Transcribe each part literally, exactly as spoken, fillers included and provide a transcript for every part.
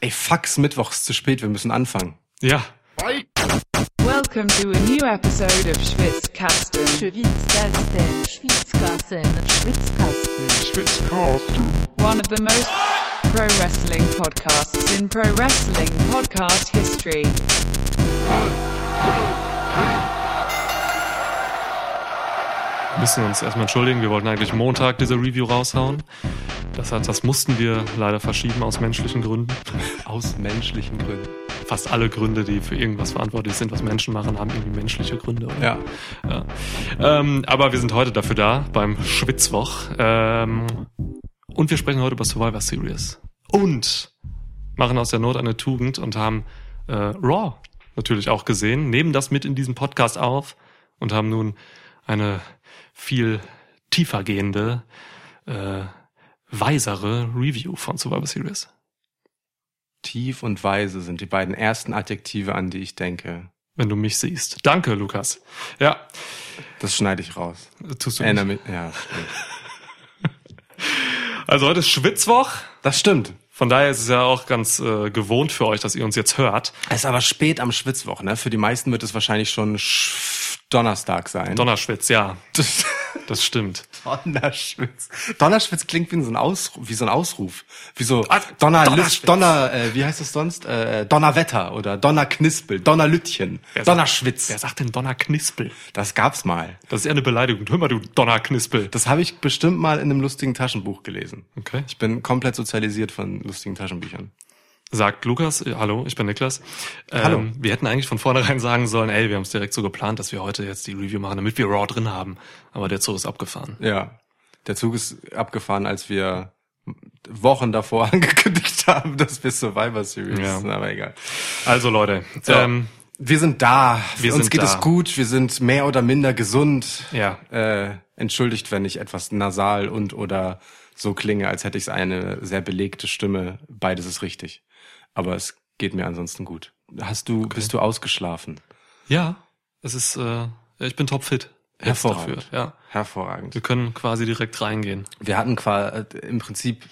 Ey, fuck's, Mittwoch ist zu spät, wir müssen anfangen. Ja. Welcome to a new episode of Schwitzkasten. Schwitzkasten, Schwitzkasten, Schwitzkasten, Schwitzkasten. One of the most pro wrestling podcasts in pro wrestling podcast history. Wir müssen uns erstmal entschuldigen, wir wollten eigentlich Montag diese Review raushauen. Das, hat, das mussten wir leider verschieben aus menschlichen Gründen. Aus menschlichen Gründen. Fast alle Gründe, die für irgendwas verantwortlich sind, was Menschen machen, haben irgendwie menschliche Gründe. Oder? Ja. ja. Ähm, aber wir sind heute dafür da, beim Schwitzwoch. Ähm, und wir sprechen heute über Survivor Series. Und machen aus der Not eine Tugend und haben äh, Raw natürlich auch gesehen, nehmen das mit in diesem Podcast auf und haben nun eine viel tiefer gehende, äh, weisere Review von Survivor Series. Tief und weise sind die beiden ersten Adjektive, an die ich denke. Wenn du mich siehst. Danke, Lukas. Ja. Das schneide ich raus. Tust du Erinnere nicht? mich. Ja, stimmt. Also heute ist Schwitzwoch. Das stimmt. Von daher ist es ja auch ganz äh, gewohnt für euch, dass ihr uns jetzt hört. Es ist aber spät am Schwitzwoch, ne? Für die meisten wird es wahrscheinlich schon Sch- Donnerstag sein. Donnerschwitz, ja. Das stimmt. Donnerschwitz. Donnerschwitz klingt wie so ein Ausruf, wie so ein Ausruf. Wie so Ah, Donner, Donnerschwitz. Donner, äh, wie heißt es sonst? Äh, Donnerwetter oder Donnerknispel, Donnerlütchen, Wer sagt- Donnerschwitz. Wer sagt denn Donnerknispel? Das gab's mal. Das ist eher eine Beleidigung. Hör mal, du Donnerknispel. Das habe ich bestimmt mal in einem lustigen Taschenbuch gelesen. Okay. Ich bin komplett sozialisiert von lustigen Taschenbüchern. Sagt Lukas, äh, hallo, ich bin Niklas. Ähm, Hallo. Wir hätten eigentlich von vornherein sagen sollen, ey, wir haben es direkt so geplant, dass wir heute jetzt die Review machen, damit wir Raw drin haben. Aber der Zug ist abgefahren. Ja. Der Zug ist abgefahren, als wir Wochen davor angekündigt haben, dass wir Survivor Series Ja. sind, aber egal. Also Leute, So. ähm, Wir sind da. Wir Uns sind geht da. es gut. Wir sind mehr oder minder gesund. Ja. Äh, entschuldigt, wenn ich etwas nasal und oder so klinge, als hätte ich eine sehr belegte Stimme. Beides ist richtig. Aber es geht mir ansonsten gut. Hast du, bist du ausgeschlafen? ja, es ist, äh, ich bin topfit. Jetzt Hervorragend. dafür, ja. Hervorragend. Wir können quasi direkt reingehen. Wir hatten quasi im Prinzip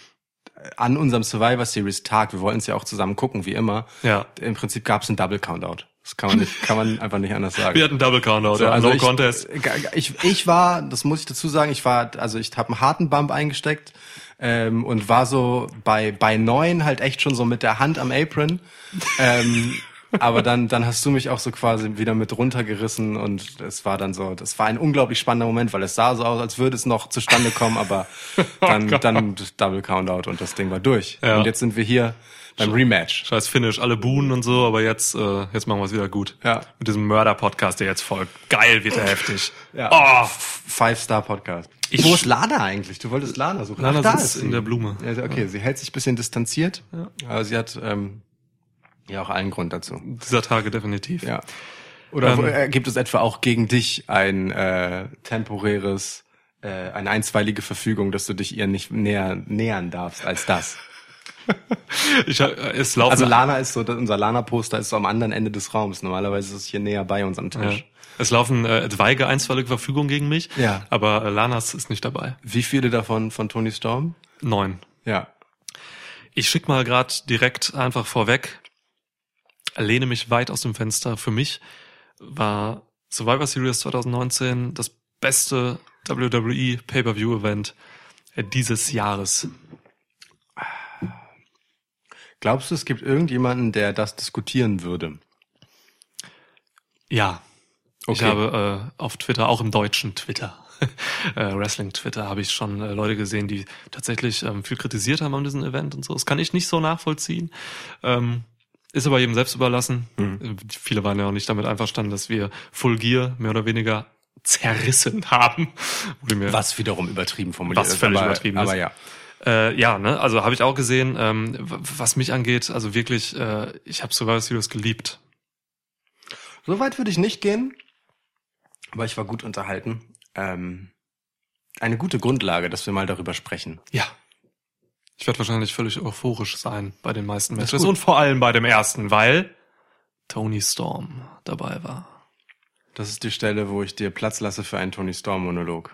an unserem Survivor Series Tag, wir wollten es ja auch zusammen gucken, wie immer. Ja. Im Prinzip gab es einen Double Countout. Das kann man nicht, kann man einfach nicht anders sagen. Wir hatten Double Countout, So, ja, also no ich, contest. Ich, ich war, das muss ich dazu sagen, ich war, also ich habe einen harten Bump eingesteckt ähm, und war so bei bei neun halt echt schon so mit der Hand am Apron. ähm, aber dann dann hast du mich auch so quasi wieder mit runtergerissen und es war dann so, das war ein unglaublich spannender Moment, weil es sah so aus, als würde es noch zustande kommen, aber dann dann Double Countout und das Ding war durch. Ja. Und jetzt sind wir hier beim Rematch. Scheiß Finish, alle buhen und so, aber jetzt, äh, jetzt machen wir es wieder gut. Ja. Mit diesem Mörder-Podcast, der jetzt folgt. Geil, wird der heftig. Ja. Oh, Five-Star-Podcast. Ich- Wo ist Lana eigentlich? Du wolltest Lana suchen. Lana Ach, da sitzt ist in sie. der Blume. Ja, okay, sie hält sich ein bisschen distanziert, aber sie hat ähm, ja auch allen Grund dazu. dieser Tage definitiv. Ja. Oder Ähm, äh, gibt es etwa auch gegen dich ein äh, temporäres, äh, eine einstweilige Verfügung, dass du dich ihr nicht näher nähern darfst als das? Ich, äh, es laufen Also Lana ist so, unser Lana-Poster ist so am anderen Ende des Raums. Normalerweise ist es hier näher bei uns am Ja. Tisch. Es laufen äh, etwaige einstweilige Verfügungen gegen mich, Ja. aber äh, Lanas ist nicht dabei. Wie viele davon von Toni Storm? Neun. Ja. Ich schick mal gerade direkt einfach vorweg, lehne mich weit aus dem Fenster. Für mich war Survivor Series zwanzig neunzehn das beste W W E Pay-Per-View-Event dieses Jahres. Glaubst du, es gibt irgendjemanden, der das diskutieren würde? Ja. Ich Okay. habe äh, auf Twitter, auch im deutschen Twitter, äh, Wrestling-Twitter, habe ich schon äh, Leute gesehen, die tatsächlich ähm, viel kritisiert haben an diesem Event und so. Das kann ich nicht so nachvollziehen. Ähm, ist aber jedem selbst überlassen. Mhm. Äh, Viele waren ja auch nicht damit einverstanden, dass wir Full Gear mehr oder weniger zerrissen haben. Wurde mir Was wiederum übertrieben formuliert Was ist. völlig aber, übertrieben aber ist. ja. Äh, ja, ne, also habe ich auch gesehen, ähm, w- was mich angeht, also wirklich, äh, ich habe Survivor Series geliebt. So weit würde ich nicht gehen, aber ich war gut unterhalten. Ähm, eine gute Grundlage, dass wir mal darüber sprechen. Ja. Ich werde wahrscheinlich völlig euphorisch sein bei den meisten Das ist Matches gut. und vor allem bei dem ersten, weil Toni Storm dabei war. Das ist die Stelle, wo ich dir Platz lasse für einen Toni Storm-Monolog.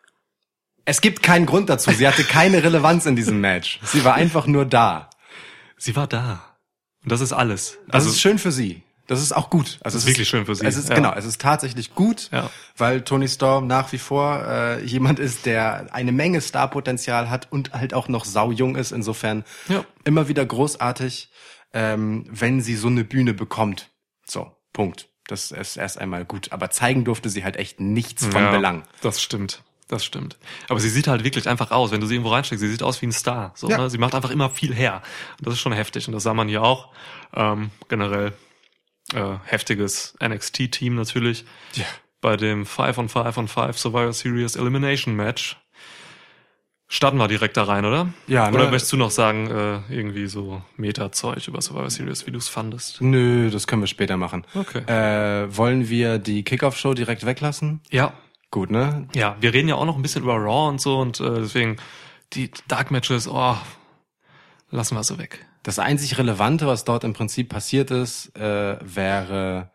Es gibt keinen Grund dazu. Sie hatte keine Relevanz in diesem Match. Sie war einfach nur da. Sie war da. Und das ist alles. Das Also ist schön für sie. Das ist auch gut. Also ist es wirklich schön für sie. Es ist Ja. genau, es ist tatsächlich gut, Ja. weil Toni Storm nach wie vor äh, jemand ist, der eine Menge Starpotenzial hat und halt auch noch saujung ist. Insofern Ja. immer wieder großartig, ähm, wenn sie so eine Bühne bekommt. So, Punkt. Das ist erst einmal gut. Aber zeigen durfte sie halt echt nichts von ja, Belang. Das stimmt. Das stimmt. Aber sie sieht halt wirklich einfach aus, wenn du sie irgendwo reinsteckst. Sie sieht aus wie ein Star. So, Ja. ne? Sie macht einfach immer viel her. Und das ist schon heftig. Und das sah man hier auch. Ähm, generell äh, heftiges N X T-Team natürlich. Ja. Bei dem five on five on five Survivor Series Elimination Match. Starten wir direkt da rein, oder? Ja, ne? Oder möchtest du noch sagen, äh, irgendwie so Meta-Zeug über Survivor Series, wie du es fandest? Nö, das können wir später machen. Okay. Äh, wollen wir die Kickoff-Show direkt weglassen? Ja. Gut, ne? Ja, wir reden ja auch noch ein bisschen über Raw und so und äh, deswegen die Dark Matches, oh, lassen wir so weg. Das einzig Relevante, was dort im Prinzip passiert ist, äh, wäre,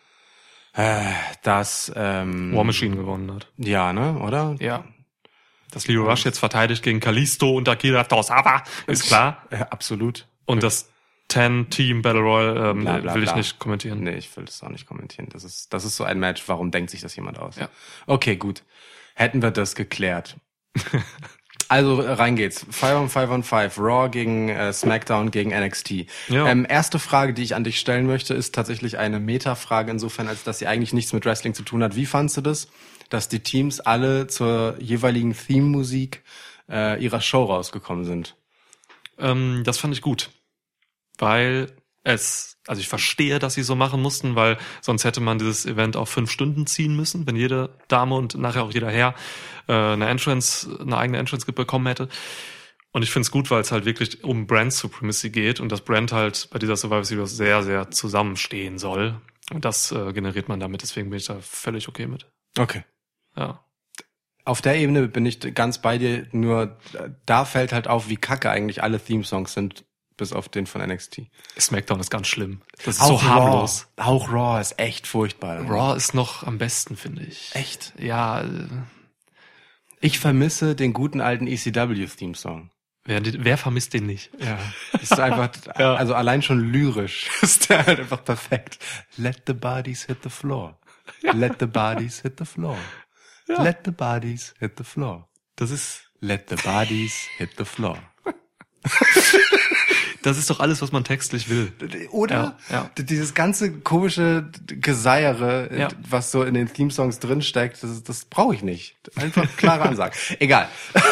äh, dass ähm, War Machine gewonnen hat. ja, ne, oder? Ja. Dass Lio Rush jetzt verteidigt gegen Kalisto und Akira Tozawa, ist klar. Äh, absolut. Und das Ten-Team Battle Royale ähm, Bla, bla, will ich bla. nicht kommentieren. Nee, ich will das auch nicht kommentieren. Das ist, das ist so ein Match. Warum denkt sich das jemand aus? Ja. Okay, gut. Hätten wir das geklärt. Also rein geht's. Five on Five on Five. Raw gegen äh, SmackDown gegen N X T. Ja. Ähm, erste Frage, die ich an dich stellen möchte, ist tatsächlich eine Meta-Frage insofern, als dass sie eigentlich nichts mit Wrestling zu tun hat. Wie fandst du das, dass die Teams alle zur jeweiligen Theme-Musik äh, ihrer Show rausgekommen sind? Ähm, das fand ich gut. Weil es, also ich verstehe, dass sie so machen mussten, weil sonst hätte man dieses Event auf fünf Stunden ziehen müssen, wenn jede Dame und nachher auch jeder Herr äh, eine Entrance, eine eigene Entrance bekommen hätte. Und ich finde es gut, weil es halt wirklich um Brand Supremacy geht und das Brand halt bei dieser Survivor Series sehr, sehr zusammenstehen soll. Und das äh, generiert man damit, deswegen bin ich da völlig okay mit. Okay. Ja. Auf der Ebene bin ich ganz bei dir, nur da fällt halt auf, wie kacke eigentlich alle Theme-Songs sind, bis auf den von N X T. SmackDown ist ganz schlimm. Das ist so harmlos. Raw. Auch Raw ist echt furchtbar. Raw ist noch am besten, finde ich. Echt? Ja, äh, Ich vermisse den guten alten E C W-Theme-Song. wer, wer vermisst den nicht? Ja. Ist einfach, Ja. also allein schon lyrisch ist der halt einfach perfekt. Let the bodies hit the floor. Let the bodies hit the floor. Let the bodies hit the floor. Das ist, Let the bodies hit the floor. das ist doch alles, was man textlich will. Oder? Ja, ja. D- Dieses ganze komische Geseiere, Ja. was so in den Theme-Songs drinsteckt, das, das brauche ich nicht. Einfach klare Ansage. Egal.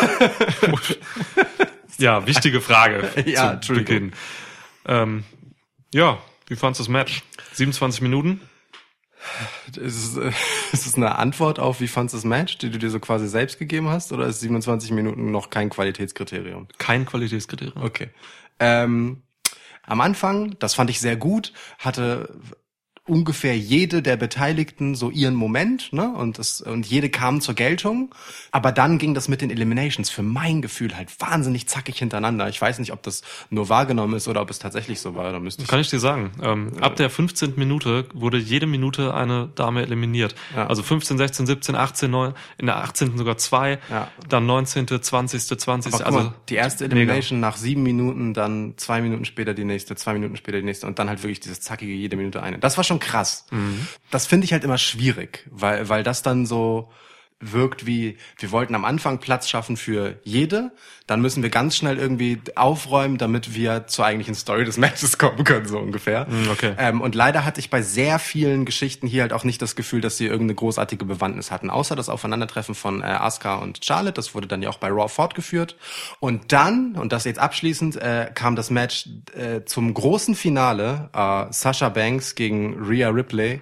Ja, wichtige Frage Ja, zu Entschuldigung. Beginn. Ähm, ja, wie fandst du das Match? siebenundzwanzig Minuten? Ist es, äh, ist es eine Antwort auf, wie fandst du das Match, die du dir so quasi selbst gegeben hast, oder ist siebenundzwanzig Minuten noch kein Qualitätskriterium? Kein Qualitätskriterium. Okay. Ähm, am Anfang, das fand ich sehr gut, hatte ungefähr jede der Beteiligten so ihren Moment, ne? Und das, und jede kam zur Geltung. Aber dann ging das mit den Eliminations für mein Gefühl halt wahnsinnig zackig hintereinander. Ich weiß nicht, ob das nur wahrgenommen ist oder ob es tatsächlich so war. Da müsste ich Kann ich dir sagen. Ähm, ab der fünfzehnten Minute wurde jede Minute eine Dame eliminiert. Ja. Also fünfzehn, sechzehn, siebzehn, achtzehn, neun, in der achtzehnten sogar zwei, Ja. dann neunzehnte, zwanzigste, zwanzigste. Aber guck Also mal, die erste mega. Elimination nach sieben Minuten, dann zwei Minuten später die nächste, zwei Minuten später die nächste und dann halt wirklich dieses zackige jede Minute eine. Das war schon krass. Mhm. Das finde ich halt immer schwierig, weil weil das dann so wirkt wie, wir wollten am Anfang Platz schaffen für jede, dann müssen wir ganz schnell irgendwie aufräumen, damit wir zur eigentlichen Story des Matches kommen können, so ungefähr. Mm, okay. Ähm, und leider hatte ich bei sehr vielen Geschichten hier halt auch nicht das Gefühl, dass sie irgendeine großartige Bewandtnis hatten, außer das Aufeinandertreffen von äh, Asuka und Charlotte, das wurde dann ja auch bei Raw fortgeführt. Und dann, und das jetzt abschließend, äh, kam das Match äh, zum großen Finale, äh, Sasha Banks gegen Rhea Ripley.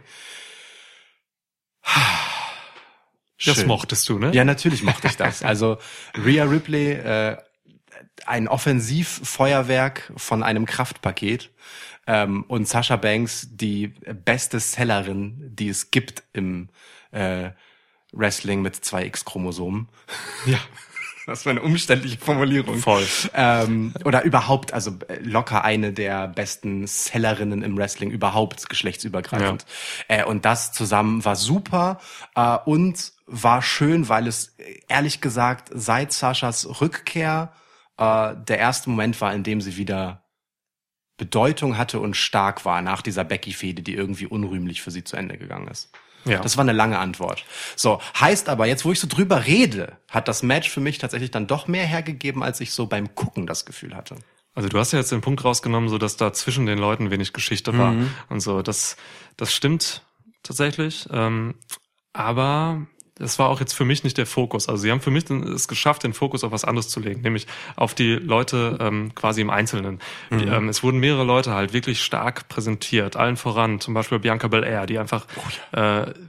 Das Schön. mochtest du, ne? Ja, natürlich mochte ich das. Also Rhea Ripley, äh, ein Offensivfeuerwerk von einem Kraftpaket, ähm, und Sasha Banks, die beste Sellerin, die es gibt im äh, Wrestling mit zwei X-Chromosomen. Ja. Das war eine umständliche Formulierung. Voll. Ähm, oder überhaupt, also äh, locker eine der besten Sellerinnen im Wrestling überhaupt, geschlechtsübergreifend. Äh, und das zusammen war super äh, und war schön, weil es äh, ehrlich gesagt seit Sashas Rückkehr äh, der erste Moment war, in dem sie wieder Bedeutung hatte und stark war nach dieser Becky-Fehde, die irgendwie unrühmlich für sie zu Ende gegangen ist. Ja. Das war eine lange Antwort. So, heißt aber, jetzt wo ich so drüber rede, hat das Match für mich tatsächlich dann doch mehr hergegeben, als ich so beim Gucken das Gefühl hatte. Also du hast ja jetzt den Punkt rausgenommen, so dass da zwischen den Leuten wenig Geschichte war Mhm. und so. Das, das stimmt tatsächlich. Ähm, aber das war auch jetzt für mich nicht der Fokus. Also sie haben für mich es geschafft, den Fokus auf was anderes zu legen, nämlich auf die Leute ähm, quasi im Einzelnen. Mhm. Die, ähm, es wurden mehrere Leute halt wirklich stark präsentiert, allen voran, zum Beispiel Bianca Belair, die einfach oh ja. äh,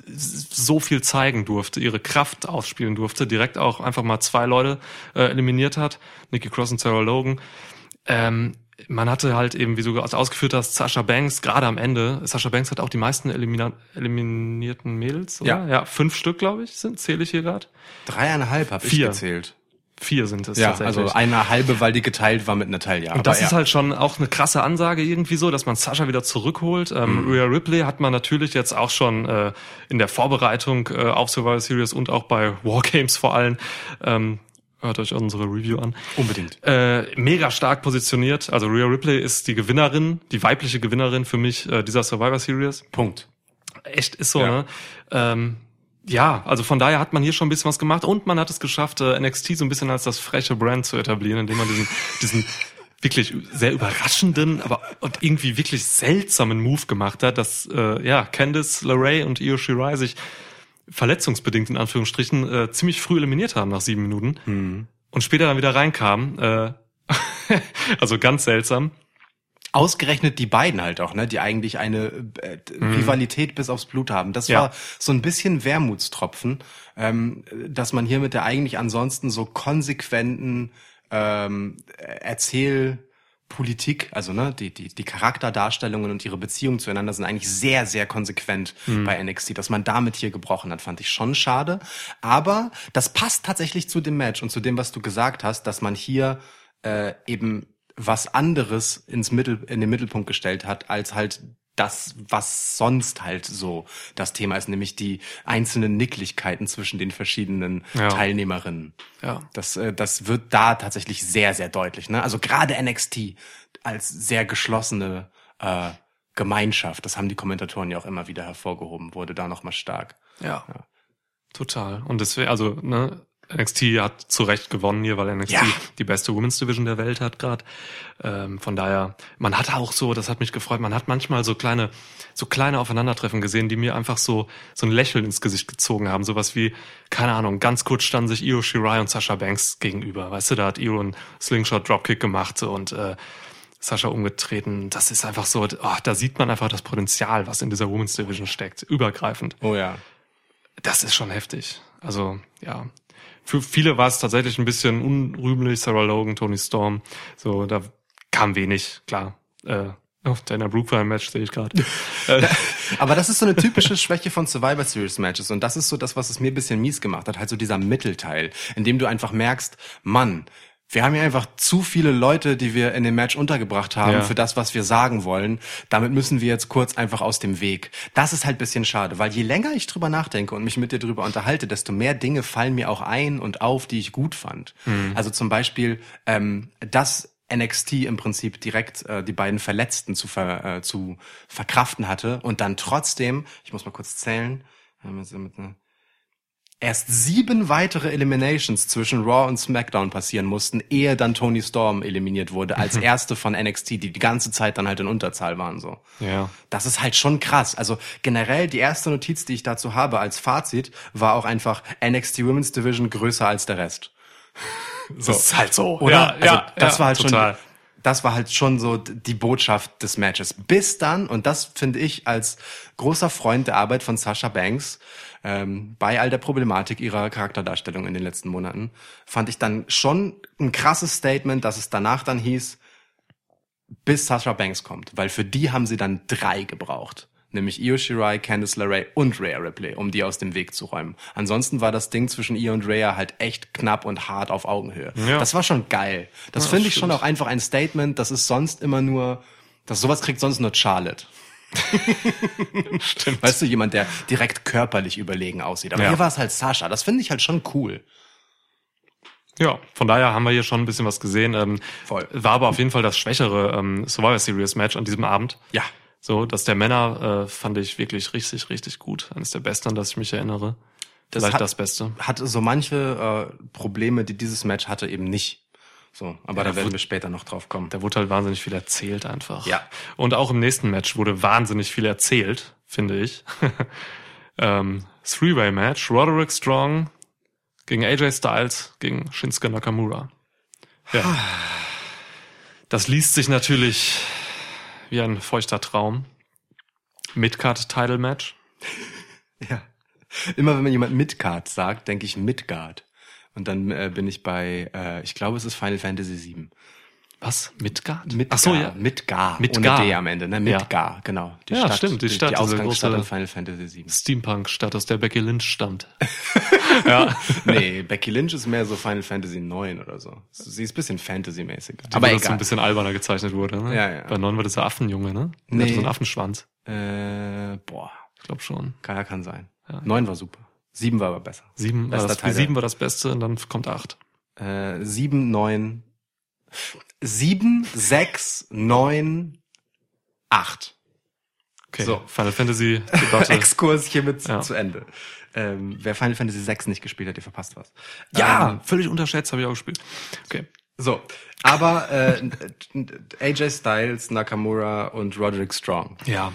so viel zeigen durfte, ihre Kraft ausspielen durfte, direkt auch einfach mal zwei Leute äh, eliminiert hat, Nikki Cross und Sarah Logan. Ähm, man hatte halt eben, wie du ausgeführt hast, Sasha Banks, gerade am Ende. Sasha Banks hat auch die meisten elimina- eliminierten Mädels, oder? Ja. Ja, fünf Stück, glaube ich, sind, zähle ich hier gerade. Dreieinhalb habe ich Vier. gezählt. Vier sind es Ja, tatsächlich. also eine halbe, weil die geteilt war mit Natalia. Und das Aber ist ja. halt schon auch eine krasse Ansage irgendwie so, dass man Sasha wieder zurückholt. Ähm, Mhm. Rhea Ripley hat man natürlich jetzt auch schon äh, in der Vorbereitung äh, auf Survivor Series und auch bei Wargames vor allem, ähm, hört euch unsere Review an. Unbedingt. Äh, mega stark positioniert. Also Rhea Ripley ist die Gewinnerin, die weibliche Gewinnerin für mich äh, dieser Survivor Series. Punkt. Echt ist so, Ja. ne? Ähm, ja, also von daher hat man hier schon ein bisschen was gemacht und man hat es geschafft, äh, N X T so ein bisschen als das freche Brand zu etablieren, indem man diesen, diesen wirklich sehr überraschenden, aber und irgendwie wirklich seltsamen Move gemacht hat, dass äh, ja Candice LeRae und Io Shirai sich verletzungsbedingt in Anführungsstrichen äh, ziemlich früh eliminiert haben nach sieben Minuten Mhm. und später dann wieder reinkamen. Äh, also ganz seltsam. Ausgerechnet die beiden halt auch, ne, die eigentlich eine äh, Rivalität bis aufs Blut haben. Das Ja. war so ein bisschen Wermutstropfen, ähm, dass man hier mit der eigentlich ansonsten so konsequenten ähm, Erzählpolitik, also ne, die die die Charakterdarstellungen und ihre Beziehungen zueinander sind eigentlich sehr sehr konsequent bei N X T. Dass man damit hier gebrochen hat, fand ich schon schade. Aber das passt tatsächlich zu dem Match und zu dem, was du gesagt hast, dass man hier äh, eben was anderes ins Mittel, in den Mittelpunkt gestellt hat, als halt das, was sonst halt so das Thema ist, nämlich die einzelnen Nicklichkeiten zwischen den verschiedenen Ja. Teilnehmerinnen. Ja. Das, äh, das wird da tatsächlich sehr, sehr deutlich, ne? Also gerade N X T als sehr geschlossene äh, Gemeinschaft, das haben die Kommentatoren ja auch immer wieder hervorgehoben, wurde da nochmal stark. Ja. Ja. Total. Und deswegen, also, ne, N X T hat zu Recht gewonnen hier, weil N X T Ja. die beste Women's Division der Welt hat gerade. Ähm, von daher, man hat auch so, das hat mich gefreut, man hat manchmal so kleine, so kleine Aufeinandertreffen gesehen, die mir einfach so so ein Lächeln ins Gesicht gezogen haben. Sowas wie, keine Ahnung, ganz kurz standen sich Io Shirai und Sasha Banks gegenüber. Weißt du, da hat Io einen Slingshot Dropkick gemacht und äh, Sascha umgetreten. Das ist einfach so, oh, da sieht man einfach das Potenzial, was in dieser Women's Division steckt, übergreifend. Oh ja. Das ist schon heftig. Also, ja. Für viele war es tatsächlich ein bisschen unrühmlich, Sarah Logan, Toni Storm. So, da kam wenig, klar. Äh, oh, Dana Brooke war im Match, sehe ich gerade. äh, Aber das ist so eine typische Schwäche von Survivor Series Matches und das ist so das, was es mir ein bisschen mies gemacht hat, halt so dieser Mittelteil, in dem du einfach merkst, Mann, wir haben hier einfach zu viele Leute, die wir in dem Match untergebracht haben Ja. für das, was wir sagen wollen. Damit müssen wir jetzt kurz einfach aus dem Weg. Das ist halt ein bisschen schade, weil je länger ich drüber nachdenke und mich mit dir drüber unterhalte, desto mehr Dinge fallen mir auch ein und auf, die ich gut fand. Mhm. Also zum Beispiel, ähm, dass N X T im Prinzip direkt äh, die beiden Verletzten zu, ver, äh, zu verkraften hatte und dann trotzdem, ich muss mal kurz zählen, erst sieben weitere Eliminations zwischen Raw und SmackDown passieren mussten, ehe dann Toni Storm eliminiert wurde, als erste von N X T, die die ganze Zeit dann halt in Unterzahl waren, so. ja. Das ist halt schon krass. Also generell die erste Notiz, die ich dazu habe als Fazit, war auch einfach N X T Women's Division größer als der Rest. So. Das ist halt so. Oder? Ja, Also ja, das ja, war halt total. schon, das war halt schon so die Botschaft des Matches. Bis dann, und das finde ich als großer Freund der Arbeit von Sasha Banks, ähm, bei all der Problematik ihrer Charakterdarstellung in den letzten Monaten, fand ich dann schon ein krasses Statement, dass es danach dann hieß, bis Sasha Banks kommt. Weil für die haben sie dann drei gebraucht. Nämlich Io Shirai, Candice LeRae und Rhea Ripley, um die aus dem Weg zu räumen. Ansonsten war das Ding zwischen Io und Rhea halt echt knapp und hart auf Augenhöhe. Ja. Das war schon geil. Das Ja, finde ich stimmt. schon auch einfach ein Statement, das ist sonst immer nur, das sowas kriegt sonst nur Charlotte. Stimmt. Weißt du, jemand, der direkt körperlich überlegen aussieht. Aber Ja. hier war es halt Sasha. Das finde ich halt schon cool. Ja, von daher haben wir hier schon ein bisschen was gesehen. Ähm, Voll. War aber auf jeden Fall das schwächere ähm, Survivor Series Match an diesem Abend. Ja. So, das der Männer äh, fand ich wirklich richtig, richtig gut. Eines der besten, an das ich mich erinnere. Das Vielleicht hat, das Beste. Hatte so manche äh, Probleme, die dieses Match hatte, eben nicht. So, aber Ja, da werden wird- wir später noch drauf kommen. Da wurde halt wahnsinnig viel erzählt einfach. Ja. Und auch im nächsten Match wurde wahnsinnig viel erzählt, finde ich. ähm, Three-Way-Match, Roderick Strong gegen A J Styles gegen Shinsuke Nakamura. Ja. Das liest sich natürlich wie ein feuchter Traum. Midcard-Title-Match. Ja. Immer wenn man jemand Midcard sagt, denke ich Midgard. Und dann äh, bin ich bei, äh, ich glaube, es ist Final Fantasy sieben. Was? Midgard? Midgar, Ach so, ja. Midgar, Midgar. ohne D am Ende, ne? Midgar, genau. Die Ja, stimmt, die die, Stadt, die diese Ausgangsstadt große- in Final Fantasy sieben. Steampunk-Stadt, aus der Becky Lynch stammt. ja. Nee, Becky Lynch ist mehr so Final Fantasy neun oder so. Sie ist ein bisschen Fantasy-mäßiger. Aber das so ein bisschen alberner gezeichnet wurde, ne? Ja, ja. Bei neun war das der Affenjunge, ne? Der Nee. hatte so einen Affenschwanz. Äh, boah, Ich glaube schon. kann, ja, kann sein. Ja. Neun war super. Sieben war aber besser. Sieben war, Bester das, Teil sieben der- war das Beste und dann kommt acht. Äh, sieben, neun, sieben, sechs, neun, acht. Okay. So. Final Fantasy Debatte. Exkurs hiermit zu, Ja. zu Ende. Ähm, wer Final Fantasy sechs nicht gespielt hat, ihr verpasst was. ja, Ähm, völlig unterschätzt, habe ich auch gespielt. Okay. so, aber äh, A J Styles, Nakamura und Roderick Strong. Ja.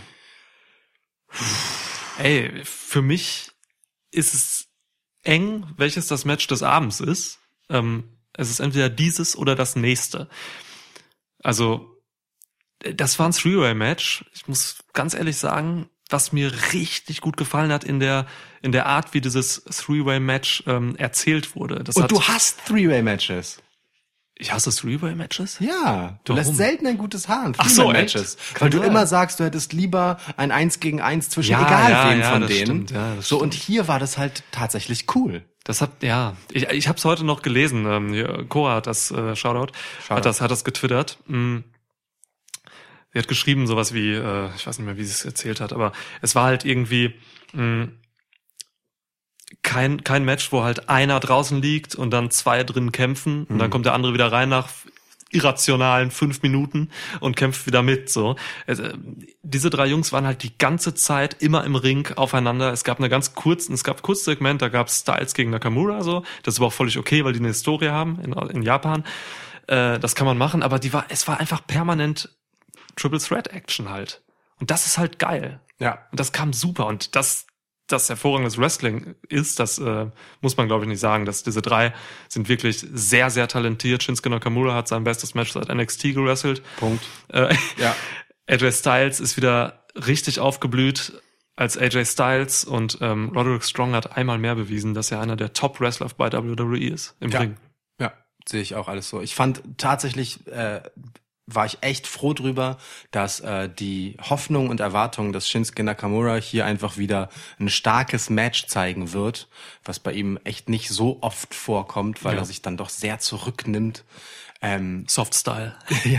Ey, für mich ist es eng, welches das Match des Abends ist. Ähm, es ist entweder dieses oder das nächste. Also, das war ein Three-Way-Match. Ich muss ganz ehrlich sagen, was mir richtig gut gefallen hat in der in der Art, wie dieses Three-Way-Match ähm, erzählt wurde. Das Und hat, du hast Three-Way-Matches. ich hasse Three-Way-Matches? Ja, du Warum? lässt selten ein gutes Haar in Ach so, Matches, echt? weil du Kann immer sein. sagst, du hättest lieber ein Eins gegen Eins zwischen Ja, egal ja, wem ja, von das denen. stimmt, ja, das so stimmt. und hier war das halt tatsächlich cool. Das hat, ja, ich, ich habe es heute noch gelesen. Ähm, hier, Cora hat das, äh, Shoutout, Shoutout. hat das, hat das getwittert. Mm. Sie hat geschrieben sowas wie, äh, ich weiß nicht mehr, wie sie es erzählt hat, aber es war halt irgendwie mh, kein kein Match, wo halt einer draußen liegt und dann zwei drin kämpfen und dann kommt der andere wieder rein nach irrationalen fünf Minuten und kämpft wieder mit. So, es, äh, diese drei Jungs waren halt die ganze Zeit immer im Ring aufeinander. Es gab eine ganz kurzen, es gab ein kurzes Segment, da gab es Styles gegen Nakamura. So, das ist aber auch völlig okay, weil die eine Historie haben in, in Japan. Äh, das kann man machen, aber die war, es war einfach permanent Triple Threat Action halt. Und das ist halt geil. Ja. Und das kam super. Und das, das hervorragendes Wrestling ist, das äh, muss man, glaube ich, nicht sagen. Dass diese drei sind wirklich sehr, sehr talentiert. Shinsuke Nakamura hat sein bestes Match seit N X T gewrestelt. Punkt. Äh, Ja. A J Styles ist wieder richtig aufgeblüht als A J Styles. Und ähm, Roderick Strong hat einmal mehr bewiesen, dass er einer der Top-Wrestler bei W W E ist im Ja. Ring. Ja, sehe ich auch alles so. Ich fand tatsächlich, äh, war ich echt froh drüber, dass äh, die Hoffnung und Erwartung, dass Shinsuke Nakamura hier einfach wieder ein starkes Match zeigen wird, was bei ihm echt nicht so oft vorkommt, weil Ja. er sich dann doch sehr zurücknimmt. Ähm, Soft-Style. ja,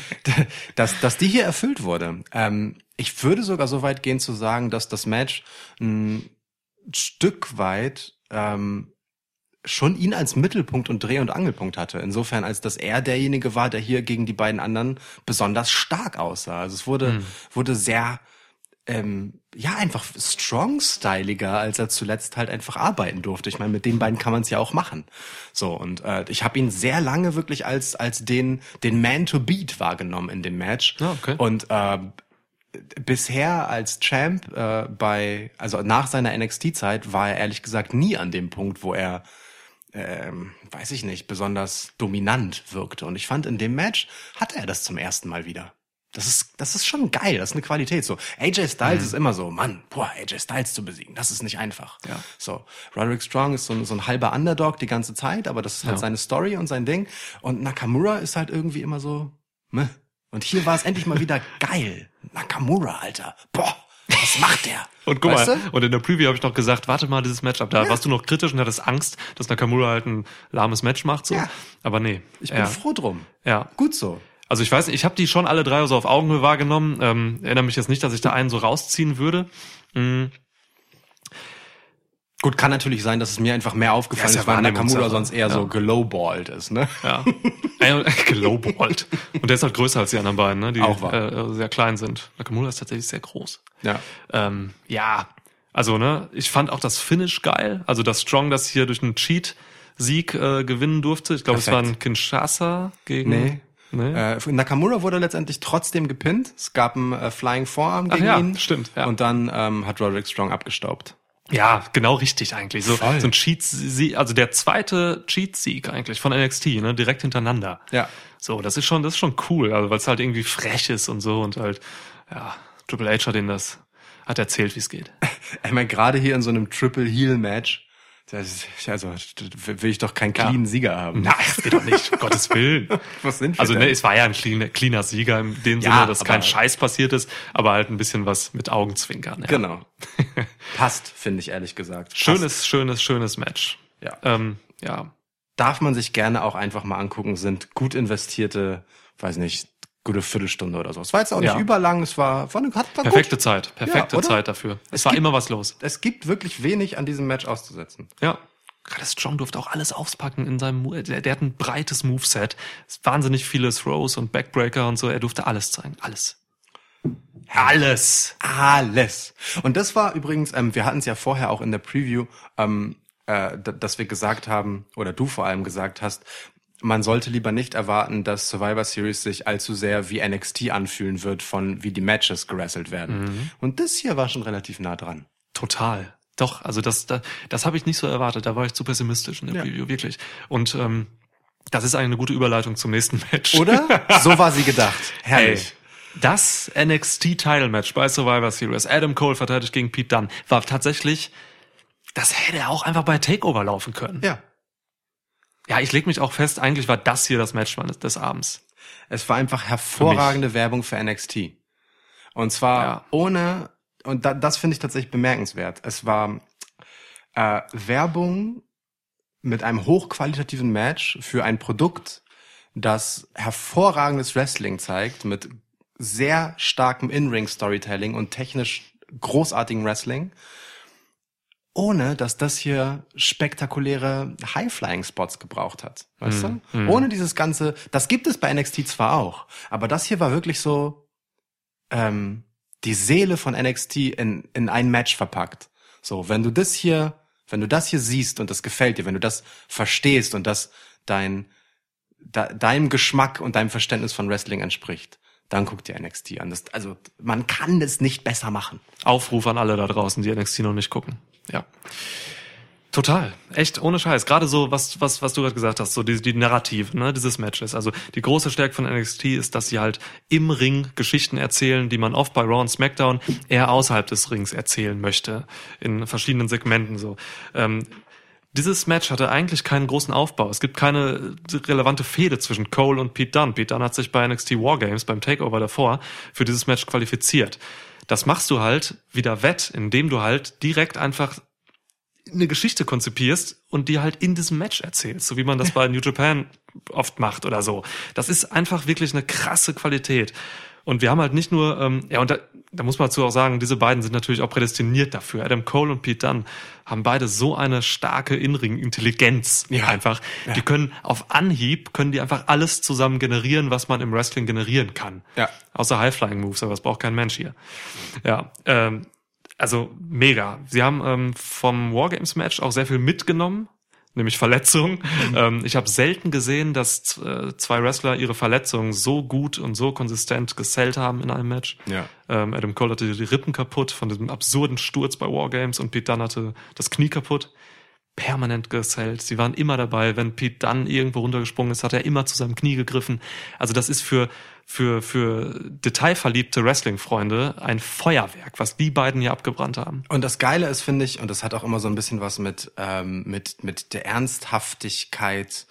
dass, dass die hier erfüllt wurde. Ähm, ich würde sogar so weit gehen zu sagen, dass das Match ein Stück weit ähm, schon ihn als Mittelpunkt und Dreh- und Angelpunkt hatte. Insofern, als dass er derjenige war, der hier gegen die beiden anderen besonders stark aussah. Also es wurde, Mhm. wurde sehr, ähm, ja, einfach strong-styliger, als er zuletzt halt einfach arbeiten durfte. Ich meine, mit den beiden kann man es ja auch machen. So, und äh, ich habe ihn sehr lange wirklich als als den den Man to beat wahrgenommen in dem Match. Ja, okay. Und äh, bisher als Champ äh, bei, also nach seiner N X T-Zeit, war er ehrlich gesagt nie an dem Punkt, wo er ähm, weiß ich nicht, besonders dominant wirkte. Und ich fand, in dem Match hatte er das zum ersten Mal wieder. Das ist, das ist schon geil, das ist eine Qualität. So, A J Styles ist immer so, Mann, boah, A J Styles zu besiegen, das ist nicht einfach. Ja. So, Roderick Strong ist so ein, so ein halber Underdog die ganze Zeit, aber das ist halt Ja. seine Story und sein Ding. Und Nakamura ist halt irgendwie immer so, meh. Und hier war es endlich mal wieder geil. Nakamura, Alter, boah, was macht der? Und guck Weißt mal, du? und in der Preview habe ich noch gesagt, warte mal, dieses Matchup, da warst du noch kritisch und hattest Angst, dass Nakamura halt ein lahmes Match macht, so. Ja. Aber nee. Ich bin ja. froh drum. Ja. Gut so. Also ich weiß nicht, ich habe die schon alle drei so auf Augenhöhe wahrgenommen. Ähm, erinnere mich jetzt nicht, dass ich da einen so rausziehen würde. Mhm. Gut, kann natürlich sein, dass es mir einfach mehr aufgefallen Ja, ist ist, ja weil Nakamura Wahrnehmungssache. sonst eher Ja. so gelowballt ist, ne? Ja. Äh, Gelowballt. Und der ist halt größer als die anderen beiden, ne? Die Auch wahr. äh, sehr klein sind. Nakamura ist tatsächlich sehr groß. Ja. Ähm, ja, also ne, ich fand auch das Finish geil. Also dass Strong das hier durch einen Cheat-Sieg äh, gewinnen durfte. Ich glaube, es war Perfekt. ein Kinshasa gegen... Nee. Nee? Äh, Nakamura wurde letztendlich trotzdem gepinnt. Es gab einen äh, Flying Forearm Ach gegen ja, ihn. stimmt, ja. Und dann ähm, hat Roderick Strong abgestaubt. Ja, genau richtig eigentlich. So, Voll. so ein Cheat-Sieg, also der zweite Cheat-Sieg eigentlich von N X T, ne, direkt hintereinander. Ja. So, das ist schon, das ist schon cool, also weil es halt irgendwie frech ist und so und halt, ja, Triple H hat ihnen das, hat erzählt, wie es geht. Ich meine, gerade hier in so einem Triple Heel Match, das ist, also will ich doch keinen cleanen Ja. Sieger haben. Na, das geht doch nicht, um Gottes Willen. Was sind wir Also denn? ne, es war ja ein cleaner, cleaner Sieger in dem Ja, Sinne, dass aber- kein Scheiß passiert ist, aber halt ein bisschen was mit Augenzwinkern. Ja. Genau. Passt, finde ich ehrlich gesagt. Passt. Schönes, schönes, schönes Match. Ja. Ähm, ja. Darf man sich gerne auch einfach mal angucken, sind gut investierte, weiß nicht, gute Viertelstunde oder so. Es war jetzt auch nicht Ja. überlang, es war, war, eine, hat, war Perfekte gut. Zeit, perfekte Ja, oder? Zeit dafür. Es, Es war gibt- immer was los. Es gibt wirklich wenig an diesem Match auszusetzen. Ja. Gerade Strong durfte auch alles auspacken in seinem, Mo- der, der hat ein breites Moveset. Es wahnsinnig viele Throws und Backbreaker und so. Er durfte alles zeigen. Alles. Alles. Alles. Und das war übrigens, ähm, wir hatten es ja vorher auch in der Preview, ähm, äh, d- dass wir gesagt haben, oder du vor allem gesagt hast, man sollte lieber nicht erwarten, dass Survivor Series sich allzu sehr wie N X T anfühlen wird, von wie die Matches gerasselt werden. Mhm. Und das hier war schon relativ nah dran. Total. Doch, also das, das, das habe ich nicht so erwartet. Da war ich zu pessimistisch in der Ja. Preview, wirklich. Und ähm, das ist eigentlich eine gute Überleitung zum nächsten Match. Oder? So war sie gedacht. Herrlich. Ey, das N X T-Title-Match bei Survivor Series, Adam Cole verteidigt gegen Pete Dunne, war tatsächlich, das hätte auch einfach bei Takeover laufen können. Ja. Ja, ich leg mich auch fest, eigentlich war das hier das Match meines- des Abends. Es war einfach hervorragende Werbung für N X T. Und zwar Ja. ohne, und da, das finde ich tatsächlich bemerkenswert. Es war äh, Werbung mit einem hochqualitativen Match für ein Produkt, das hervorragendes Wrestling zeigt, mit sehr starkem In-Ring-Storytelling und technisch großartigem Wrestling, ohne dass das hier spektakuläre High-Flying-Spots gebraucht hat. Weißt Mhm. du? Mhm. Ohne dieses ganze, das gibt es bei N X T zwar auch, aber das hier war wirklich so ähm, die Seele von N X T in, in ein Match verpackt. So, wenn du das hier, wenn du das hier siehst und das gefällt dir, wenn du das verstehst und das dein, de, deinem Geschmack und deinem Verständnis von Wrestling entspricht, dann guck dir N X T an. Das, also man kann das nicht besser machen. Aufruf an alle da draußen, die N X T noch nicht gucken. Ja. Total. Echt, ohne Scheiß. Gerade so, was, was, was du gerade gesagt hast, so die, die Narrative, ne, dieses Matches. Also, die große Stärke von N X T ist, dass sie halt im Ring Geschichten erzählen, die man oft bei Raw und SmackDown eher außerhalb des Rings erzählen möchte. In verschiedenen Segmenten, so. Ähm, Dieses Match hatte eigentlich keinen großen Aufbau. Es gibt keine relevante Fehde zwischen Cole und Pete Dunne. Pete Dunne hat sich bei N X T Wargames, beim Takeover davor, für dieses Match qualifiziert. Das machst du halt wieder wett, indem du halt direkt einfach eine Geschichte konzipierst und die halt in diesem Match erzählst, so wie man das bei New Japan oft macht oder so. Das ist einfach wirklich eine krasse Qualität. Und wir haben halt nicht nur, ähm, ja, und da, da muss man dazu auch sagen, diese beiden sind natürlich auch prädestiniert dafür. Adam Cole und Pete Dunne haben beide so eine starke In-Ring-Intelligenz Ja. einfach. Ja. Die können auf Anhieb, können die einfach alles zusammen generieren, was man im Wrestling generieren kann. Ja. Außer High-Flying-Moves, aber das braucht kein Mensch hier. Ja, ähm, also mega. Sie haben ähm, vom Wargames-Match auch sehr viel mitgenommen, nämlich Verletzungen. ähm, ich habe selten gesehen, dass äh, zwei Wrestler ihre Verletzungen so gut und so konsistent gesellt haben in einem Match. Ja. Ähm, Adam Cole hatte die Rippen kaputt von diesem absurden Sturz bei Wargames und Pete Dunne hatte das Knie kaputt. Permanent gesellt. Sie waren immer dabei. Wenn Pete Dunne irgendwo runtergesprungen ist, hat er immer zu seinem Knie gegriffen. Also das ist für für für detailverliebte Wrestling-Freunde ein Feuerwerk, was die beiden hier abgebrannt haben. Und das Geile ist, finde ich, und das hat auch immer so ein bisschen was mit ähm, mit mit der Ernsthaftigkeit,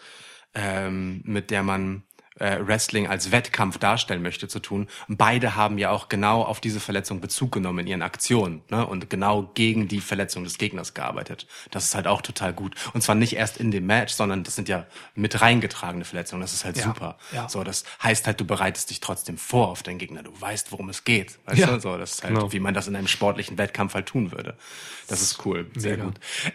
ähm, mit der man äh, Wrestling als Wettkampf darstellen möchte, zu tun. Beide haben ja auch genau auf diese Verletzung Bezug genommen in ihren Aktionen, ne? Und genau gegen die Verletzung des Gegners gearbeitet. Das ist halt auch total gut. Und zwar nicht erst in dem Match, sondern das sind ja mit reingetragene Verletzungen. Das ist halt Ja, super. ja. So, das heißt halt, du bereitest dich trotzdem vor auf deinen Gegner. Du weißt, worum es geht. Weißt Ja, du? So, das ist halt, genau. wie man das in einem sportlichen Wettkampf halt tun würde. Das ist cool. Sehr Mega. gut.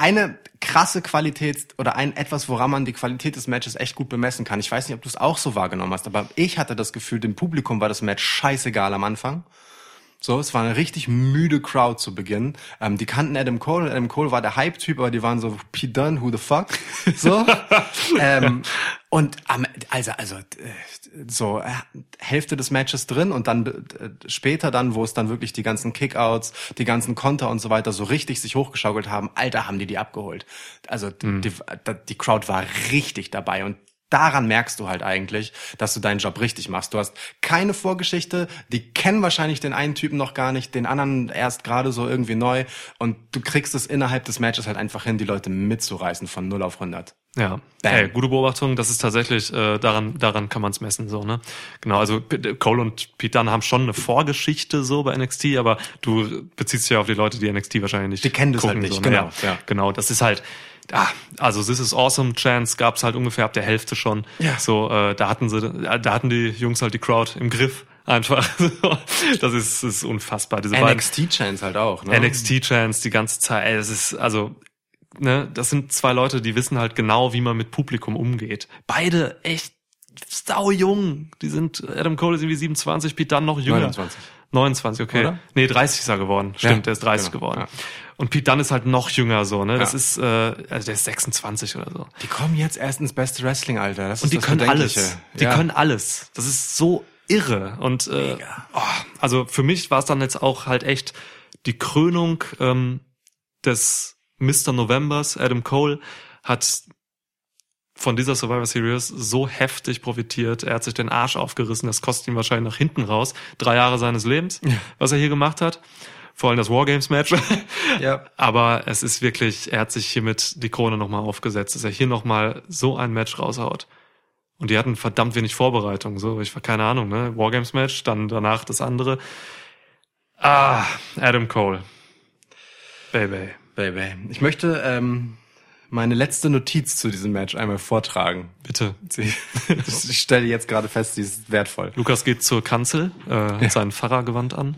eine krasse Qualität oder ein etwas, woran man die Qualität des Matches echt gut bemessen kann. Ich weiß nicht, ob du es auch so wahrgenommen hast, aber ich hatte das Gefühl, dem Publikum war das Match scheißegal am Anfang. So, es war eine richtig müde Crowd zu Beginn. Ähm, die kannten Adam Cole und Adam Cole war der Hype-Typ, aber die waren so, Pete Dunne, who the fuck? So. ähm, und am, also, also, äh, so, äh, Hälfte des Matches drin und dann äh, später dann, wo es dann wirklich die ganzen Kickouts, die ganzen Konter und so weiter so richtig sich hochgeschaukelt haben, Alter, haben die die abgeholt. Also, mhm. die, die Crowd war richtig dabei und daran merkst du halt eigentlich, dass du deinen Job richtig machst. Du hast keine Vorgeschichte, die kennen wahrscheinlich den einen Typen noch gar nicht, den anderen erst gerade so irgendwie neu und du kriegst es innerhalb des Matches halt einfach hin, die Leute mitzureißen von null auf hundert. Ja, hey, gute Beobachtung, das ist tatsächlich, äh, daran daran kann man es messen, so, ne? Genau, also Cole und Pete Dunne haben schon eine Vorgeschichte so bei N X T, aber du beziehst dich ja auf die Leute, die N X T wahrscheinlich nicht Die kennen das gucken, halt nicht, so, genau. Ne? Ja, ja. Genau, das ist halt, ah, also This is Awesome Chance gab's halt ungefähr ab der Hälfte schon. Ja. So, äh, da hatten sie, da hatten die Jungs halt die Crowd im Griff. Einfach. Das ist, ist unfassbar. Diese N X T-Chance halt auch, ne? N X T-Chance die ganze Zeit, ey, das ist, also, ne, das sind zwei Leute, die wissen halt genau, wie man mit Publikum umgeht. Beide echt sau jung. Die sind, Adam Cole ist irgendwie siebenundzwanzig, Pete Dunne noch jünger. neunundzwanzig. neunundzwanzig, okay. Oder? Nee, dreißig ist er geworden. Stimmt, Ja, der ist dreißig genau, geworden. ja. Und Pete Dunne ist halt noch jünger so, ne? Das Ja. ist, äh, also der ist sechsundzwanzig oder so. Die kommen jetzt erst ins beste Wrestling-Alter. Das Und ist die das können Bedenkliche. alles. Die ja. können alles. Das ist so irre. Und äh, oh, also für mich war es dann jetzt auch halt echt die Krönung ähm, des Mister Novembers. Adam Cole hat von dieser Survivor Series so heftig profitiert. Er hat sich den Arsch aufgerissen. Das kostet ihm wahrscheinlich nach hinten raus. Drei Jahre seines Lebens, ja. was er hier gemacht hat. Vor allem das Wargames-Match. Ja. Aber es ist wirklich, er hat sich hiermit die Krone nochmal aufgesetzt, dass er hier nochmal so ein Match raushaut. Und die hatten verdammt wenig Vorbereitung. So, ich war keine Ahnung, ne? Wargames-Match, dann danach das andere. Ah, Adam Cole. Baby. Baby. Ich möchte ähm, meine letzte Notiz zu diesem Match einmal vortragen. Bitte. Sie, ich stelle jetzt gerade fest, sie ist wertvoll. Lukas geht zur Kanzel, äh, hat Ja. sein Pfarrergewand an.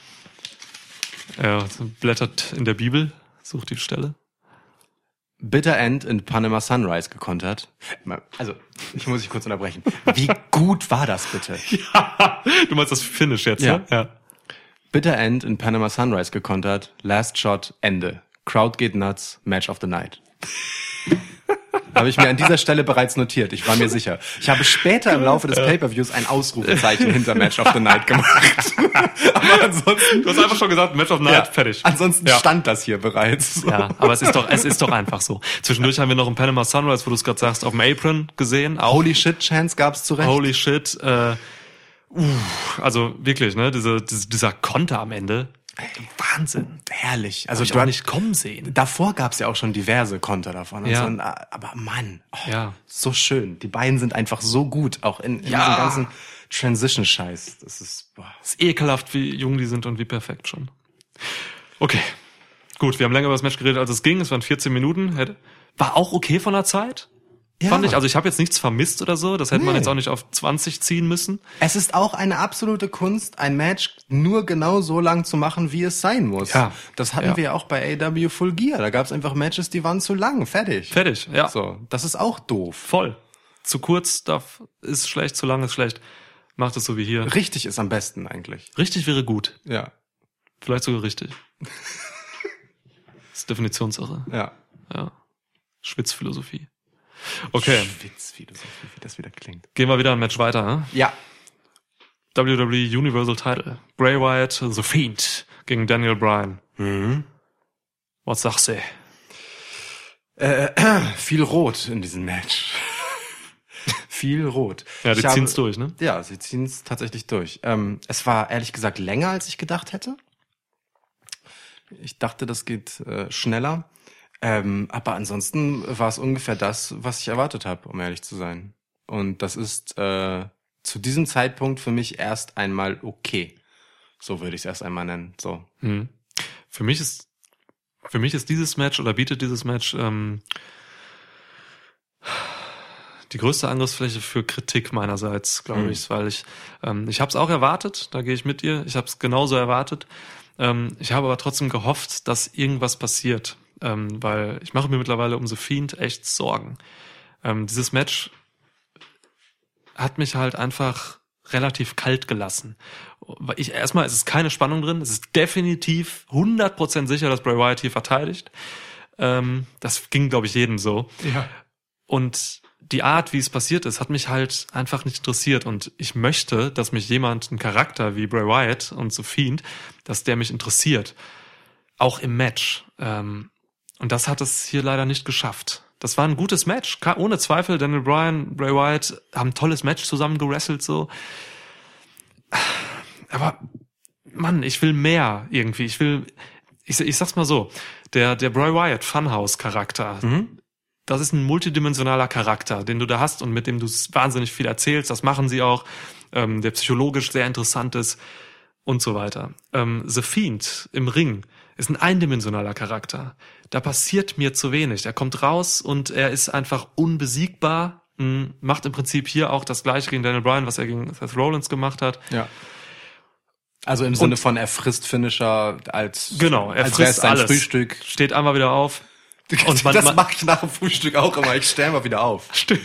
Er blättert in der Bibel, sucht die Stelle. Bitter End in Panama Sunrise gekontert. Also, ich muss dich kurz unterbrechen. Wie gut war das bitte? Ja, du meinst das Finish jetzt, Ja. ne? Ja. Bitter End in Panama Sunrise gekontert. Last Shot, Ende. Crowd geht nuts, Match of the Night. Habe ich mir an dieser Stelle bereits notiert. Ich war mir sicher. Ich habe später im Laufe des Pay-Per-Views ein Ausrufezeichen hinter Match of the Night gemacht. Aber ansonsten... Du hast einfach schon gesagt, Match of the Night, Ja, fertig. Ansonsten Ja. stand das hier bereits. Ja, aber es ist doch, es ist doch einfach so. Zwischendurch haben wir noch im Panama Sunrise, wo du es gerade sagst, auf dem Apron gesehen. Auch Holy shit, Chance gab's zurecht. Holy shit. Äh, uh, also wirklich, ne? Diese, diese, dieser Konter am Ende. Wahnsinn. Herrlich. Also Also ich du auch hast nicht kommen sehen. davor gab's ja auch schon diverse Konter davon. Und Ja. so, und, aber Mann, oh, Ja. so schön. Die beiden sind einfach so gut, auch in, in Ja. diesem ganzen Transition-Scheiß. Das ist, boah. Es ist ekelhaft, wie jung die sind und wie perfekt schon. Okay. Gut, wir haben länger über das Match geredet, als es ging. Es waren vierzehn Minuten. Hätte- War auch okay von der Zeit. Ja. Fand ich. Also ich habe jetzt nichts vermisst oder so. Das hätte man Nee. jetzt auch nicht auf zwanzig ziehen müssen. Es ist auch eine absolute Kunst, ein Match nur genau so lang zu machen, wie es sein muss. Ja. Das hatten Ja. wir ja auch bei A W Full Gear. Da gab's einfach Matches, die waren zu lang. Fertig. Fertig, ja. So, das ist auch doof. Voll. Zu kurz darf, ist schlecht, zu lang ist schlecht. Macht es so wie hier. Richtig ist am besten eigentlich. Richtig wäre gut. Ja. Vielleicht sogar richtig. Das ist Definitionssache. Ja. Ja. Schwitzphilosophie. Okay, Schwitzphilosophie, wie das wieder klingt. gehen wir wieder ein Match weiter. Ne? Ja. W W E Universal Title. Bray Wyatt, The Fiend gegen Daniel Bryan. Mhm. Was sagst du? Äh, viel Rot in diesem Match. Viel Rot. Ja, die Ich habe- ziehen's durch, ne? Ja, sie ziehen es tatsächlich durch. Ähm, es war ehrlich gesagt länger, als ich gedacht hätte. Ich dachte, das geht äh, schneller. Ähm, aber ansonsten war es ungefähr das, was ich erwartet habe, um ehrlich zu sein. Und das ist äh, zu diesem Zeitpunkt für mich erst einmal okay. So würde ich es erst einmal nennen. So. Hm. Für mich ist für mich ist dieses Match oder bietet dieses Match ähm, die größte Angriffsfläche für Kritik meinerseits, glaube Mhm. ich, weil ich ähm, ich habe es auch erwartet, da gehe ich mit dir, ich habe es genauso erwartet. Ähm, ich habe aber trotzdem gehofft, dass irgendwas passiert. ähm, weil ich mache mir mittlerweile um The Fiend echt Sorgen. Ähm, dieses Match hat mich halt einfach relativ kalt gelassen. Ich, erstmal ist es keine Spannung drin. Es ist definitiv hundert Prozent sicher, dass Bray Wyatt hier verteidigt. Ähm, das ging, glaube ich, jedem so. Ja. Und die Art, wie es passiert ist, hat mich halt einfach nicht interessiert. Und ich möchte, dass mich jemand, ein Charakter wie Bray Wyatt und The Fiend, dass der mich interessiert. Auch im Match. Ähm, und das hat es hier leider nicht geschafft. Das war ein gutes Match. Ohne Zweifel, Daniel Bryan, Bray Wyatt haben ein tolles Match zusammen gewrestelt, so. Aber, Mann, ich will mehr irgendwie. Ich will, ich, ich sag's mal so, der, der Bray Wyatt Funhouse-Charakter, mhm. das ist ein multidimensionaler Charakter, den du da hast und mit dem du wahnsinnig viel erzählst. Das machen sie auch, ähm, der psychologisch sehr interessant ist und so weiter. Ähm, The Fiend im Ring ist ein eindimensionaler Charakter. Da passiert mir zu wenig. Er kommt raus und er ist einfach unbesiegbar, mh, macht im Prinzip hier auch das Gleiche gegen Daniel Bryan, was er gegen Seth Rollins gemacht hat. Ja. Also im Sinne und, von er frisst Finisher als genau, er als frisst sein alles. Frühstück. Steht einmal wieder auf. Und man, das mache ich nach dem Frühstück auch immer. Ich stehe mal wieder auf. Stimmt.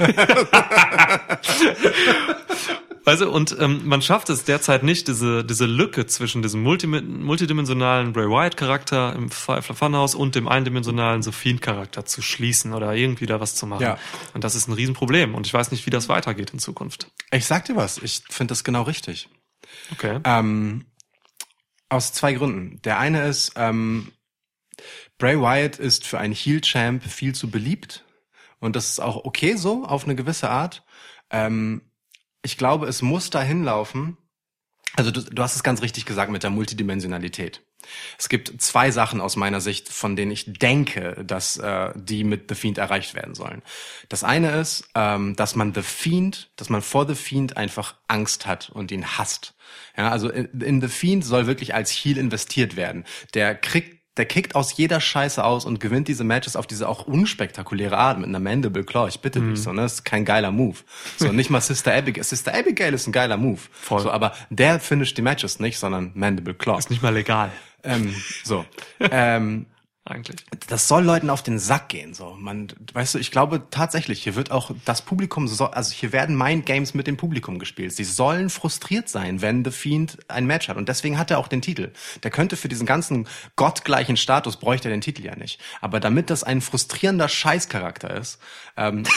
Also und ähm, man schafft es derzeit nicht, diese diese Lücke zwischen diesem multi, multidimensionalen Bray Wyatt Charakter im Funhouse und dem eindimensionalen The Fiend Charakter zu schließen oder irgendwie da was zu machen. Ja. Und das ist ein Riesenproblem und ich weiß nicht, wie das weitergeht in Zukunft. Ich sag dir was, ich finde das genau richtig. Okay. Ähm, aus zwei Gründen. Der eine ist, ähm, Bray Wyatt ist für einen Heel-Champ viel zu beliebt und das ist auch okay so, auf eine gewisse Art. Ähm, ich glaube, es muss dahin laufen, also du, du hast es ganz richtig gesagt mit der Multidimensionalität. Es gibt zwei Sachen aus meiner Sicht, von denen ich denke, dass äh, die mit The Fiend erreicht werden sollen. Das eine ist, ähm, dass man The Fiend, dass man vor The Fiend einfach Angst hat und ihn hasst. Ja, also in, in The Fiend soll wirklich als Heel investiert werden. Der kriegt Der kickt aus jeder Scheiße aus und gewinnt diese Matches auf diese auch unspektakuläre Art mit einer Mandible Claw. Ich bitte dich, mm. so, ne? Das ist kein geiler Move. So, nicht mal Sister Abigail. Sister Abigail ist ein geiler Move. Voll. So, aber der finisht die Matches nicht, sondern Mandible Claw. Ist nicht mal legal. Ähm, so. ähm, Eigentlich. Das soll Leuten auf den Sack gehen, so. Man, weißt du, ich glaube tatsächlich, hier wird auch das Publikum, so, also hier werden Mindgames mit dem Publikum gespielt. Sie sollen frustriert sein, wenn The Fiend ein Match hat. Und deswegen hat er auch den Titel. Der könnte für diesen ganzen gottgleichen Status, bräuchte er den Titel ja nicht. Aber damit das ein frustrierender Scheißcharakter ist, ähm,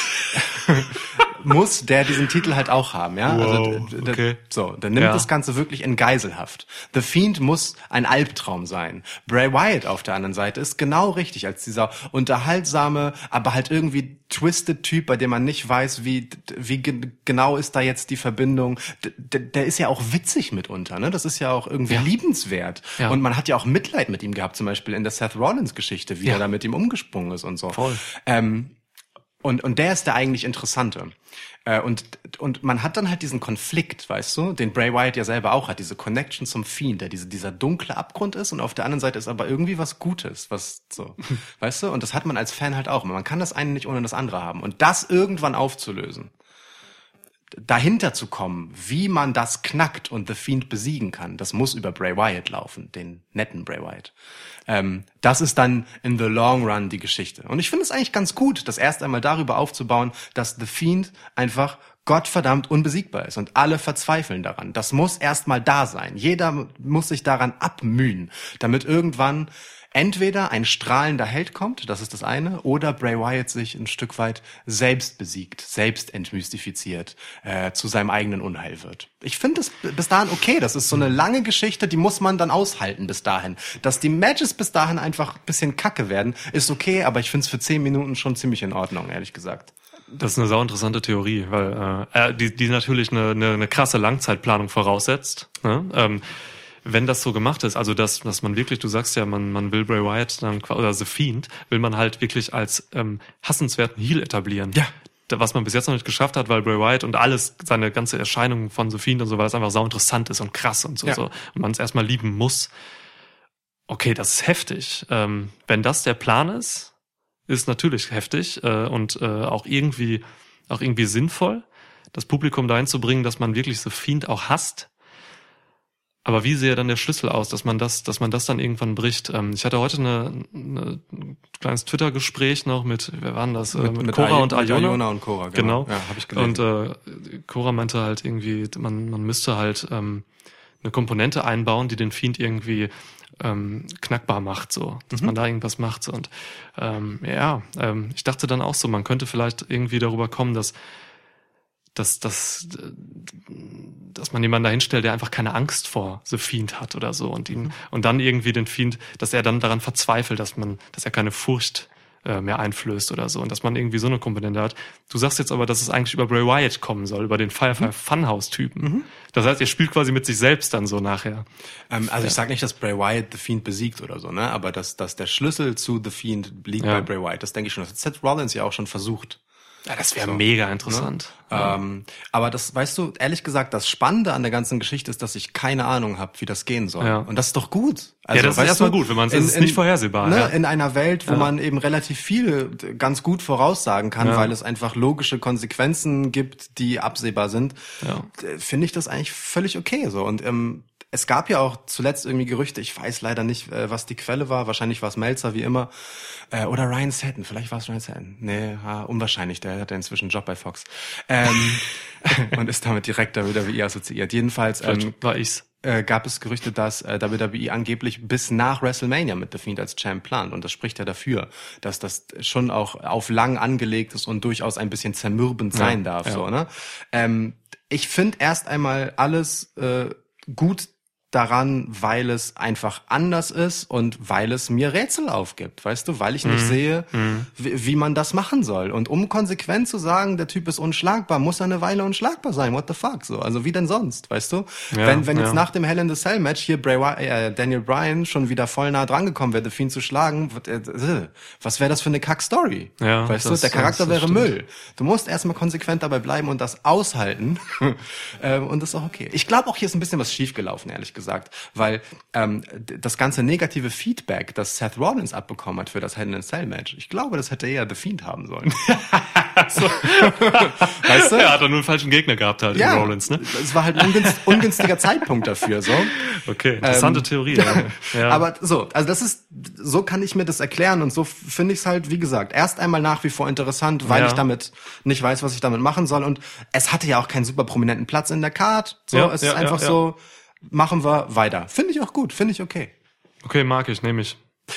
muss der diesen Titel halt auch haben, ja? Wow, also, d- okay. so, dann nimmt Ja. das Ganze wirklich in Geiselhaft. The Fiend muss ein Albtraum sein. Bray Wyatt auf der anderen Seite ist genau richtig als dieser unterhaltsame, aber halt irgendwie twisted Typ, bei dem man nicht weiß, wie wie ge- genau ist da jetzt die Verbindung. D- d- der ist ja auch witzig mitunter, ne? Das ist ja auch irgendwie Ja. liebenswert. Ja. Und man hat ja auch Mitleid mit ihm gehabt, zum Beispiel in der Seth Rollins Geschichte, wie Ja. er da mit ihm umgesprungen ist und so. Voll. Ähm, Und, und der ist der eigentlich Interessante. Äh, und, und man hat dann halt diesen Konflikt, weißt du, den Bray Wyatt ja selber auch hat, diese Connection zum Fiend, der diese, dieser dunkle Abgrund ist und auf der anderen Seite ist aber irgendwie was Gutes, was so, weißt du, und das hat man als Fan halt auch. Man kann das eine nicht ohne das andere haben. Und das irgendwann aufzulösen, dahinter zu kommen, wie man das knackt und The Fiend besiegen kann, das muss über Bray Wyatt laufen, den netten Bray Wyatt. Ähm, das ist dann in the long run die Geschichte. Und ich finde es eigentlich ganz gut, das erst einmal darüber aufzubauen, dass The Fiend einfach gottverdammt unbesiegbar ist und alle verzweifeln daran. Das muss erstmal da sein. Jeder muss sich daran abmühen, damit irgendwann entweder ein strahlender Held kommt, das ist das eine, oder Bray Wyatt sich ein Stück weit selbst besiegt, selbst entmystifiziert, äh, zu seinem eigenen Unheil wird. Ich finde es bis dahin okay, das ist so eine lange Geschichte, die muss man dann aushalten bis dahin. Dass die Matches bis dahin einfach ein bisschen kacke werden, ist okay, aber ich finde es für zehn Minuten schon ziemlich in Ordnung, ehrlich gesagt. Das ist eine sau interessante Theorie, weil äh, die, die natürlich eine, eine, eine krasse Langzeitplanung voraussetzt. Ne? Ähm, wenn das so gemacht ist, also dass, dass man wirklich, du sagst ja, man, man will Bray Wyatt dann, oder The Fiend, will man halt wirklich als ähm, hassenswerten Heel etablieren. Ja. Was man bis jetzt noch nicht geschafft hat, weil Bray Wyatt und alles, seine ganze Erscheinung von The Fiend und so, weil es einfach sau interessant ist und krass und so, Ja. so. Und man es erstmal lieben muss. Okay, das ist heftig. Ähm, wenn das der Plan ist, ist natürlich heftig äh, und äh, auch irgendwie auch irgendwie sinnvoll, das Publikum dahin zu bringen, dass man wirklich The Fiend auch hasst. Aber wie sähe dann der Schlüssel aus, dass man das, dass man das dann irgendwann bricht? Ähm, ich hatte heute eine, eine ein kleines Twitter-Gespräch noch mit, wer waren das? Mit, äh, mit, mit Cora Ay- und mit Iona. Iona und Cora, genau. Genau. Ja, hab ich gelesen. Und äh, Cora meinte halt irgendwie, man, man müsste halt ähm, eine Komponente einbauen, die den Fiend irgendwie ähm, knackbar macht, so, dass Mhm. man da irgendwas macht. So. Und ähm, ja, ähm, ich dachte dann auch so, man könnte vielleicht irgendwie darüber kommen, dass dass, dass, dass man jemanden da hinstellt, der einfach keine Angst vor The Fiend hat oder so und ihn, mhm. und dann irgendwie den Fiend, dass er dann daran verzweifelt, dass man, dass er keine Furcht äh, mehr einflößt oder so und dass man irgendwie so eine Komponente hat. Du sagst jetzt aber, dass es eigentlich über Bray Wyatt kommen soll, über den Firefly Funhouse-Typen. Mhm. Das heißt, ihr spielt quasi mit sich selbst dann so nachher. Ähm, also ja. ich sag nicht, dass Bray Wyatt The Fiend besiegt oder so, ne? Aber dass, dass der Schlüssel zu The Fiend liegt ja. bei Bray Wyatt, das denke ich schon. Das hat Seth Rollins ja auch schon versucht. Ja, das wäre so, mega interessant. Ne? Ja. Ähm, aber das, weißt du, ehrlich gesagt, das Spannende an der ganzen Geschichte ist, dass ich keine Ahnung habe, wie das gehen soll. Ja. Und das ist doch gut. Also, ja, das ist erstmal gut, wenn man es ist nicht vorhersehbar. Ne, ja. In einer Welt, wo ja. man eben relativ viel ganz gut voraussagen kann, ja. weil es einfach logische Konsequenzen gibt, die absehbar sind, ja. finde ich das eigentlich völlig okay. So. Und ähm, es gab ja auch zuletzt irgendwie Gerüchte, ich weiß leider nicht, äh, was die Quelle war, wahrscheinlich war es Meltzer, wie immer, äh, oder Ryan Satin, vielleicht war es Ryan Satin. Nee, ha, unwahrscheinlich, der hat ja inzwischen einen Job bei Fox. Ähm, und ist damit direkt da wieder W W E assoziiert. Jedenfalls ähm, war ich's. Äh, gab es Gerüchte, dass äh, W W E angeblich bis nach WrestleMania mit The Fiend als Champ plant. Und das spricht ja dafür, dass das schon auch auf lang angelegt ist und durchaus ein bisschen zermürbend sein ja, darf. Ja. So, ne? Ähm, ich finde erst einmal alles äh, gut daran, weil es einfach anders ist und weil es mir Rätsel aufgibt, weißt du, weil ich nicht mm. sehe, mm. wie, wie man das machen soll. Und um konsequent zu sagen, der Typ ist unschlagbar, muss er eine Weile unschlagbar sein. What the fuck? So, also wie denn sonst, weißt du? Ja, wenn wenn jetzt ja. nach dem Hell in the Cell Match hier Bray Wyatt, äh, Daniel Bryan schon wieder voll nah dran gekommen wäre, The Fiend zu schlagen, was wäre das für eine Kack-Story? Ja, weißt du, der Charakter das, das wäre stimmt. Müll. Du musst erstmal konsequent dabei bleiben und das aushalten. Und das ist auch okay. Ich glaube auch, hier ist ein bisschen was schiefgelaufen, ehrlich gesagt. gesagt, weil ähm, das ganze negative Feedback, das Seth Rollins abbekommen hat für das Hell in a Cell Match, ich glaube, das hätte eher The Fiend haben sollen. so. Weißt du? Ja, hat er nur einen falschen Gegner gehabt halt, ja, Rollins, ne? Es war halt ein ungünst, ungünstiger Zeitpunkt dafür, so. Okay, interessante ähm, Theorie. Ja. Ja. Aber so, also das ist, so kann ich mir das erklären und so finde ich es halt, wie gesagt, erst einmal nach wie vor interessant, weil ja. ich damit nicht weiß, was ich damit machen soll und es hatte ja auch keinen super prominenten Platz in der Card, so, ja, es ja, ist einfach ja, ja. so, machen wir weiter. Finde ich auch gut, finde ich okay. Okay, mag ich, nehme ich.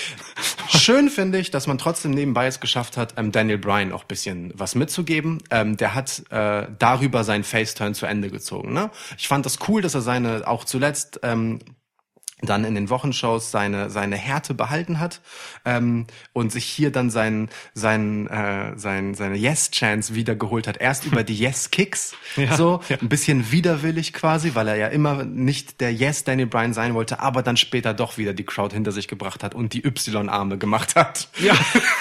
Schön finde ich, dass man trotzdem nebenbei es geschafft hat, ähm, Daniel Bryan auch bisschen was mitzugeben. Ähm, der hat äh, darüber seinen Face-Turn zu Ende gezogen. Ne? Ich fand das cool, dass er seine, auch zuletzt ähm, dann in den Wochenshows seine seine Härte behalten hat ähm, und sich hier dann seinen seinen äh, sein, seine Yes-Chance wiedergeholt hat. Erst über die Yes-Kicks, ja, so ja. ein bisschen widerwillig quasi, weil er ja immer nicht der Yes-Daniel Bryan sein wollte, aber dann später doch wieder die Crowd hinter sich gebracht hat und die Y-Arme gemacht hat. Ja.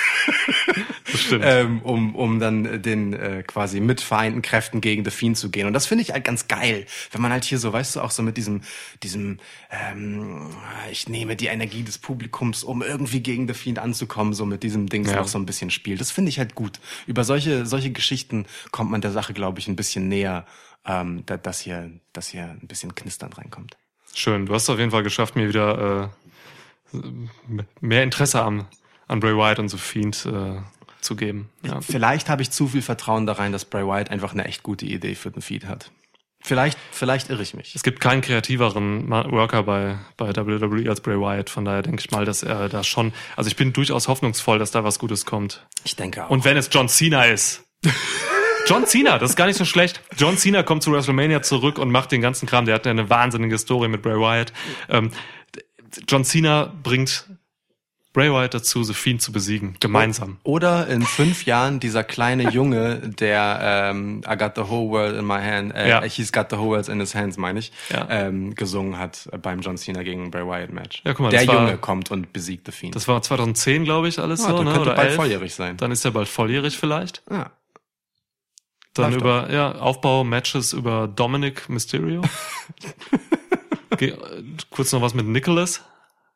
Das stimmt. Ähm, um um dann den äh, quasi mit vereinten Kräften gegen The Fiend zu gehen. Und das finde ich halt ganz geil, wenn man halt hier so, weißt du, auch so mit diesem diesem ähm, ich nehme die Energie des Publikums, um irgendwie gegen The Fiend anzukommen, so mit diesem Dings ja. noch so ein bisschen spielt. Das finde ich halt gut. Über solche solche Geschichten kommt man der Sache, glaube ich, ein bisschen näher, ähm, dass hier dass hier ein bisschen Knistern reinkommt. Schön. Du hast es auf jeden Fall geschafft, mir wieder äh, mehr Interesse am an Bray Wyatt und The Fiend äh, zu geben. Ja. Vielleicht habe ich zu viel Vertrauen da rein, dass Bray Wyatt einfach eine echt gute Idee für den Feed hat. Vielleicht, vielleicht irre ich mich. Es gibt keinen kreativeren Worker bei, bei W W E als Bray Wyatt. Von daher denke ich mal, dass er da schon, also ich bin durchaus hoffnungsvoll, dass da was Gutes kommt. Ich denke auch. Und wenn es John Cena ist. John Cena, das ist gar nicht so schlecht. John Cena kommt zu WrestleMania zurück und macht den ganzen Kram. Der hat ja eine wahnsinnige Story mit Bray Wyatt. Ähm, John Cena bringt Bray Wyatt dazu, The Fiend zu besiegen, gemeinsam. Oder in fünf Jahren dieser kleine Junge, der ähm, I got the whole world in my hand, äh, ja. he's got the whole world in his hands, meine ich, ja. ähm, gesungen hat beim John Cena gegen Bray Wyatt Match. Ja, guck mal, der das Junge war, kommt und besiegt The Fiend. Das war zwanzig zehn, glaube ich, alles ja, so, der ne? könnte Oder bald elf. volljährig sein. Dann ist er bald volljährig vielleicht. Ja. Dann Läuft über doch. ja Aufbau Matches über Dominic Mysterio. Ge- kurz noch was mit Nicholas.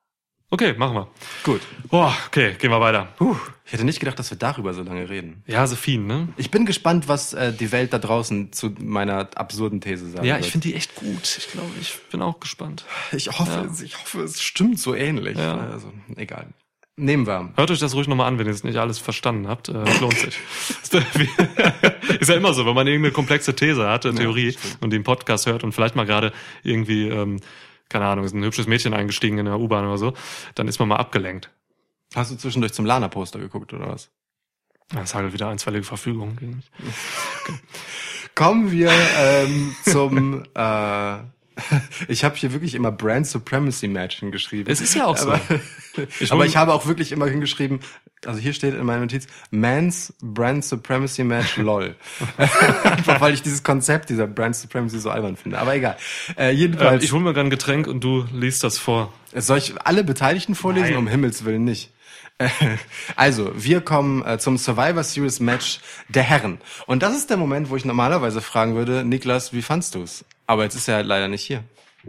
Okay, machen wir. Gut. Boah, okay, gehen wir weiter. Puh, ich hätte nicht gedacht, dass wir darüber so lange reden. Ja, Sophien, ne? Ich bin gespannt, was äh, die Welt da draußen zu meiner absurden These sagt. Ja, ich finde die echt gut. Ich glaube, ich bin auch gespannt. Ich hoffe, Ja. ich hoffe, es stimmt so ähnlich. Ja. Also, egal. Nehmen wir. Hört euch das ruhig nochmal an, wenn ihr es nicht alles verstanden habt. Äh, es lohnt sich. Ist ja immer so, wenn man irgendeine komplexe These hat, eine Theorie, Ja, und den Podcast hört und vielleicht mal gerade irgendwie, ähm, keine Ahnung, ist ein hübsches Mädchen eingestiegen in der U-Bahn oder so, dann ist man mal abgelenkt. Hast du zwischendurch zum Lana-Poster geguckt, oder was? Das ist halt wieder einstweilige Verfügung gegen mich. Kommen wir ähm, zum... Äh, ich habe hier wirklich immer Brand Supremacy Match hingeschrieben. Es ist ja auch so. Aber Ich aber hol- ich habe auch wirklich immer hingeschrieben, also hier steht in meiner Notiz, Man's Brand Supremacy Match LOL. Einfach weil ich dieses Konzept dieser Brand Supremacy so albern finde. Aber egal. Äh, Ähm, jedenfalls, ich hole mir gerade ein Getränk und du liest das vor. soll ich alle Beteiligten vorlesen? Nein. Um Himmels Willen nicht. Äh, Also, wir kommen äh, zum Survivor Series Match der Herren. Und das ist der Moment, wo ich normalerweise fragen würde, Niklas, wie fandst du's? Aber jetzt ist er leider nicht hier.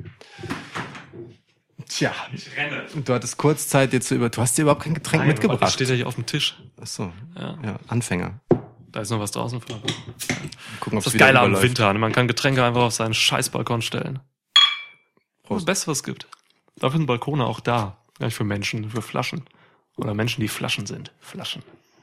Tja, Ich renne. du hattest kurz Zeit, dir zu über... Du hast dir überhaupt kein Getränk Das mitgebracht. steht ja hier auf dem Tisch. Ach so, Ja. ja, Anfänger. Da ist noch was draußen für. Gucken, ob Das es ist geil am überläuft. Winter. Ne? Man kann Getränke einfach auf seinen Scheißbalkon stellen. Prost. Das Beste, was es gibt. Dafür sind Balkone auch da. Gar nicht für Menschen, für Flaschen. Oder Menschen, die Flaschen sind. Flaschen.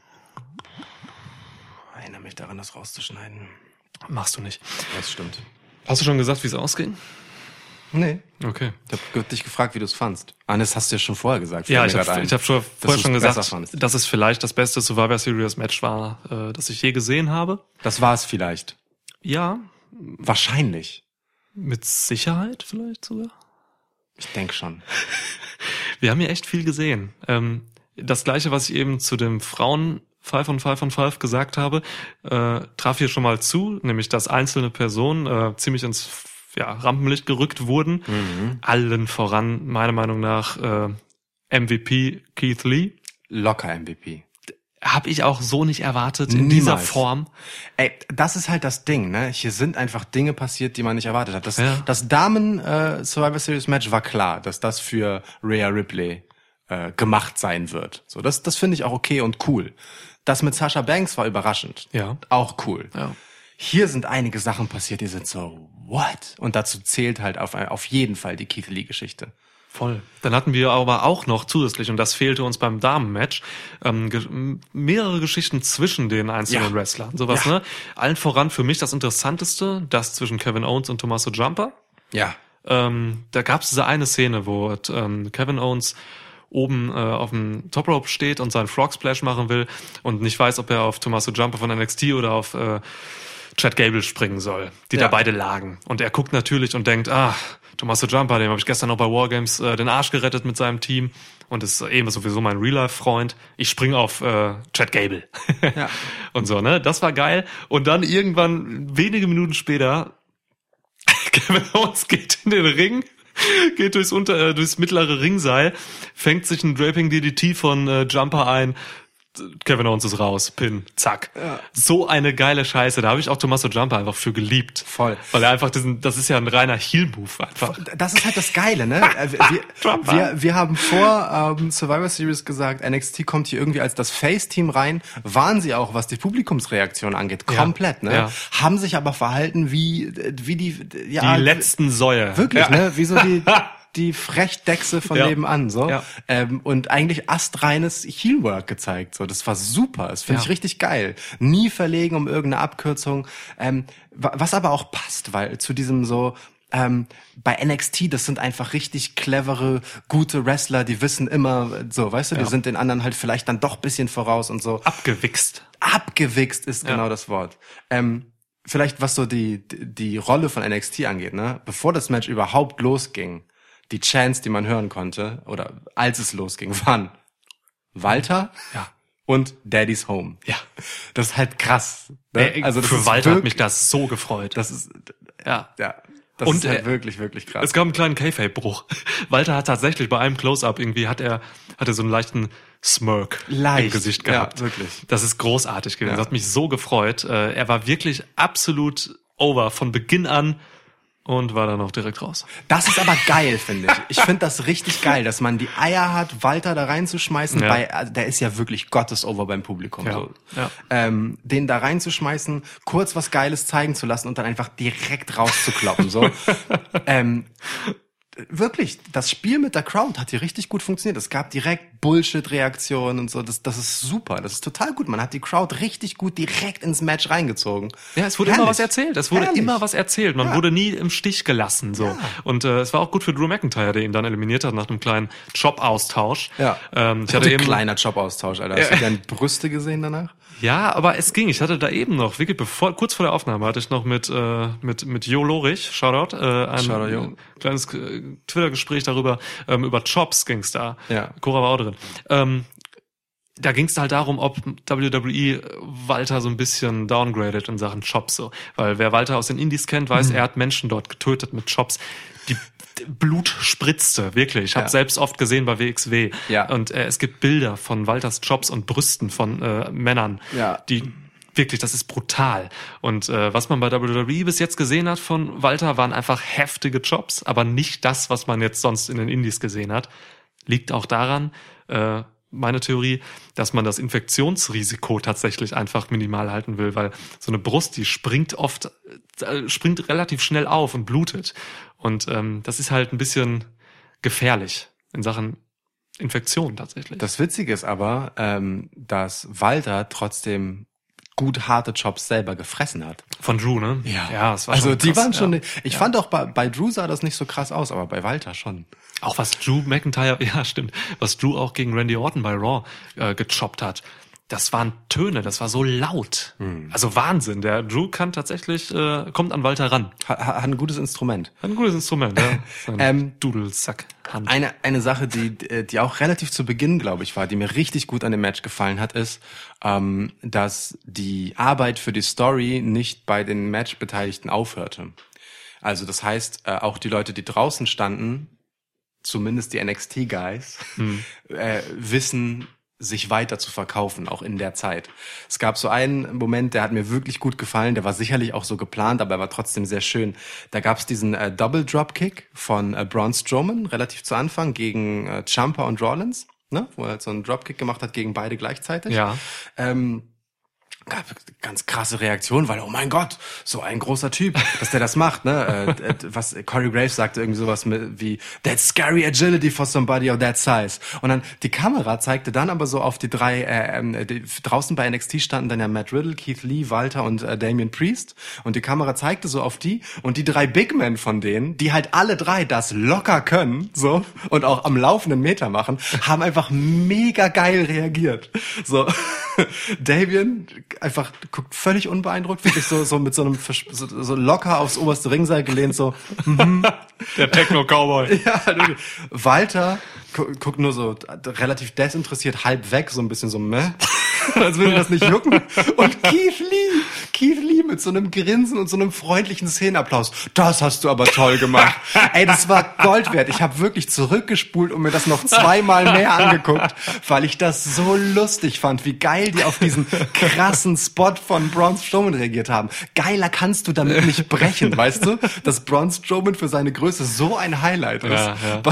Erinnere mich daran, das rauszuschneiden. Machst du nicht. Das stimmt. Hast du schon gesagt, wie es ausging? Nee. Okay. Ich habe dich gefragt, wie du es fandst. Ah, das hast du ja schon vorher gesagt. Ja, Fällt ich mir habe grad ein. ich hab schon Dass vorher du's schon besser gesagt, fandst. dass es vielleicht das beste Survivor Series Match war, äh, das ich je gesehen habe. Das war es vielleicht. Ja, Wahrscheinlich. mit Sicherheit vielleicht sogar. Ich denke schon. Wir haben hier echt viel gesehen. Ähm, das Gleiche, was ich eben zu dem Frauen Five on Five on Five gesagt habe, äh, traf hier schon mal zu, nämlich dass einzelne Personen äh, ziemlich ins ja, Rampenlicht gerückt wurden. Mhm. Allen voran, meiner Meinung nach, äh, M V P Keith Lee. Locker M V P. Habe ich auch so nicht erwartet in dieser Niemals. Form. Ey, das ist halt das Ding, ne? Hier sind einfach Dinge passiert, die man nicht erwartet hat. Das, Ja. das Damen äh, Survivor Series Match war klar, dass das für Rhea Ripley äh, gemacht sein wird. So, das, das finde ich auch okay und cool. Das mit Sasha Banks war überraschend. Ja. Auch cool. Ja. Hier sind einige Sachen passiert, die sind so, what? Und dazu zählt halt auf, auf jeden Fall die Keith Lee-Geschichte. Voll. Dann hatten wir aber auch noch zusätzlich, und das fehlte uns beim Damenmatch, ähm, ge mehrere Geschichten zwischen den einzelnen Ja. Wrestlern. Sowas, Ja. ne? Allen voran für mich das Interessanteste, das zwischen Kevin Owens und Tommaso Ciampa. Ja. Ähm, da gab es diese eine Szene, wo ähm, Kevin Owens oben äh, auf dem Top Rope steht und seinen Frog Splash machen will und nicht weiß, ob er auf Tommaso Ciampa von N X T oder auf äh, Chad Gable springen soll, die Ja. da beide lagen. Und er guckt natürlich und denkt, ah, Tommaso Ciampa, dem habe ich gestern noch bei Wargames äh, den Arsch gerettet mit seinem Team und ist eben sowieso mein Real-Life-Freund. Ich spring auf äh, Chad Gable. Ja. Und so, ne? Das war geil. Und dann irgendwann, wenige Minuten später, Kevin Owens geht in den Ring, geht durchs, unter, äh, durchs mittlere Ringseil, fängt sich ein Draping D D T von äh, Jumper ein. Kevin Owens ist raus, Pin, zack. Ja. So eine geile Scheiße. Da habe ich auch Tommaso Ciampa einfach für geliebt. Voll. Weil er einfach diesen, das ist ja ein reiner Heel-Move einfach. Das ist halt das Geile, ne? Äh, Trump. wir, wir, wir haben vor ähm, Survivor Series gesagt, N X T kommt hier irgendwie als das Face-Team rein. Waren sie auch, was die Publikumsreaktion angeht, Ja. komplett, ne? Ja. Haben sich aber verhalten wie, wie die, ja, Die letzten Säue. wirklich, ja. ne? Wie so die, die Frechdechse von Ja. nebenan, so. Ja. Ähm, und eigentlich astreines Heelwork gezeigt, so. Das war super. Das finde Ja. ich richtig geil. Nie verlegen um irgendeine Abkürzung. Ähm, wa- was aber auch passt, weil zu diesem so, ähm, bei N X T, das sind einfach richtig clevere, gute Wrestler, die wissen immer, so, weißt du, die Ja. sind den anderen halt vielleicht dann doch bisschen voraus und so. Abgewichst. Abgewichst ist Ja. genau das Wort. Ähm, vielleicht was so die, die die Rolle von N X T angeht, ne? Bevor das Match überhaupt losging, die Chants, die man hören konnte, oder als es losging, waren Walter Ja. und Daddy's Home. Ja. Das ist halt krass. Ne? Ey, Also das für ist Walter hat wirklich, mich das so gefreut. das ist, ja. ja, das Und, ist halt äh, wirklich, wirklich krass. Es gab einen kleinen Kayfabe-Bruch. Walter hat tatsächlich bei einem Close-Up irgendwie, hat er, hat er so einen leichten Smirk Leicht, im Gesicht ja, gehabt. wirklich. Das ist großartig gewesen. Ja. Das hat mich so gefreut. Äh, Er war wirklich absolut over von Beginn an. und war dann auch direkt raus. Das ist aber geil, finde ich. Ich finde das richtig geil, dass man die Eier hat, Walter da reinzuschmeißen. Ja. Bei, also der ist ja wirklich Gottesover beim Publikum. Ja. So. Ja. Ähm, den da reinzuschmeißen, kurz was Geiles zeigen zu lassen und dann einfach direkt rauszukloppen. So. ähm, Wirklich, das Spiel mit der Crowd hat hier richtig gut funktioniert. Es gab direkt Bullshit-Reaktionen und so. Das, das ist super. Das ist total gut. Man hat die Crowd richtig gut direkt ins Match reingezogen. Ja, es wurde Herrlich. immer was erzählt. Es wurde Herrlich. immer was erzählt. Man Ja. wurde nie im Stich gelassen. So. Ja. Und äh, es war auch gut für Drew McIntyre, der ihn dann eliminiert hat nach einem kleinen Job-Austausch. Ja. Ähm, ich hatte hatte ein eben kleiner Jobaustausch, Alter. Hast Ja. du deine Brüste gesehen danach? Ja, aber es ging. Ich hatte da eben noch, wirklich bevor, kurz vor der Aufnahme hatte ich noch mit äh, mit mit Jo Lorich, Shoutout, äh, ein Shoutout, Jo. kleines äh, Twitter-Gespräch darüber, ähm, über Chops ging's da. Ja. Cora war auch drin. Ähm, da ging's halt darum, ob W W E Walter so ein bisschen downgradet in Sachen Chops, so. Weil wer Walter aus den Indies kennt, weiß, Mhm. er hat Menschen dort getötet mit Chops. Die Blut spritzte, wirklich. Ich habe Ja. selbst oft gesehen bei W X W. Ja. Und äh, es gibt Bilder von Walters Chops und Brüsten von äh, Männern, Ja. die wirklich, das ist brutal. Und äh, was man bei W W E bis jetzt gesehen hat von Walter, waren einfach heftige Chops, aber nicht das, was man jetzt sonst in den Indies gesehen hat. Liegt auch daran, äh, meine Theorie, dass man das Infektionsrisiko tatsächlich einfach minimal halten will, weil so eine Brust, die springt oft, äh, springt relativ schnell auf und blutet. Und ähm, das ist halt ein bisschen gefährlich in Sachen Infektion tatsächlich. Das Witzige ist aber, ähm, dass Walter trotzdem gut harte Chops selber gefressen hat. Von Drew, ne? Ja, es war Also schon die krass, waren schon. ja. Ich Ja. fand auch bei, bei Drew sah das nicht so krass aus, aber bei Walter schon. Auch was Drew McIntyre, ja stimmt, was Drew auch gegen Randy Orton bei Raw äh, gechoppt hat. Das waren Töne, das war so laut. Hm. Also Wahnsinn. Der Drew kann tatsächlich, äh, kommt an Walter ran. Hat, hat ein gutes Instrument. Ein gutes Instrument, ja. Sein Ähm, Dudelsack. Hand. Eine eine Sache, die die auch relativ zu Beginn, glaube ich, war, die mir richtig gut an dem Match gefallen hat, ist, ähm, dass die Arbeit für die Story nicht bei den Matchbeteiligten aufhörte. Also das heißt, äh, auch die Leute, die draußen standen, zumindest die N X T-Guys, Hm. äh, wissen, sich weiter zu verkaufen, auch in der Zeit. Es gab so einen Moment, der hat mir wirklich gut gefallen, der war sicherlich auch so geplant, aber er war trotzdem sehr schön. Da gab es diesen äh, Double Dropkick von äh, Braun Strowman, relativ zu Anfang, gegen äh, Ciampa und Rollins, ne? Wo er halt so einen Dropkick gemacht hat gegen beide gleichzeitig. Ja. Ähm, gab ganz krasse Reaktionen, weil, oh mein Gott, so ein großer Typ, dass der das macht, ne? Äh, äh, was Corey Graves sagte irgendwie sowas mit, wie, that's scary agility for somebody of that size. Und dann, die Kamera zeigte dann aber so auf die drei, äh, äh, die, draußen bei N X T standen dann ja Matt Riddle, Keith Lee, Walter und äh, Damian Priest. Und die Kamera zeigte so auf die und die drei Big Men von denen, die halt alle drei das locker können, so, und auch am laufenden Meter machen, haben einfach mega geil reagiert. So, Damian einfach guckt völlig unbeeindruckt, wirklich so, so mit so einem, Versch- so, so locker aufs oberste Ringseil gelehnt, so, mhm. Der Techno-Cowboy. Ja, wirklich. Walter gu- guckt nur so relativ desinteressiert halb weg, so ein bisschen so, meh, als würde das nicht jucken. Und Keith Lee, Keith Lee mit so einem Grinsen und so einem freundlichen Szenenapplaus. Das hast du aber toll gemacht. Ey, das war Gold wert. Ich habe wirklich zurückgespult und mir das noch zweimal mehr angeguckt, weil ich das so lustig fand, wie geil die auf diesen krassen Spot von Braun Strowman reagiert haben. Geiler kannst du damit nicht brechen, weißt du? Dass Braun Strowman für seine Größe so ein Highlight ist. Ja, ja.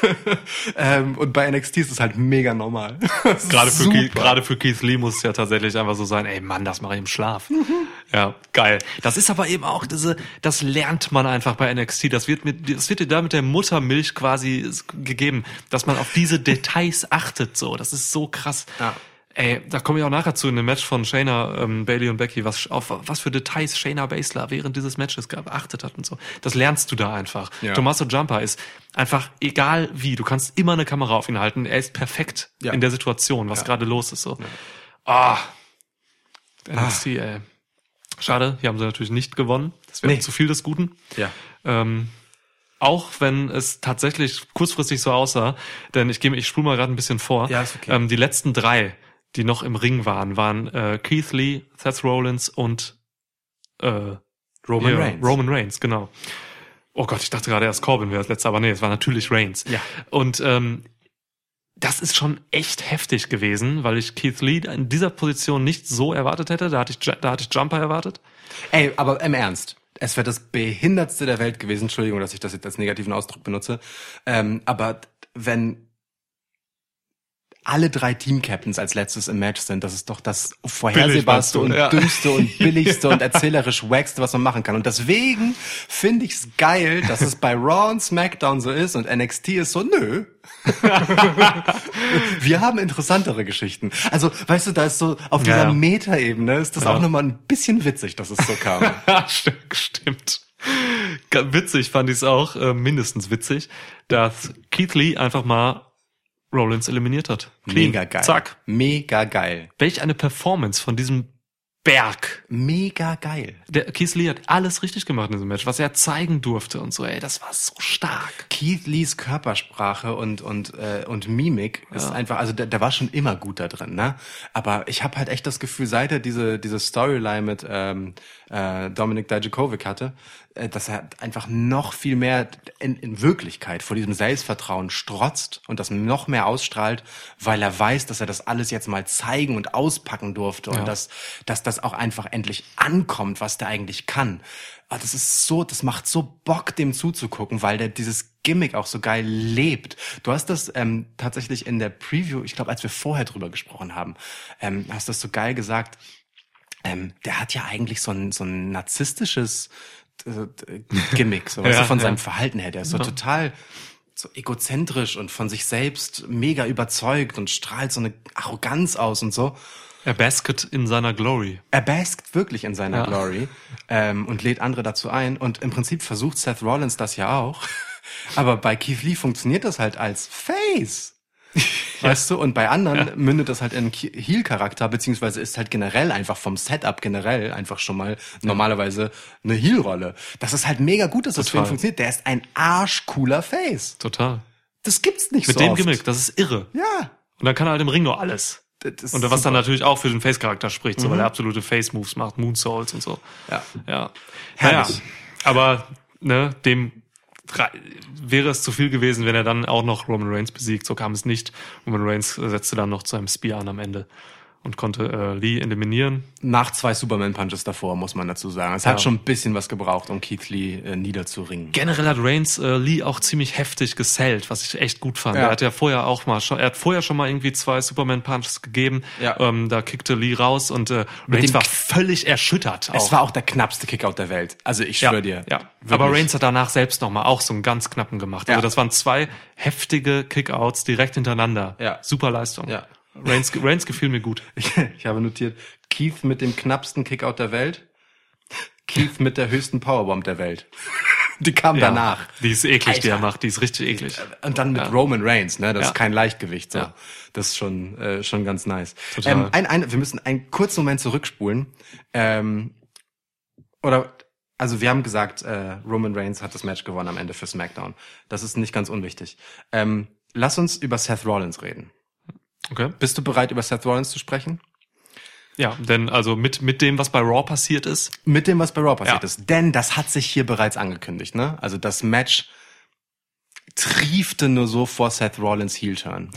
ähm, und bei N X T ist es halt mega normal. Gerade für, Super. Keith, gerade für Keith Lee muss es ja tatsächlich einfach so sein, ey Mann, das mache ich im Schlaf. Mhm. Ja, geil. Das ist aber eben auch diese, das lernt man einfach bei N X T. Das wird mit, das wird dir da mit der Muttermilch quasi gegeben, dass man auf diese Details achtet, so. Das ist so krass. Ja. Ey, da komme ich auch nachher zu in dem Match von Shayna, ähm, Bayley und Becky, was, auf was für Details Shayna Baszler während dieses Matches geachtet hat und so. Das lernst du da einfach. Ja. Tommaso Ciampa ist einfach, egal wie, du kannst immer eine Kamera auf ihn halten. Er ist perfekt Ja. in der Situation, was Ja. gerade los ist, so. Ah. N X T, ey. Schade, hier haben sie natürlich nicht gewonnen. Das wäre Nee. zu viel des Guten. Ja. Ähm, auch wenn es tatsächlich kurzfristig so aussah, denn ich gehe, ich spule mal gerade ein bisschen vor. Ja, ist okay. Ähm, die letzten drei, die noch im Ring waren, waren äh, Keith Lee, Seth Rollins und äh, Roman hier, Reigns. Roman Reigns, genau. Oh Gott, ich dachte gerade erst Corbin wäre das letzte, aber nee, es war natürlich Reigns. Ja. Und ähm, das ist schon echt heftig gewesen, weil ich Keith Lee in dieser Position nicht so erwartet hätte. Da hatte ich, da hatte ich Jumper erwartet. Ey, aber im Ernst. es wäre das Behindertste der Welt gewesen, Entschuldigung, dass ich das jetzt als negativen Ausdruck benutze, ähm, aber wenn alle drei Team-Captains als letztes im Match sind, das ist doch das vorhersehbarste und ja. dümmste und billigste und erzählerisch wackste, was man machen kann. Und deswegen finde ich es geil, dass es bei Raw und SmackDown so ist und N X T ist so, nö. Wir haben interessantere Geschichten. Also, weißt du, da ist so, auf dieser ja, ja. Meta-Ebene ist das ja. auch nochmal ein bisschen witzig, dass es so kam. Stimmt. Witzig fand ich es auch, äh, mindestens witzig, dass Keith Lee einfach mal Rollins eliminiert hat. Clean. Mega geil. Zack. Mega geil. Welch eine Performance von diesem Berg. Mega geil. Der Keith Lee hat alles richtig gemacht in diesem Match, was er zeigen durfte und so. Ey, das war so stark. Keith Lees Körpersprache und und äh, und Mimik ist Ja. einfach, also der, der war schon immer gut da drin, ne? Aber ich habe halt echt das Gefühl, seit er diese diese Storyline mit ähm, äh, Dominik Dijakovic hatte, äh, dass er einfach noch viel mehr in, in Wirklichkeit vor diesem Selbstvertrauen strotzt und das noch mehr ausstrahlt, weil er weiß, dass er das alles jetzt mal zeigen und auspacken durfte Ja. und dass dass das auch einfach endlich ankommt, was der eigentlich kann. Ah, das ist so, das macht so Bock, dem zuzugucken, weil der dieses Gimmick auch so geil lebt. Du hast das ähm, tatsächlich in der Preview, ich glaube, als wir vorher drüber gesprochen haben, ähm, hast das so geil gesagt. Ähm, der hat ja eigentlich so ein so ein narzisstisches äh, Gimmick, so weißt Ja, du, von ja. seinem Verhalten her. Der ist so Ja. total so egozentrisch und von sich selbst mega überzeugt und strahlt so eine Arroganz aus und so. Er basket in seiner Glory. Er baskt wirklich in seiner Ja. Glory ähm, und lädt andere dazu ein. Und im Prinzip versucht Seth Rollins das ja auch. Aber bei Keith Lee funktioniert das halt als Face. Weißt du? Und bei anderen Ja. mündet das halt in Heel-Charakter, beziehungsweise ist halt generell einfach vom Setup generell einfach schon mal normalerweise eine Heel-Rolle. Das ist halt mega gut, dass das für ihn Total. funktioniert. Der ist ein arschcooler Face. Total. Das gibt's nicht Mit so dem oft. Gimmick, das ist irre. Ja. Und dann kann er halt im Ring nur alles. Das ist Und was dann super. natürlich auch für den Face-Charakter spricht, so, Mhm. weil er absolute Face-Moves macht, Moonsaults und so. Ja. Ja. Herrlich. Naja, aber, ne, dem rei- wäre es zu viel gewesen, wenn er dann auch noch Roman Reigns besiegt. So kam es nicht. Roman Reigns setzte dann noch zu einem Spear an am Ende und konnte äh, Lee eliminieren. Nach zwei Superman-Punches davor, muss man dazu sagen. Es Ja. hat schon ein bisschen was gebraucht, um Keith Lee äh, niederzuringen. Generell hat Reigns äh, Lee auch ziemlich heftig gesellt, was ich echt gut fand. Ja. Er hat ja vorher auch mal schon, er hat vorher schon mal irgendwie zwei Superman-Punches gegeben. Ja. Ähm, da kickte Lee raus und äh, Reigns dem war K- völlig erschüttert. Es auch. war auch der knappste Kickout der Welt. Also ich ja, schwöre dir. Ja. Wirklich. Aber Reigns hat danach selbst nochmal auch so einen ganz knappen gemacht. Also Ja. das waren zwei heftige Kickouts direkt hintereinander. Ja. Super Leistung. Ja. Reigns, Reigns gefiel mir gut. Ich, ich habe notiert, Keith mit dem knappsten Kickout der Welt, Keith mit der höchsten Powerbomb der Welt. Die kam danach. Ja, die ist eklig, die er Alter. macht. Die ist richtig eklig. Und dann mit Ja. Roman Reigns, ne? Das Ja. ist kein Leichtgewicht. So. Ja. Das ist schon, äh, schon ganz nice. Total. Ähm, ein, ein, wir müssen einen kurzen Moment zurückspulen. Ähm, oder, also wir haben gesagt, äh, Roman Reigns hat das Match gewonnen am Ende für SmackDown. Das ist nicht ganz unwichtig. Ähm, lass uns über Seth Rollins reden. Okay. Bist du bereit, über Seth Rollins zu sprechen? Ja, denn also mit, mit dem, was bei Raw passiert ist. Mit dem, was bei Raw passiert Ja. ist. Denn das hat sich hier bereits angekündigt, ne? Also das Match triefte nur so vor Seth Rollins Heel-Turn.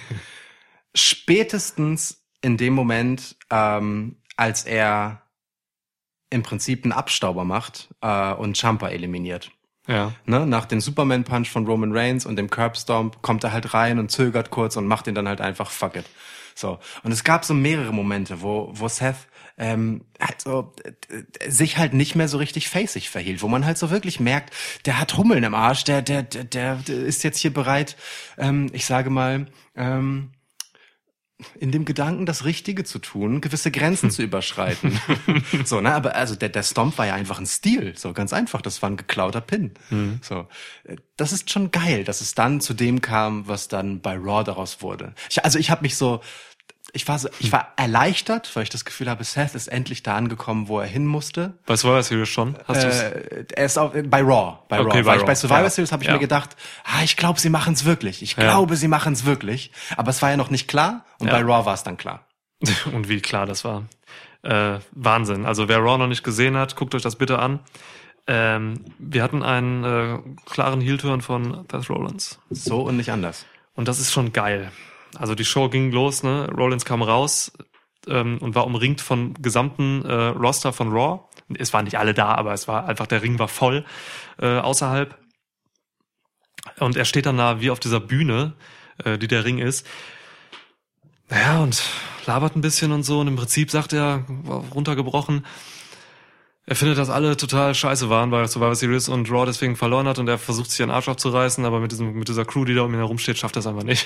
Spätestens in dem Moment, ähm, als er im Prinzip einen Abstauber macht äh, und Ciampa eliminiert. Ja. Ne? Nach dem Superman-Punch von Roman Reigns und dem Curb-Stomp kommt er halt rein und zögert kurz und macht ihn dann halt einfach fuck it. So. Und es gab so mehrere Momente, wo, wo Seth ähm, halt so, äh, sich halt nicht mehr so richtig faceig verhielt, wo man halt so wirklich merkt, der hat Hummeln im Arsch, der, der, der, der, der ist jetzt hier bereit, ähm, ich sage mal, ähm, in dem Gedanken, das Richtige zu tun, gewisse Grenzen zu überschreiten. So, ne, aber also der, der Stomp war ja einfach ein Stil, so ganz einfach, das war ein geklauter Pin. So, äh, das ist schon geil, dass es dann zu dem kam, was dann bei Raw daraus wurde. Ich, also ich habe mich so, ich war so, ich war erleichtert, weil ich das Gefühl habe, Seth ist endlich da angekommen, wo er hin musste. Bei Survivor Series schon? Hast du's? Äh, er ist auch bei Raw, bei Okay, Raw. bei Weil ich Raw. bei Survivor Ja. Series habe ich Ja. mir gedacht, ah, ich glaube, sie machen es wirklich. Ich Ja. glaube, sie machen es wirklich. Aber es war ja noch nicht klar und Ja. bei Raw war es dann klar. Und wie klar das war. Äh, Wahnsinn. Also wer Raw noch nicht gesehen hat, guckt euch das bitte an. Ähm, wir hatten einen äh, klaren Heel-Turn von Seth Rollins. So und nicht anders. Und das ist schon geil. Also die Show ging los, ne? Rollins kam raus ähm, und war umringt vom gesamten äh, Roster von Raw, es waren nicht alle da, aber es war einfach, der Ring war voll äh, außerhalb. Und er steht dann da wie auf dieser Bühne, äh, die der Ring ist. Naja, und labert ein bisschen und so. Und im Prinzip sagt er, runtergebrochen, er findet, dass alle total scheiße waren bei Survivor Series und Raw deswegen verloren hat und er versucht sich den Arsch abzureißen, aber mit diesem mit dieser Crew, die da um ihn herum steht, schafft er es einfach nicht.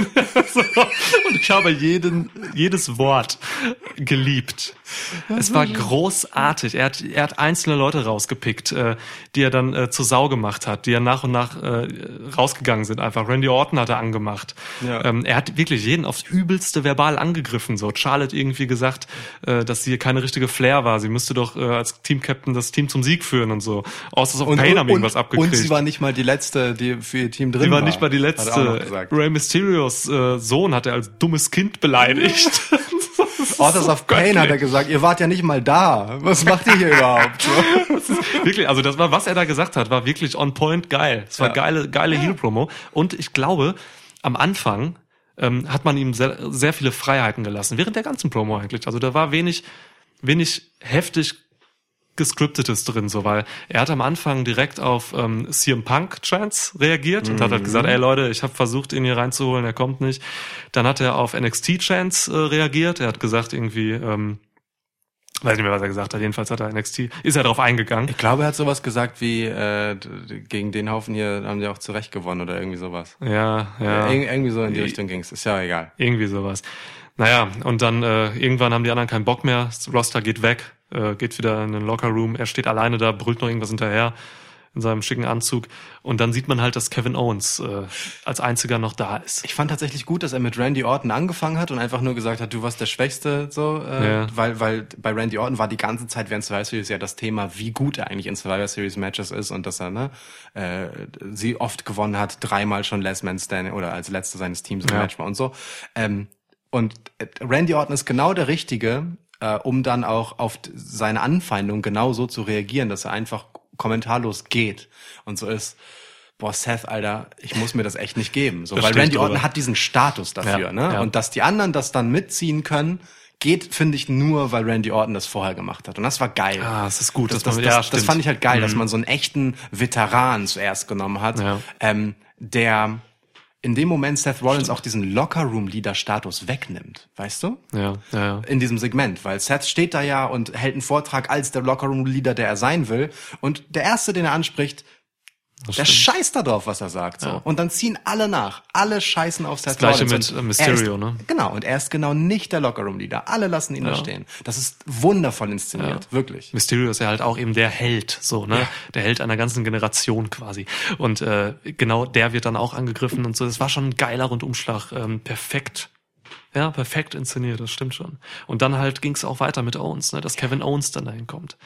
So. Und ich habe jeden jedes Wort geliebt. Es war großartig. Er hat er hat einzelne Leute rausgepickt, äh, die er dann äh, zur Sau gemacht hat, die er nach und nach äh, rausgegangen sind. Einfach Randy Orton hat er angemacht. Ja. Ähm, er hat wirklich jeden aufs Übelste verbal angegriffen. So Charlotte irgendwie gesagt, äh, dass sie keine richtige Flair war. Sie müsste doch äh, als Team-Captain das Team zum Sieg führen und so. Außer auf Pain haben irgendwas abgekriegt. Und sie war nicht mal die Letzte, die für ihr Team drin war. Sie war nicht mal die Letzte. Rey Mysterios äh, Sohn hat er als dummes Kind beleidigt. Authors of Pain hat er gesagt, ihr wart ja nicht mal da. Was macht ihr hier überhaupt? Das ist wirklich, also das war, was er da gesagt hat, war wirklich on point geil. Es war ja. geile, geile ja. Heel-Promo. Und ich glaube, am Anfang ähm, hat man ihm sehr, sehr viele Freiheiten gelassen. Während der ganzen Promo eigentlich. Also da war wenig, wenig heftig gescriptetes drin, so, weil er hat am Anfang direkt auf ähm, C M Punk Chance reagiert und mhm. hat halt gesagt, ey Leute, ich habe versucht, ihn hier reinzuholen, er kommt nicht. Dann hat er auf N X T Chance äh, reagiert, er hat gesagt irgendwie, ähm, weiß nicht mehr, was er gesagt hat, jedenfalls hat er N X T, ist er drauf eingegangen. Ich glaube, er hat sowas gesagt wie, äh, gegen den Haufen hier haben die auch zurecht gewonnen oder irgendwie sowas. Ja, ja. Ir- irgendwie so in die Richtung ging's, ist ja egal. Irgendwie sowas. Naja, und dann äh, irgendwann haben die anderen keinen Bock mehr, das Roster geht weg, äh, geht wieder in den Lockerroom, er steht alleine da, brüllt noch irgendwas hinterher in seinem schicken Anzug und dann sieht man halt, dass Kevin Owens äh, als einziger noch da ist. Ich fand tatsächlich gut, dass er mit Randy Orton angefangen hat und einfach nur gesagt hat, du warst der Schwächste, so, äh, ja. weil weil bei Randy Orton war die ganze Zeit während Survivor Series ja das Thema, wie gut er eigentlich in Survivor Series Matches ist und dass er ne äh, sie oft gewonnen hat, dreimal schon Last Man Standing oder als Letzter seines Teams im ja. Match war und so. Ähm, Und Randy Orton ist genau der Richtige, äh, um dann auch auf seine Anfeindung genau so zu reagieren, dass er einfach kommentarlos geht und so ist, boah, Seth, Alter, ich muss mir das echt nicht geben. So, weil Randy Orton hat diesen Status dafür, ja, ne? Ja. Und dass die anderen das dann mitziehen können, geht, finde ich, nur, weil Randy Orton das vorher gemacht hat. Und das war geil. Ah, das ist gut. Das, das, das, ja, das, das fand ich halt geil, mhm. dass man so einen echten Veteran zuerst genommen hat, ja. ähm, der in dem Moment Seth Rollins Stimmt. auch diesen Locker-Room-Leader-Status wegnimmt, weißt du? Ja, ja, ja. In diesem Segment, weil Seth steht da ja und hält einen Vortrag als der Locker-Room-Leader, der er sein will. Und der Erste, den er anspricht, der scheißt da drauf, was er sagt. So. Ja. Und dann ziehen alle nach. Alle scheißen auf Seth Rollins. Das Gleiche mit Mysterio, ist, ne? Genau, und er ist genau nicht der Locker-Room-Leader. Alle lassen ihn ja. da stehen. Das ist wundervoll inszeniert, ja. wirklich. Mysterio ist ja halt auch eben der Held, so, ne? Ja. Der Held einer ganzen Generation quasi. Und äh, genau der wird dann auch angegriffen und so. Das war schon ein geiler Rundumschlag. Ähm, perfekt. Ja, perfekt inszeniert, das stimmt schon. Und dann halt ging's auch weiter mit Owens, ne? Dass Kevin Owens dann dahin kommt.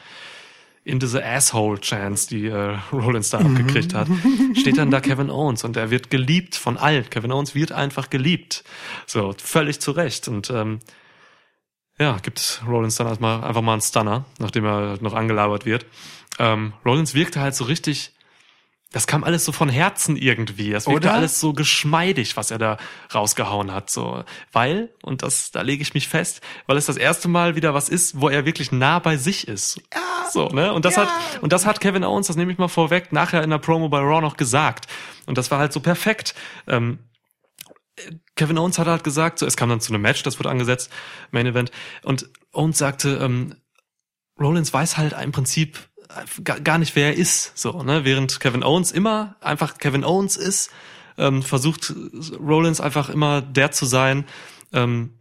In diese Asshole-Chance, die äh, Rollins da abgekriegt hat, steht dann da Kevin Owens und er wird geliebt von allen. Kevin Owens wird einfach geliebt. So, völlig zu Recht. Und ähm, ja, gibt Rollins dann erstmal einfach mal einen Stunner, nachdem er noch angelabert wird. Ähm, Rollins wirkte halt so richtig, das kam alles so von Herzen irgendwie. Das wirkte Oder? alles so geschmeidig, was er da rausgehauen hat. So, weil, und das, da lege ich mich fest, weil es das erste Mal wieder was ist, wo er wirklich nah bei sich ist. Ja. So, ne? Und das ja. hat, und das hat Kevin Owens, das nehme ich mal vorweg, nachher in der Promo bei Raw noch gesagt. Und das war halt so perfekt. Ähm, Kevin Owens hat halt gesagt, so, es kam dann zu einem Match, das wurde angesetzt, Main Event. Und Owens sagte, ähm, Rollins weiß halt im Prinzip gar nicht, wer er ist, so, ne, während Kevin Owens immer einfach Kevin Owens ist, ähm, versucht Rollins einfach immer der zu sein, ähm,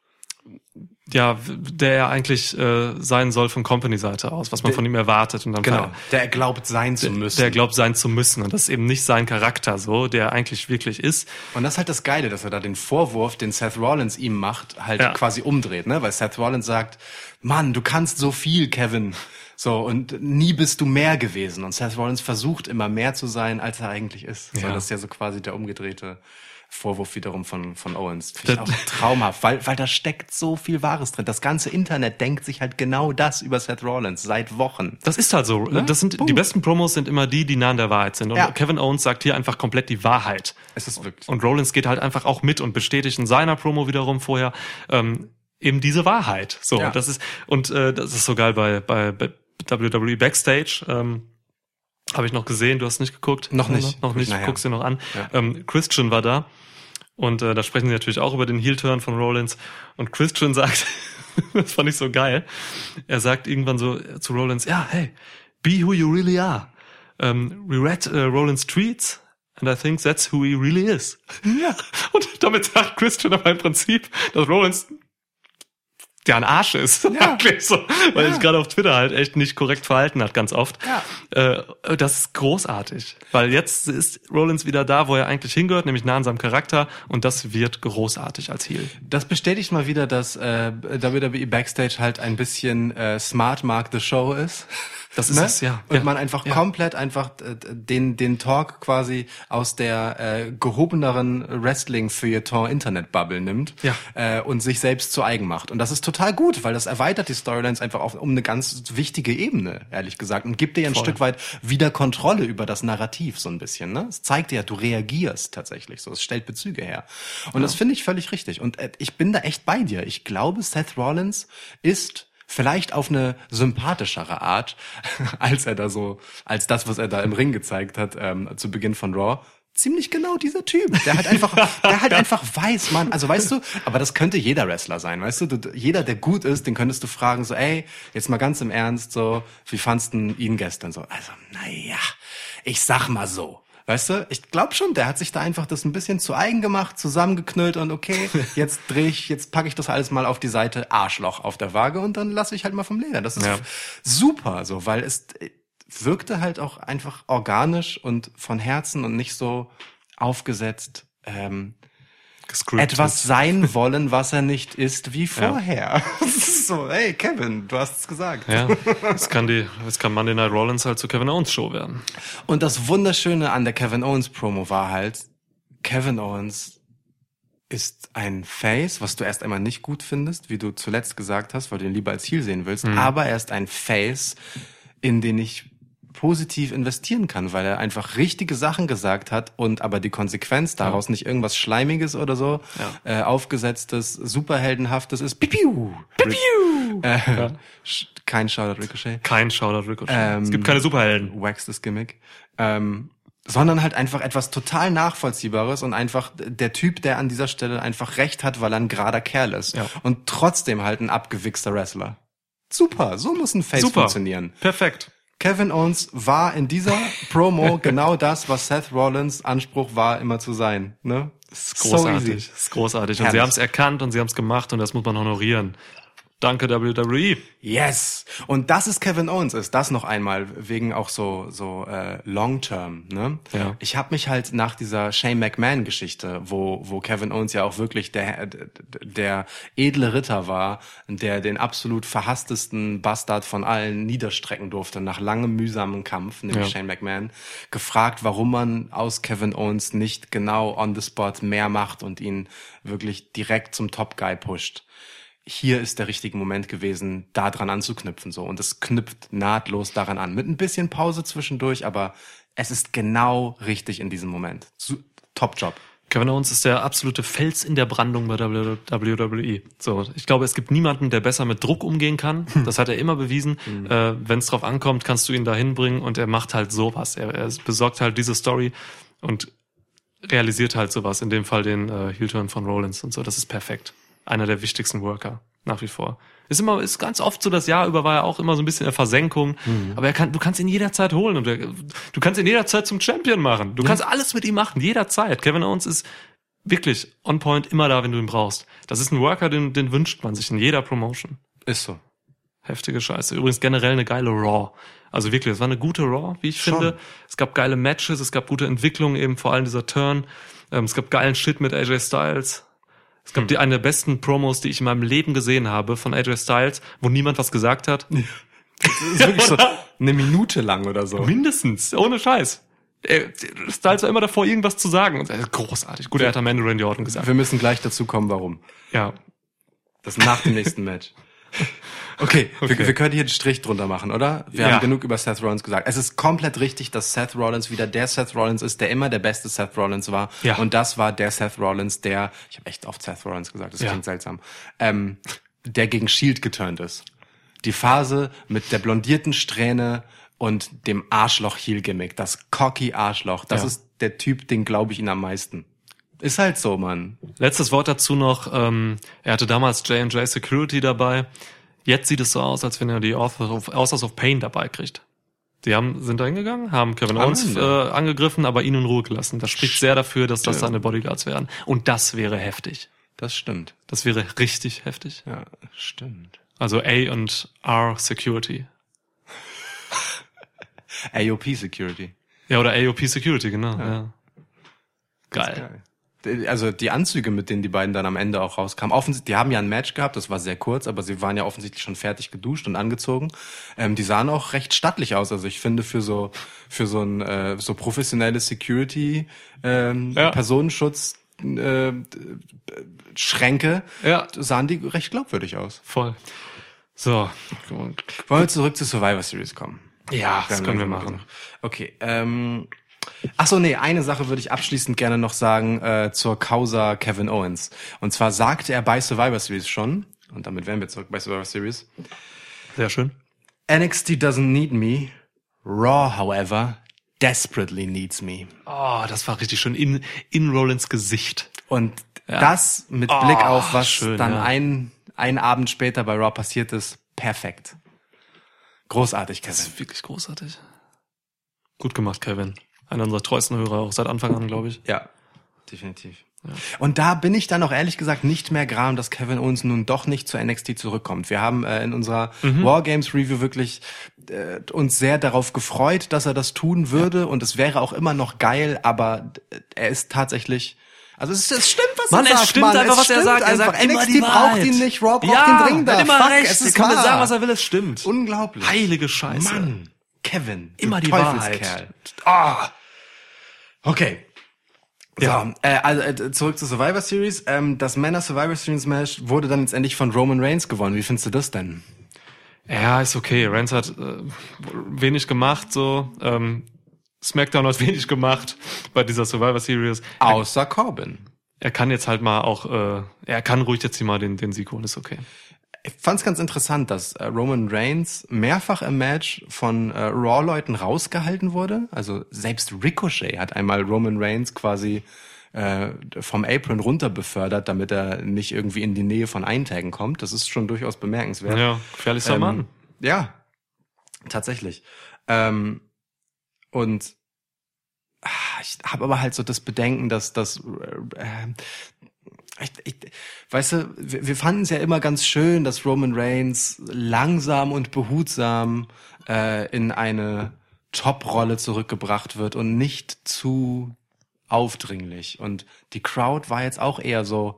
ja, der er eigentlich äh, sein soll von Company-Seite aus, was man der, von ihm erwartet. Und dann genau, der er glaubt sein zu müssen. Der, der glaubt sein zu müssen und das ist eben nicht sein Charakter so, der eigentlich wirklich ist. Und das ist halt das Geile, dass er da den Vorwurf, den Seth Rollins ihm macht, halt ja. quasi umdreht, ne, weil Seth Rollins sagt, Mann, du kannst so viel, Kevin. So, und nie bist du mehr gewesen. Und Seth Rollins versucht immer mehr zu sein, als er eigentlich ist. Ja. So, das ist ja so quasi der umgedrehte Vorwurf wiederum von, von Owens. Finde ich auch traumhaft, weil, weil da steckt so viel Wahres drin. Das ganze Internet denkt sich halt genau das über Seth Rollins seit Wochen. Das ist halt so. Ne? Das sind, die besten Promos sind immer die, die nah an der Wahrheit sind. Und ja. Kevin Owens sagt hier einfach komplett die Wahrheit. Es ist wirklich. Und Rollins geht halt einfach auch mit und bestätigt in seiner Promo wiederum vorher, ähm, eben diese Wahrheit. So, ja. das ist, und, äh, das ist so geil bei, bei, bei W W E Backstage. Ähm, Habe ich noch gesehen, du hast nicht geguckt? Noch nicht. Noch, noch nicht, naja. guckst dir noch an. Ja. Ähm, Christian war da und äh, da sprechen sie natürlich auch über den Heel-Turn von Rollins und Christian sagt, das fand ich so geil, er sagt irgendwann so zu Rollins, ja, hey, be who you really are. Um, we read uh, Rollins tweets and I think that's who he really is. Ja. Und damit sagt Christian aber im Prinzip, dass Rollins der ein Arsch ist. Ja. Wirklich so. Weil Ja. er sich gerade auf Twitter halt echt nicht korrekt verhalten hat, ganz oft. Ja. Äh, das ist großartig. Weil jetzt ist Rollins wieder da, wo er eigentlich hingehört, nämlich nah an seinem Charakter. Und das wird großartig als Heel. Das bestätigt mal wieder, dass äh, W W E Backstage halt ein bisschen äh, Smart Mark the Show ist. Das ist Ne? es, ja. Und ja. man einfach ja. komplett einfach äh, den den Talk quasi aus der äh, gehobeneren Wrestling-Feuilleton-Internet-Bubble nimmt Ja. äh, und sich selbst zu eigen macht. Und das ist total gut, weil das erweitert die Storylines einfach auf, um eine ganz wichtige Ebene, ehrlich gesagt, und gibt dir ein Voll. Stück weit wieder Kontrolle über das Narrativ so ein bisschen. Ne? Es zeigt dir, du reagierst tatsächlich so. Es stellt Bezüge her. Und das finde ich völlig richtig. Und äh, ich bin da echt bei dir. Ich glaube, Seth Rollins ist vielleicht auf eine sympathischere Art, als er da so, als das, was er da im Ring gezeigt hat, ähm, zu Beginn von Raw. Ziemlich genau dieser Typ, der halt einfach, der halt einfach weiß, Mann, also weißt du, aber das könnte jeder Wrestler sein, weißt du, du, jeder, der gut ist, den könntest du fragen, so, ey, jetzt mal ganz im Ernst, so, wie fandst du ihn gestern, so, also, naja, ich sag mal so. Weißt du, ich glaube schon, der hat sich da einfach das ein bisschen zu eigen gemacht, zusammengeknüllt und okay, jetzt dreh ich, jetzt packe ich das alles mal auf die Seite Arschloch auf der Waage und dann lasse ich halt mal vom Leder. Das ist Ja. super, so, weil es wirkte halt auch einfach organisch und von Herzen und nicht so aufgesetzt, ähm, Gescriptet. etwas sein wollen, was er nicht ist, wie vorher. Das ist so, hey Kevin, du hast es gesagt. Ja, es kann die, es kann Monday Night Rollins halt zu Kevin Owens Show werden. Und das Wunderschöne an der Kevin Owens Promo war halt, Kevin Owens ist ein Face, was du erst einmal nicht gut findest, wie du zuletzt gesagt hast, weil du ihn lieber als Heel sehen willst, Mhm. aber er ist ein Face, in den ich positiv investieren kann, weil er einfach richtige Sachen gesagt hat und aber die Konsequenz daraus nicht irgendwas Schleimiges oder so, Ja. äh, aufgesetztes, superheldenhaftes ist. Pipiu! Pipiu! Äh, Ja. sch- Kein Shoutout Ricochet. Kein Shoutout Ricochet. Ähm, es gibt keine Superhelden. Wax das Gimmick. Ähm, sondern halt einfach etwas total Nachvollziehbares und einfach der Typ, der an dieser Stelle einfach recht hat, weil er ein gerader Kerl ist. Ja. Und trotzdem halt ein abgewichster Wrestler. Super, so muss ein Face Super. funktionieren. Perfekt. Kevin Owens war in dieser Promo genau das, was Seth Rollins Anspruch war, immer zu sein. Ne? Das ist großartig. Das ist großartig. Und Herrlich. sie haben es erkannt und sie haben es gemacht und das muss man honorieren. Danke W W E. Yes. Und dass es Kevin Owens ist, das noch einmal wegen auch so so äh, Long Term. Ne? Ja. Ich habe mich halt nach dieser Shane McMahon Geschichte, wo wo Kevin Owens ja auch wirklich der der edle Ritter war, der den absolut verhasstesten Bastard von allen niederstrecken durfte nach langem mühsamen Kampf, nämlich Ja. Shane McMahon, gefragt, warum man aus Kevin Owens nicht genau on the spot mehr macht und ihn wirklich direkt zum Top Guy pusht. Hier ist der richtige Moment gewesen, da dran anzuknüpfen, so. Und es knüpft nahtlos daran an. Mit ein bisschen Pause zwischendurch, aber es ist genau richtig in diesem Moment. Su- Top-Job. Kevin Owens ist der absolute Fels in der Brandung bei W W E. So, ich glaube, es gibt niemanden, der besser mit Druck umgehen kann. Das hat er immer bewiesen. Mhm. Äh, wenn es drauf ankommt, kannst du ihn da hinbringen und er macht halt sowas. Er, er besorgt halt diese Story und realisiert halt sowas. In dem Fall den äh, Heel-Turn von Rollins und so. Das ist perfekt. Einer der wichtigsten Worker, nach wie vor. Ist immer, ist ganz oft so, das Jahr über war er auch immer so ein bisschen in der Versenkung. Mhm. Aber er kann, du kannst ihn jederzeit holen und er, du kannst ihn jederzeit zum Champion machen. Du ja. kannst alles mit ihm machen, jederzeit. Kevin Owens ist wirklich on point, immer da, wenn du ihn brauchst. Das ist ein Worker, den, den wünscht man sich in jeder Promotion. Ist so. Heftige Scheiße. Übrigens generell eine geile Raw. Also wirklich, es war eine gute Raw, wie ich Schon. finde. Es gab geile Matches, es gab gute Entwicklungen, eben vor allem dieser Turn. Ähm, es gab geilen Shit mit A J Styles. Es gab hm. die eine der besten Promos, die ich in meinem Leben gesehen habe, von A J Styles, wo niemand was gesagt hat. Das ist wirklich so eine Minute lang oder so. Mindestens, ohne Scheiß. Styles war immer davor, irgendwas zu sagen. Und, äh, großartig. Gut, er hat am Ende Randy Orton gesagt. Wir müssen gleich dazu kommen, warum. Ja. Das nach dem nächsten Match. Okay, okay. Wir, wir können hier einen Strich drunter machen, oder? Wir ja. haben genug über Seth Rollins gesagt. Es ist komplett richtig, dass Seth Rollins wieder der Seth Rollins ist, der immer der beste Seth Rollins war. Ja. Und das war der Seth Rollins, der, ich habe echt oft Seth Rollins gesagt, das ja. klingt seltsam, ähm, der gegen Shield geturnt ist. Die Phase mit der blondierten Strähne und dem Arschloch-Heel-Gimmick. Das cocky Arschloch. Das Ja. ist der Typ, den glaube ich ihn am meisten. Ist halt so, Mann. Letztes Wort dazu noch, ähm, er hatte damals J and J Security dabei. Jetzt sieht es so aus, als wenn er die Authors of, Authors of Pain dabei kriegt. Die haben, sind da hingegangen, haben Kevin Am Owens äh, Ende. angegriffen, aber ihn in Ruhe gelassen. Das spricht sehr dafür, dass das Stimmt. seine Bodyguards wären. Und das wäre heftig. Das stimmt. Das wäre richtig heftig. Ja, stimmt. Also A und R Security. A O P Security. Ja, oder A O P Security, genau. Ja. Geil. Geil. Also die Anzüge, mit denen die beiden dann am Ende auch rauskamen, offensichtlich, die haben ja ein Match gehabt, das war sehr kurz, aber sie waren ja offensichtlich schon fertig geduscht und angezogen. Ähm, die sahen auch recht stattlich aus. Also ich finde für so für so ein äh, so professionelles Security ähm, Ja. Personenschutz äh, Schränke Ja. sahen die recht glaubwürdig aus. Voll. So. Wollen wir zurück zur Survivor Series kommen? Ja, das Dann können wir langsam machen. Okay. Ähm, ach so, nee, eine Sache würde ich abschließend gerne noch sagen äh, zur Causa Kevin Owens. Und zwar sagte er bei Survivor Series schon, und damit wären wir zurück bei Survivor Series, Sehr schön. N X T doesn't need me, Raw, however, desperately needs me. Oh, das war richtig schön. In, in Rollins Gesicht. Und Ja. das mit Oh, Blick auf, was schön, dann ja. ein, ein Abend später bei Raw passiert ist, perfekt. Großartig, Das Kevin. ist wirklich großartig. Gut gemacht, Kevin. Einer unserer treuesten Hörer, auch seit Anfang an, glaube ich. Ja, definitiv. Und da bin ich dann auch ehrlich gesagt nicht mehr gram, dass Kevin Owens nun doch nicht zu N X T zurückkommt. Wir haben äh, in unserer Wargames Review wirklich äh, uns sehr darauf gefreut, dass er das tun würde, ja. Und es wäre auch immer noch geil, aber äh, er ist tatsächlich, also es, es stimmt, was Mann, er es sagt, stimmt Mann. einfach, es was er stimmt sagt. Er einfach. sagt immer N X T die braucht Wahrheit. ihn nicht, Raw braucht ja, ihn dringender. hat immer Fuck, recht. es Es ist kann mir wahr. sagen, was er will, es stimmt. Unglaublich. Heilige Scheiße. Mann, Kevin, du Immer die Teufelskerl. Wahrheit. Ah. Okay. Ja. So, äh, also äh, zurück zur Survivor Series. Ähm, das Männer Survivor Series Match wurde dann letztendlich von Roman Reigns gewonnen. Wie findest du das denn? Ja, ist okay. Reigns hat äh, wenig gemacht, so. Ähm, SmackDown hat wenig gemacht bei dieser Survivor Series. Außer Corbin. Er kann jetzt halt mal auch, äh, er kann ruhig jetzt hier mal den, den Sieg holen, ist okay. Ich fand's ganz interessant, dass äh, Roman Reigns mehrfach im Match von äh, Raw-Leuten rausgehalten wurde. Also selbst Ricochet hat einmal Roman Reigns quasi äh, vom Apron runter befördert, damit er nicht irgendwie in die Nähe von Eintaggen kommt. Das ist schon durchaus bemerkenswert. Ja, gefährlichster Ähm, Mann. Ja, tatsächlich. Ähm, und ah, ich habe aber halt so das Bedenken, dass das äh, ich, ich, weißt du, wir, wir fanden es ja immer ganz schön, dass Roman Reigns langsam und behutsam äh, in eine Top-Rolle zurückgebracht wird und nicht zu aufdringlich. Und die Crowd war jetzt auch eher so,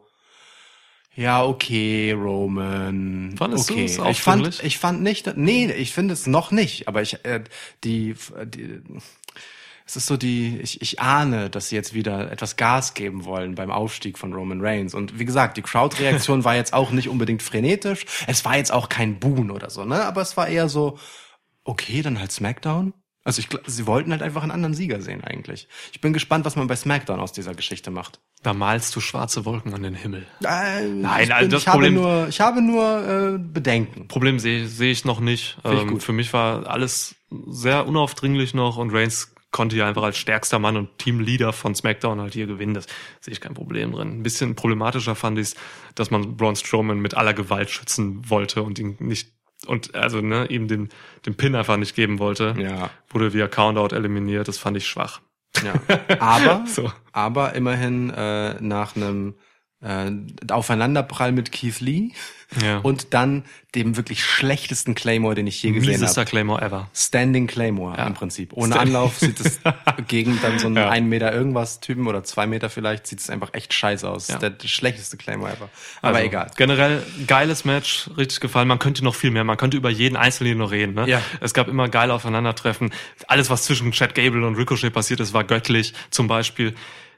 ja, okay, Roman. Fandest du okay. es Ich aufdringlich? fand, ich fand nicht, nee, ich finde es noch nicht, aber ich, äh, die, die, es ist so die, ich, ich ahne, dass sie jetzt wieder etwas Gas geben wollen beim Aufstieg von Roman Reigns. Und wie gesagt, die Crowd-Reaktion war jetzt auch nicht unbedingt frenetisch. Es war jetzt auch kein Boon oder so, ne? Aber es war eher so, okay, dann halt SmackDown. Also ich, gl- sie wollten halt einfach einen anderen Sieger sehen eigentlich. Ich bin gespannt, was man bei SmackDown aus dieser Geschichte macht. Da malst du schwarze Wolken an den Himmel. Äh, Nein, ich also das ich habe Problem- nur, ich habe nur äh, Bedenken. Problem sehe sehe ich noch nicht. Finde ich Ähm, gut. für mich war alles sehr unaufdringlich noch und Reigns konnte ja einfach als stärkster Mann und Teamleader von SmackDown halt hier gewinnen. Das sehe ich kein Problem drin. Ein bisschen problematischer fand ich es, dass man Braun Strowman mit aller Gewalt schützen wollte und ihn nicht und also ne ihm den den Pin einfach nicht geben wollte. Ja. Wurde via Countout eliminiert. Das fand ich schwach. Ja. Aber, So. aber immerhin äh, nach einem äh, Aufeinanderprall mit Keith Lee Ja. und dann dem wirklich schlechtesten Claymore, den ich je gesehen Miesester habe. Claymore ever. Standing Claymore Ja. im Prinzip. Ohne Stand- Anlauf sieht es gegen dann so einen Ja. ein Meter irgendwas Typen oder zwei Meter vielleicht, sieht es einfach echt scheiße aus. Ja. Der, der schlechteste Claymore ever. Aber Also, egal. Generell geiles Match, richtig gefallen. Man könnte noch viel mehr, man könnte über jeden Einzelnen noch reden. Ne? Ja. Es gab immer geile Aufeinandertreffen. Alles, was zwischen Chad Gable und Ricochet passiert ist, war göttlich. Zum Beispiel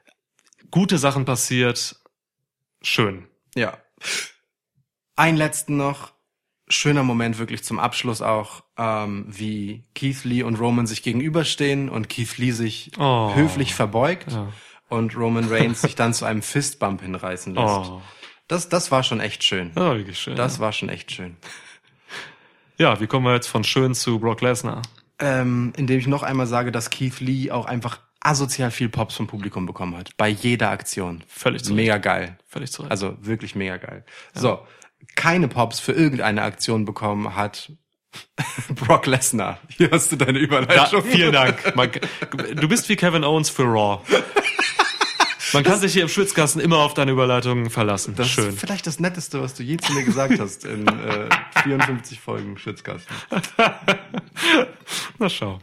gute Sachen passiert. Schön. Ja. Einen letzten noch. Schöner Moment wirklich zum Abschluss auch, ähm, wie Keith Lee und Roman sich gegenüberstehen und Keith Lee sich Oh. höflich verbeugt Ja. und Roman Reigns sich dann zu einem Fistbump hinreißen lässt. Oh. Das, das war schon echt schön. Ja, wirklich schön. Das ja. war schon echt schön. Ja, wie kommen wir jetzt von schön zu Brock Lesnar? Ähm, indem ich noch einmal sage, dass Keith Lee auch einfach asozial viel Pops vom Publikum bekommen hat. Bei jeder Aktion. Völlig zu Recht. Mega geil. Völlig zu Recht. Also wirklich mega geil. Ja. So, keine Pops für irgendeine Aktion bekommen hat Brock Lesnar. Hier hast du deine Überleitung. Ja, vielen Dank. Man, du bist wie Kevin Owens für Raw. Man kann das sich hier im Schwitzkasten immer auf deine Überleitungen verlassen. Das Schön. ist vielleicht das Netteste, was du je zu mir gesagt hast in äh, vierundfünfzig Folgen Schwitzkasten. Na schau.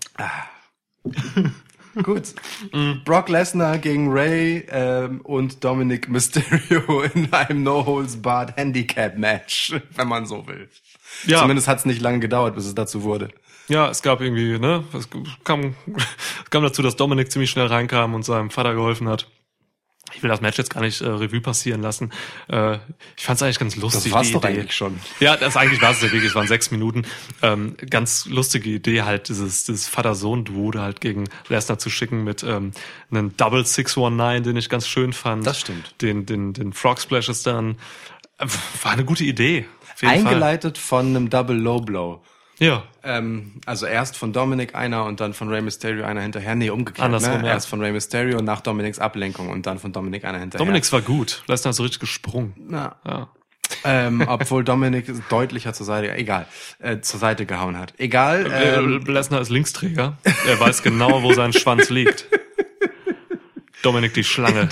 Gut. Brock Lesnar gegen Ray ähm, und Dominic Mysterio in einem No-Holds-Barred Handicap-Match, wenn man so will. Ja. Zumindest hat es nicht lange gedauert, bis es dazu wurde. Ja, es gab irgendwie, ne, es kam, es kam dazu, dass Dominic ziemlich schnell reinkam und seinem Vater geholfen hat. Ich will das Match jetzt gar nicht äh, Revue passieren lassen. Äh, ich fand es eigentlich ganz lustig. Das war's die doch Idee. eigentlich schon. Ja, das eigentlich war es ja wirklich. Es waren sechs Minuten. Ähm, ganz lustige Idee halt, dieses, dieses Vater-Sohn-Duo da halt gegen Lesnar zu schicken mit ähm, einem Double six one nine, den ich ganz schön fand. Das stimmt. Den, den, den Frog Splash ist dann äh, war eine gute Idee. Auf jeden Eingeleitet Fall. Von einem Double Low Blow. Ja. Ähm, also erst von Dominic einer und dann von Rey Mysterio einer hinterher. Nee, umgekehrt. Andersrum, ne? ja. Erst von Rey Mysterio nach Dominics Ablenkung und dann von Dominic einer hinterher. Dominics war gut. Lesnar ist so richtig gesprungen. Na. Ja. ähm, obwohl Dominic deutlicher zur Seite, egal, äh, zur Seite gehauen hat. Egal. Ähm, Lesnar ist Linksträger. Er weiß genau, wo sein Schwanz liegt. Dominic die Schlange.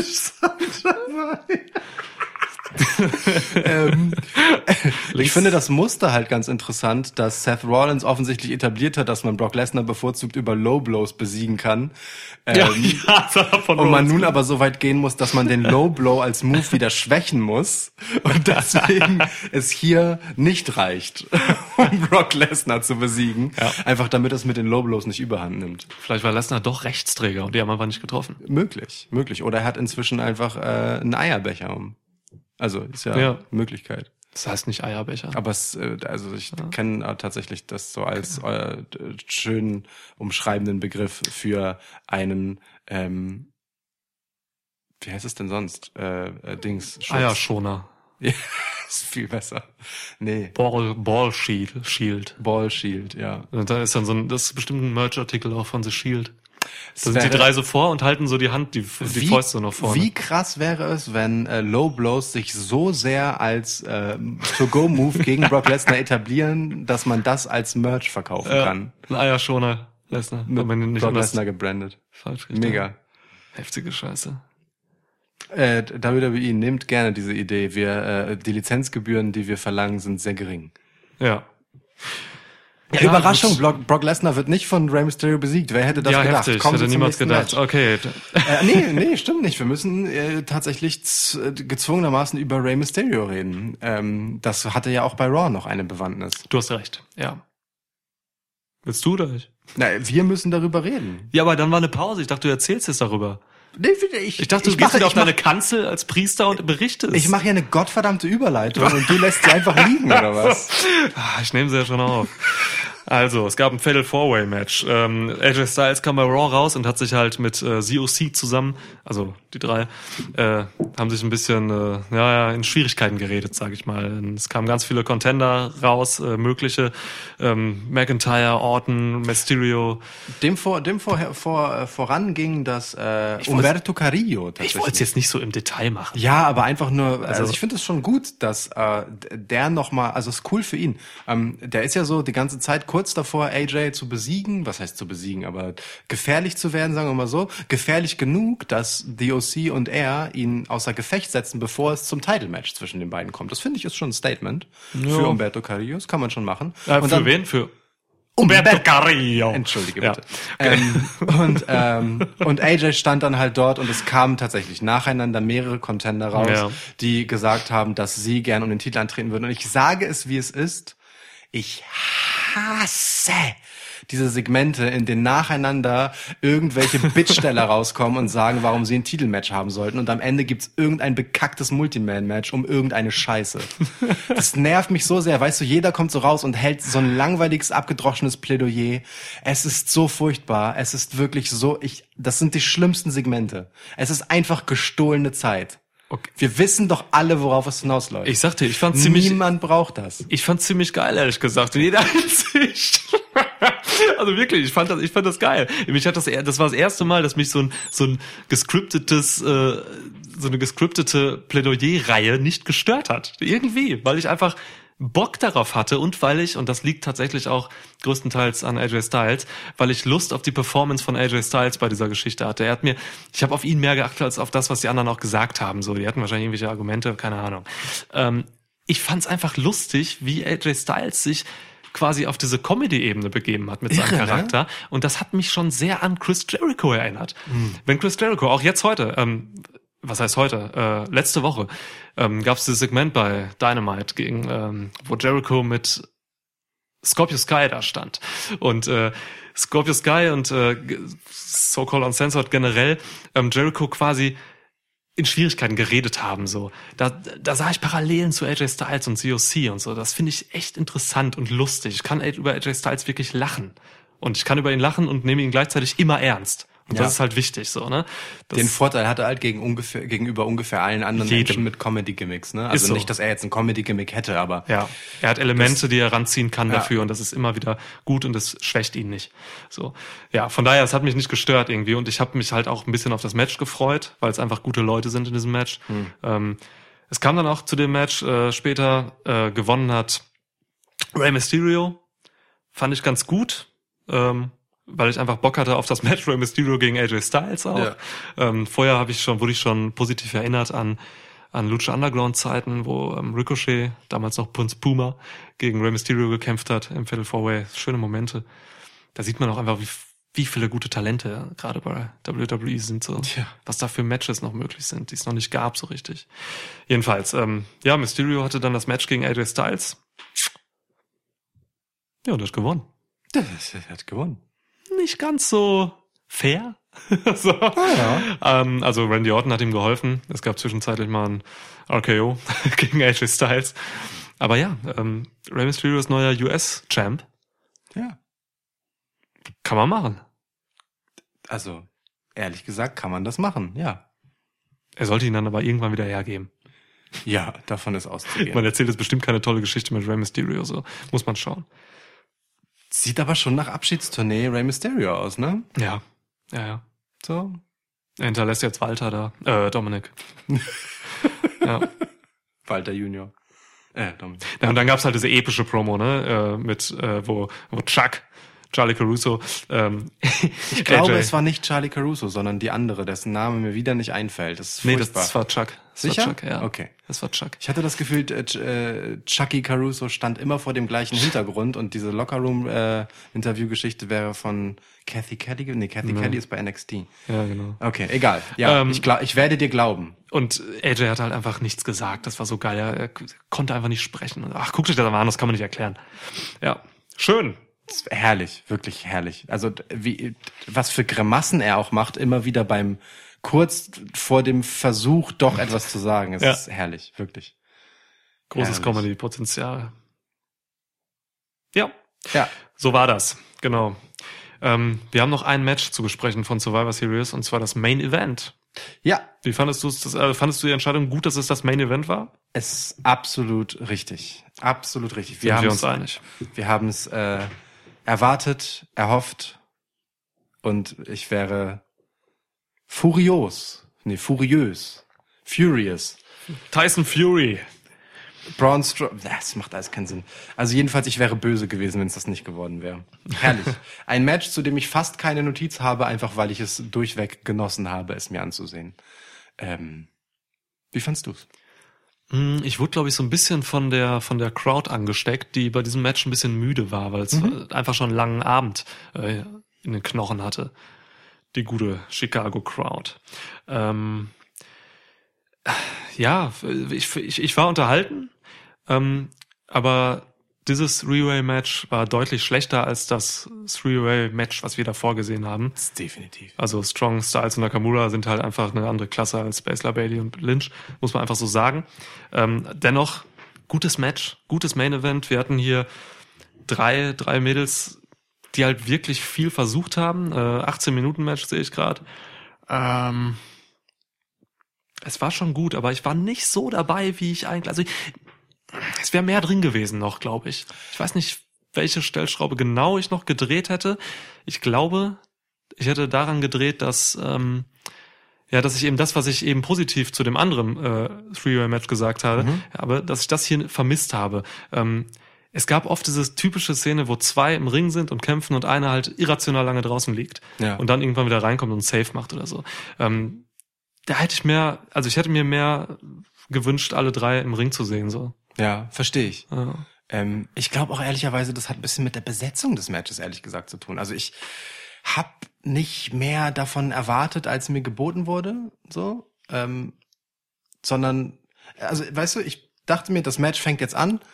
ähm, ich finde das Muster halt ganz interessant, dass Seth Rollins offensichtlich etabliert hat, dass man Brock Lesnar bevorzugt über Low Blows besiegen kann. Ähm, ja, ja, das hat von und man Rollins nun aber so weit gehen muss, dass man den Low Blow als Move wieder schwächen muss und deswegen es hier nicht reicht, um Brock Lesnar zu besiegen. Ja. Einfach damit es mit den Low Blows nicht überhand nimmt. Vielleicht war Lesnar doch Rechtsträger und die haben einfach nicht getroffen. Möglich, möglich. Oder er hat inzwischen einfach äh, einen Eierbecher um. Also ist ja, Ja. Möglichkeit. Das heißt nicht Eierbecher. Aber es, äh, also ich Ja. kenne äh, tatsächlich das so als äh, d- schönen umschreibenden Begriff für einen, ähm, wie heißt es denn sonst? Äh, äh, Dings. Schutz. Eierschoner. Ja, ist viel besser. Nee. Ball, Ball Shield. Shield. Ball Shield, ja. Und da ist dann so ein, das ist bestimmt ein Merch-Artikel auch von The Shield. Da sind wäre- die drei so vor und halten so die Hand, die, die Wie- Fäuste noch vorne. Wie krass wäre es, wenn äh, Low Blows sich so sehr als äh, To-Go-Move gegen Brock Lesnar etablieren, dass man das als Merch verkaufen ja, kann. ein Eierschoner, Lesnar. Mit Aber nicht Brock anders- Lesnar gebrandet. Falsch richtig. Mega. Heftige Scheiße. Äh, W W E nimmt gerne diese Idee. Wir äh, die Lizenzgebühren, die wir verlangen, sind sehr gering. Ja. Ja, Ja, Überraschung, gut. Brock, Brock Lesnar wird nicht von Rey Mysterio besiegt. Wer hätte das ja, gedacht? heftig. Kommen Hätte Sie zum niemals nächsten gedacht. Match. Okay. Äh, nee, nee, stimmt nicht. Wir müssen äh, tatsächlich z- äh, gezwungenermaßen über Rey Mysterio reden. Ähm, das hatte ja auch bei Raw noch eine Bewandtnis. Du hast recht. Ja. Willst du oder ich? Na, wir müssen darüber reden. Ja, aber dann war eine Pause. Ich dachte, du erzählst jetzt darüber. Nee, ich, Ich dachte, du ich gehst mache, wieder auf ich mach, deine Kanzel als Priester und berichtest. ich mache ja eine gottverdammte Überleitung und du lässt sie einfach liegen, oder was? Ah, ich nehme sie ja schon auf. Also, es gab ein Fatal Four-Way Match. Ähm, A J Styles kam bei Raw raus und hat sich halt mit äh, Z O C zusammen, also die drei, äh, haben sich ein bisschen äh, ja, ja, in Schwierigkeiten geredet, sage ich mal. Es kamen ganz viele Contender raus, äh, mögliche. Ähm, McIntyre, Orton, Mysterio. Dem vor, dem vor, vor äh, voranging das äh, wollt's- Umberto Carrillo Ich tatsächlich. wollte es jetzt nicht so im Detail machen. Ja, aber einfach nur, also, Also- ich finde es schon gut, dass äh, der nochmal, also es ist cool für ihn. Ähm, der ist ja so die ganze Zeit kurz davor, A J zu besiegen, was heißt zu besiegen, aber gefährlich zu werden, sagen wir mal so. Gefährlich genug, dass D O C und er ihn außer Gefecht setzen, bevor es zum Title-Match zwischen den beiden kommt. Das finde ich ist schon ein Statement für Umberto Carrillo, das kann man schon machen. Äh, und für dann, wen? Für Umberto Carrillo. Entschuldige Ja. bitte. Ähm, und ähm, und A J stand dann halt dort und es kamen tatsächlich nacheinander mehrere Contender raus, Ja. die gesagt haben, dass sie gern um den Titel antreten würden. Und ich sage es, wie es ist. Ich hasse diese Segmente, in denen nacheinander irgendwelche Bittsteller rauskommen und sagen, warum sie ein Titelmatch haben sollten. Und am Ende gibt's irgendein bekacktes Multiman-Match um irgendeine Scheiße. Das nervt mich so sehr. Weißt du, jeder kommt so raus und hält so ein langweiliges, abgedroschenes Plädoyer. Es ist so furchtbar. Es ist wirklich so, ich, das sind die schlimmsten Segmente. Es ist einfach gestohlene Zeit. Okay. Wir wissen doch alle, worauf es hinausläuft. Ich sagte, ich fand ziemlich, Niemand braucht das. ich fand ziemlich geil, ehrlich gesagt, in jeder Hinsicht. Also wirklich, ich fand das, ich fand das geil. Mich hat das, das war das erste Mal, dass mich so ein, so ein gescriptetes, äh, so eine gescriptete Plädoyer-Reihe nicht gestört hat. Irgendwie, weil ich einfach Bock darauf hatte und weil ich, und das liegt tatsächlich auch größtenteils an A J Styles, weil ich Lust auf die Performance von A J Styles bei dieser Geschichte hatte. Er hat mir, ich habe auf ihn mehr geachtet als auf das, was die anderen auch gesagt haben. So, die hatten wahrscheinlich irgendwelche Argumente, keine Ahnung. Ähm, ich fand's einfach lustig, wie A J Styles sich quasi auf diese Comedy-Ebene begeben hat mit seinem Irre, Charakter. Ne? Und das hat mich schon sehr an Chris Jericho erinnert. Mhm. Wenn Chris Jericho, auch jetzt heute, ähm, was heißt heute? Äh, letzte Woche ähm, gab es dieses Segment bei Dynamite, gegen, ähm, wo Jericho mit Scorpio Sky da stand. Und äh, Scorpio Sky und äh, So-Called Uncensored generell ähm, Jericho quasi in Schwierigkeiten geredet haben. So, da, da sah ich Parallelen zu A J Styles und C O C und so. Das finde ich echt interessant und lustig. Ich kann über A J Styles wirklich lachen. Und ich kann über ihn lachen und nehme ihn gleichzeitig immer ernst. Und ja. das ist halt wichtig, so, ne? Das Den Vorteil hat er halt gegen ungefähr, gegenüber ungefähr allen anderen jedem. Menschen mit Comedy-Gimmicks, ne? Also so. nicht, dass er jetzt ein Comedy-Gimmick hätte, aber. Ja. Er hat Elemente, das, die er ranziehen kann ja. dafür und das ist immer wieder gut und das schwächt ihn nicht. So. Ja, von daher, es hat mich nicht gestört irgendwie und ich habe mich halt auch ein bisschen auf das Match gefreut, weil es einfach gute Leute sind in diesem Match. Hm. Ähm, es kam dann auch zu dem Match, äh, später, äh, gewonnen hat Rey Mysterio. Fand ich ganz gut. Ähm, weil ich einfach Bock hatte auf das Match Rey Mysterio gegen A J Styles auch. Ja. Ähm, vorher habe ich schon, wurde ich schon positiv erinnert an an Lucha Underground Zeiten, wo ähm, Ricochet, damals noch Prince Puma, gegen Rey Mysterio gekämpft hat im Fatal Four Way. Schöne Momente. Da sieht man auch einfach, wie wie viele gute Talente ja, gerade bei W W E sind, so ja. was da für Matches noch möglich sind, die es noch nicht gab so richtig. Jedenfalls, ähm, ja, Mysterio hatte dann das Match gegen A J Styles. Ja, und er hat gewonnen. Er hat gewonnen. Nicht ganz so fair. so. Ah, ja. ähm, also Randy Orton hat ihm geholfen. Es gab zwischenzeitlich mal ein R K O gegen A J Styles. Aber ja, ähm, Rey Mysterio ist neuer U S-Champ. Ja. Kann man machen. Also, ehrlich gesagt, kann man das machen, ja. Er sollte ihn dann aber irgendwann wieder hergeben. Ja, davon ist auszugehen. Man erzählt jetzt bestimmt keine tolle Geschichte mit Rey Mysterio, so muss man schauen. Sieht aber schon nach Abschiedstournee Rey Mysterio aus, ne? Ja, ja, ja. So. Er hinterlässt jetzt Walter da, äh, Dominik. ja. Walter Junior. Äh, Dominik. Ja, und dann gab's halt diese epische Promo, ne, äh, mit, äh, wo, wo Chuck, Charlie Caruso, ähm, ich glaube, A J. Es war nicht Charlie Caruso, sondern die andere, dessen Name mir wieder nicht einfällt. Das ist furchtbar. Nee, das, das war Chuck. Das Sicher? War Chuck, ja. Okay. Das war Chuck. Ich hatte das Gefühl, äh, Chucky Caruso stand immer vor dem gleichen Hintergrund und diese Lockerroom-Interview-Geschichte äh, wäre von Kathy Kelly. Nee, Kathy ja. Kelly ist bei N X T. Ja, genau. Okay, egal. Ja, ähm, ich, glaub, ich werde dir glauben. Und A J hat halt einfach nichts gesagt. Das war so geil. Er konnte einfach nicht sprechen. Ach, guck dich das mal an, das kann man nicht erklären. Ja, schön. Herrlich, wirklich herrlich. Also wie, was für Grimassen er auch macht, immer wieder beim kurz vor dem Versuch, doch etwas zu sagen. Es ja. ist herrlich, wirklich. Großes Comedy-Potenzial. Ja. Ja. So war das, genau. Ähm, wir haben noch ein Match zu besprechen von Survivor Series, und zwar das Main Event. Ja. Wie fandest du es? Äh, fandest du die Entscheidung gut, dass es das Main Event war? Es ist absolut richtig. Absolut richtig. Wir, Sind wir uns einig. Wir haben es äh, erwartet, erhofft und ich wäre furios. Nee, furiös. Furious. Tyson Fury. Braun Strowman. Das macht alles keinen Sinn. Also jedenfalls, ich wäre böse gewesen, wenn es das nicht geworden wäre. Herrlich. Ein Match, zu dem ich fast keine Notiz habe, einfach weil ich es durchweg genossen habe, es mir anzusehen. Ähm, wie fandst du's? Ich wurde, glaube ich, so ein bisschen von der von der Crowd angesteckt, die bei diesem Match ein bisschen müde war, weil es mhm. einfach schon einen langen Abend äh, in den Knochen hatte. Die gute Chicago Crowd. Ähm, ja, ich, ich, ich war unterhalten, ähm, aber dieses Three-Way-Match war deutlich schlechter als das Three-Way-Match, was wir davor gesehen haben. Das ist definitiv. Also Strong, Styles und Nakamura sind halt einfach eine andere Klasse als Baszler, Bayley und Lynch, muss man einfach so sagen. Ähm, dennoch, gutes Match, gutes Main-Event. Wir hatten hier drei, drei Mädels, die halt wirklich viel versucht haben. Äh, achtzehn Minuten Match sehe ich gerade. Ähm, es war schon gut, aber ich war nicht so dabei, wie ich eigentlich, also ich, es wäre mehr drin gewesen noch, glaube ich. Ich weiß nicht, welche Stellschraube genau ich noch gedreht hätte. Ich glaube, ich hätte daran gedreht, dass ähm, ja, dass ich eben das, was ich eben positiv zu dem anderen äh, Three-Way-Match gesagt habe, mhm. aber dass ich das hier vermisst habe. Ähm, es gab oft diese typische Szene, wo zwei im Ring sind und kämpfen und einer halt irrational lange draußen liegt Ja. und dann irgendwann wieder reinkommt und Safe macht oder so. Ähm, da hätte ich mehr, also ich hätte mir mehr gewünscht, alle drei im Ring zu sehen. So. Ja, verstehe ich. Ja. Ähm, ich glaube auch ehrlicherweise, das hat ein bisschen mit der Besetzung des Matches ehrlich gesagt zu tun. Also ich habe nicht mehr davon erwartet, als mir geboten wurde, so, ähm, sondern, also weißt du, ich dachte mir, das Match fängt jetzt an,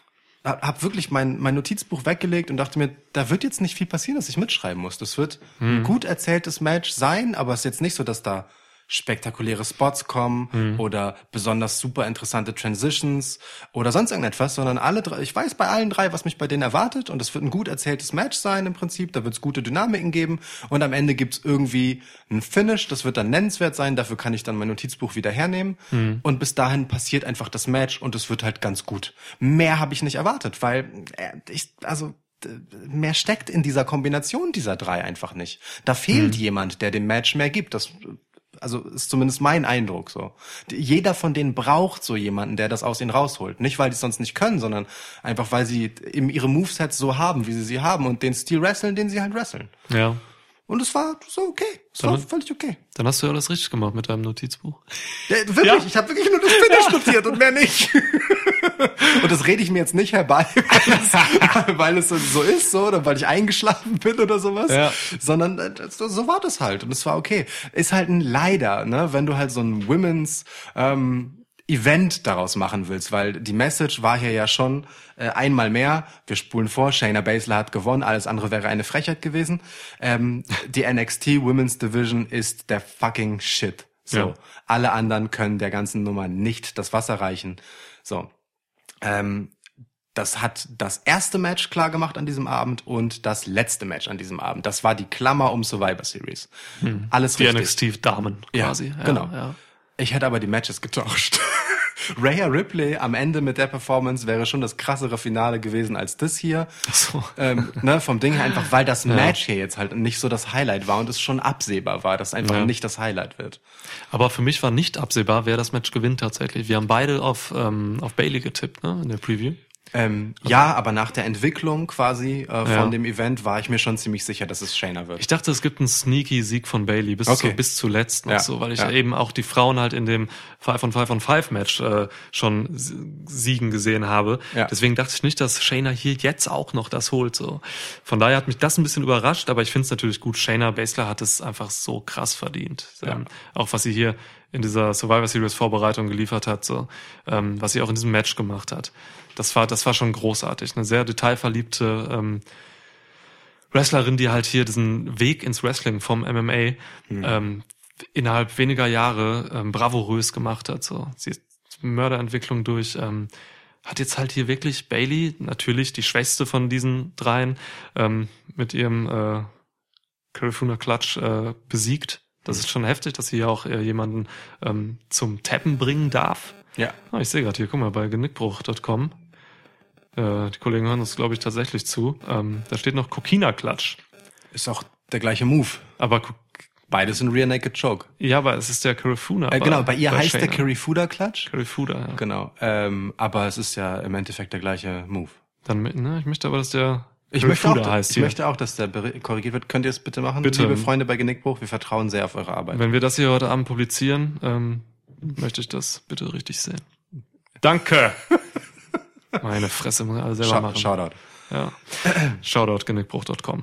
hab wirklich mein mein Notizbuch weggelegt und dachte mir, da wird jetzt nicht viel passieren, dass ich mitschreiben muss. Das wird hm. ein gut erzähltes Match sein, aber es ist jetzt nicht so, dass da spektakuläre Spots kommen hm. oder besonders super interessante Transitions oder sonst irgendetwas, sondern alle drei, ich weiß bei allen drei, was mich bei denen erwartet und es wird ein gut erzähltes Match sein im Prinzip, da wird es gute Dynamiken geben und am Ende gibt's irgendwie ein Finish, das wird dann nennenswert sein, dafür kann ich dann mein Notizbuch wieder hernehmen hm. und bis dahin passiert einfach das Match und es wird halt ganz gut. Mehr habe ich nicht erwartet, weil äh, ich, also mehr steckt in dieser Kombination dieser drei einfach nicht. Da fehlt hm. jemand, der dem Match mehr gibt, das also ist zumindest mein Eindruck so. Jeder von denen braucht so jemanden, der das aus ihnen rausholt. Nicht, weil die es sonst nicht können, sondern einfach, weil sie eben ihre Movesets so haben, wie sie sie haben und den Stil wresteln, den sie halt wresteln. Ja. Und es war so okay. Es war völlig okay. Dann hast du ja alles richtig gemacht mit deinem Notizbuch. Ja, wirklich, ja. Ich habe wirklich nur das Finish notiert und mehr nicht. Und das rede ich mir jetzt nicht herbei, weil es, weil es so ist, so, oder weil ich eingeschlafen bin oder sowas. Ja. Sondern so, so war das halt und es war okay. Ist halt ein Leider, ne, wenn du halt so ein Women's ähm, Event daraus machen willst, weil die Message war hier ja schon äh, einmal mehr, wir spulen vor, Shayna Baszler hat gewonnen, alles andere wäre eine Frechheit gewesen. Ähm, die N X T Women's Division ist der fucking Shit. So, ja. Alle anderen können der ganzen Nummer nicht das Wasser reichen. So, ähm, das hat das erste Match klar gemacht an diesem Abend und das letzte Match an diesem Abend. Das war die Klammer um Survivor Series. Hm. Alles die richtig. Die N X T-Damen quasi. Ja, genau. Ja. Ich hätte aber die Matches getauscht. Rhea Ripley am Ende mit der Performance wäre schon das krassere Finale gewesen als das hier. Ach so. Ähm, ne, vom Ding her einfach, weil das Match ja. hier jetzt halt nicht so das Highlight war und es schon absehbar war, dass einfach ja. nicht das Highlight wird. Aber für mich war nicht absehbar, wer das Match gewinnt tatsächlich. Wir haben beide auf ähm, auf Bayley getippt, ne, in der Preview. Ähm, also, ja, aber nach der Entwicklung quasi äh, von ja. dem Event war ich mir schon ziemlich sicher, dass es Shayna wird. Ich dachte, es gibt einen sneaky Sieg von Bayley bis okay. zu, bis zuletzt noch ja. so, weil ich ja. eben auch die Frauen halt in dem Five on Five on Five Match äh, schon siegen gesehen habe. Ja. Deswegen dachte ich nicht, dass Shayna hier jetzt auch noch das holt. So, von daher hat mich das ein bisschen überrascht, aber ich finde es natürlich gut. Shayna Baszler hat es einfach so krass verdient, ja. ähm, auch was sie hier in dieser Survivor Series Vorbereitung geliefert hat, so ähm, was sie auch in diesem Match gemacht hat. Das war, das war schon großartig. Eine sehr detailverliebte ähm, Wrestlerin, die halt hier diesen Weg ins Wrestling vom M M A mhm. ähm, innerhalb weniger Jahre ähm, bravourös gemacht hat. So, sie ist Mörderentwicklung durch. Ähm, hat jetzt halt hier wirklich Bayley, natürlich die schwächste von diesen dreien, ähm, mit ihrem äh, Carifuna Clutch äh, besiegt. Das ist schon heftig, dass sie ja auch äh, jemanden ähm, zum Tappen bringen darf. Ja. Oh, ich sehe gerade hier, guck mal, bei genickbruch punkt com. Äh, die Kollegen hören uns, glaube ich, tatsächlich zu. Ähm, da steht noch Coquina Clutch. Ist auch der gleiche Move. Aber beides ein Rear Naked Choke. Ja, aber es ist der Carifuna. Äh, genau, bei ihr bei heißt Shayna. der Carifuda Clutch. Carifuda, ja. Genau. Ähm, aber es ist ja im Endeffekt der gleiche Move. Dann, ne, ich möchte aber, dass der Ich möchte, auch, heißt ich hier. möchte auch, dass der korrigiert wird. Könnt ihr es bitte machen, bitte. liebe Freunde bei Genickbruch? Wir vertrauen sehr auf eure Arbeit. Wenn wir das hier heute Abend publizieren, ähm, möchte ich das bitte richtig sehen. Danke! Meine Fresse, muss ich alle selber Shout, machen. Shoutout. Ja. Shoutout genickbruch punkt com.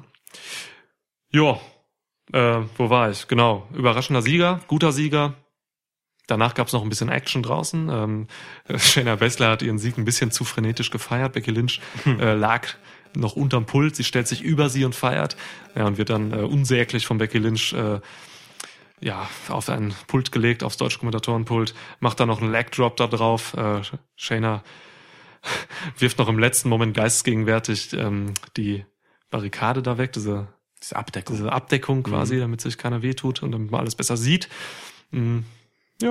Jo, äh, wo war ich? Genau, überraschender Sieger, guter Sieger. Danach gab's noch ein bisschen Action draußen. Ähm, Shayna Baszler hat ihren Sieg ein bisschen zu frenetisch gefeiert. Becky Lynch äh, lag noch unterm Pult. Sie stellt sich über sie und feiert. Ja, und wird dann äh, unsäglich von Becky Lynch äh, ja, auf ein Pult gelegt, aufs deutsche Kommentatorenpult. Macht dann noch einen Leg Drop da drauf. Äh, Shayna wirft noch im letzten Moment geistesgegenwärtig ähm, die Barrikade da weg. Diese, diese Abdeckung. Diese Abdeckung quasi, mhm. damit sich keiner wehtut und damit man alles besser sieht. Mhm. Ja,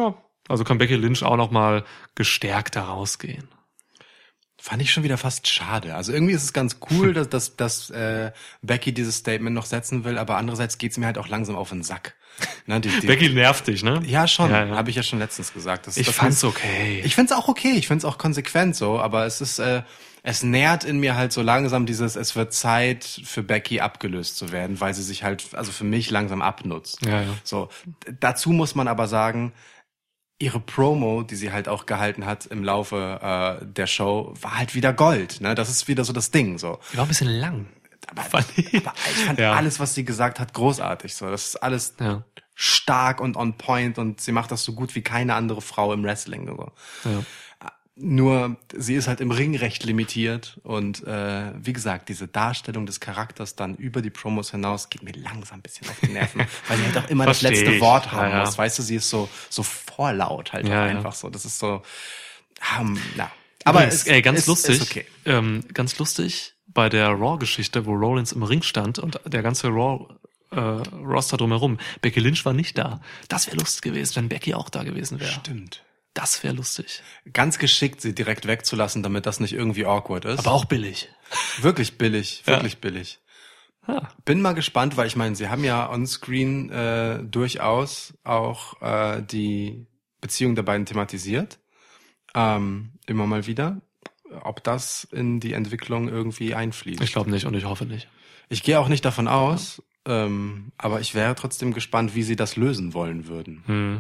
Also kann Becky Lynch auch nochmal gestärkt da rausgehen. Fand ich schon wieder fast schade. Also irgendwie ist es ganz cool, dass, dass, dass äh, Becky dieses Statement noch setzen will, aber andererseits geht's mir halt auch langsam auf den Sack. Ne, die, die, Becky nervt dich, ne? Ja, schon. Ja, ja. Habe ich ja schon letztens gesagt. Das, Ich das fand's ist, okay. Ich find's auch okay. Ich find's auch konsequent so, aber es ist, äh, es nährt in mir halt so langsam dieses, es wird Zeit für Becky abgelöst zu werden, weil sie sich halt, also für mich langsam abnutzt. Ja, ja. So. Dazu muss man aber sagen, ihre Promo, die sie halt auch gehalten hat im Laufe äh, der Show, war halt wieder Gold. Ne? Das ist wieder so das Ding. So. Die war ein bisschen lang. Aber, Fand ich. aber ich fand Ja. alles, was sie gesagt hat, großartig. So, das ist alles Ja. stark und on point und sie macht das so gut wie keine andere Frau im Wrestling. So. Ja. Nur sie ist halt im Ring recht limitiert und äh, wie gesagt, diese Darstellung des Charakters dann über die Promos hinaus geht mir langsam ein bisschen auf die Nerven, weil sie halt auch immer das Versteh letzte ich. Wort haben Ja, ja. muss. Weißt du, sie ist so so vorlaut halt Ja, auch ja. einfach so. Das ist so, um, na. Aber Übrigens, es, ey, ganz ist, lustig. Ist okay. Ähm, ganz lustig bei der Raw-Geschichte, wo Rollins im Ring stand und der ganze Raw äh, Roster drumherum. Becky Lynch war nicht da. Das wäre lustig gewesen, wenn Becky auch da gewesen wäre. Stimmt. Das wäre lustig. Ganz geschickt, sie direkt wegzulassen, damit das nicht irgendwie awkward ist. Aber auch billig. Wirklich billig, wirklich Ja. billig. Ja. Bin mal gespannt, weil ich meine, sie haben ja on-screen äh, durchaus auch äh, die Beziehung der beiden thematisiert. Ähm, immer mal wieder. Ob das in die Entwicklung irgendwie einfließt. Ich glaube nicht und ich hoffe nicht. Ich gehe auch nicht davon aus, ähm, aber ich wäre trotzdem gespannt, wie sie das lösen wollen würden. Hm.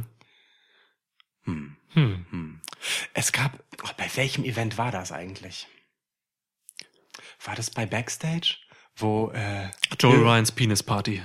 Hm. Hm. Hm. Es gab, oh, bei welchem Event war das eigentlich? War das bei Backstage? Wo, äh, Joel ir- Ryans Penis Party.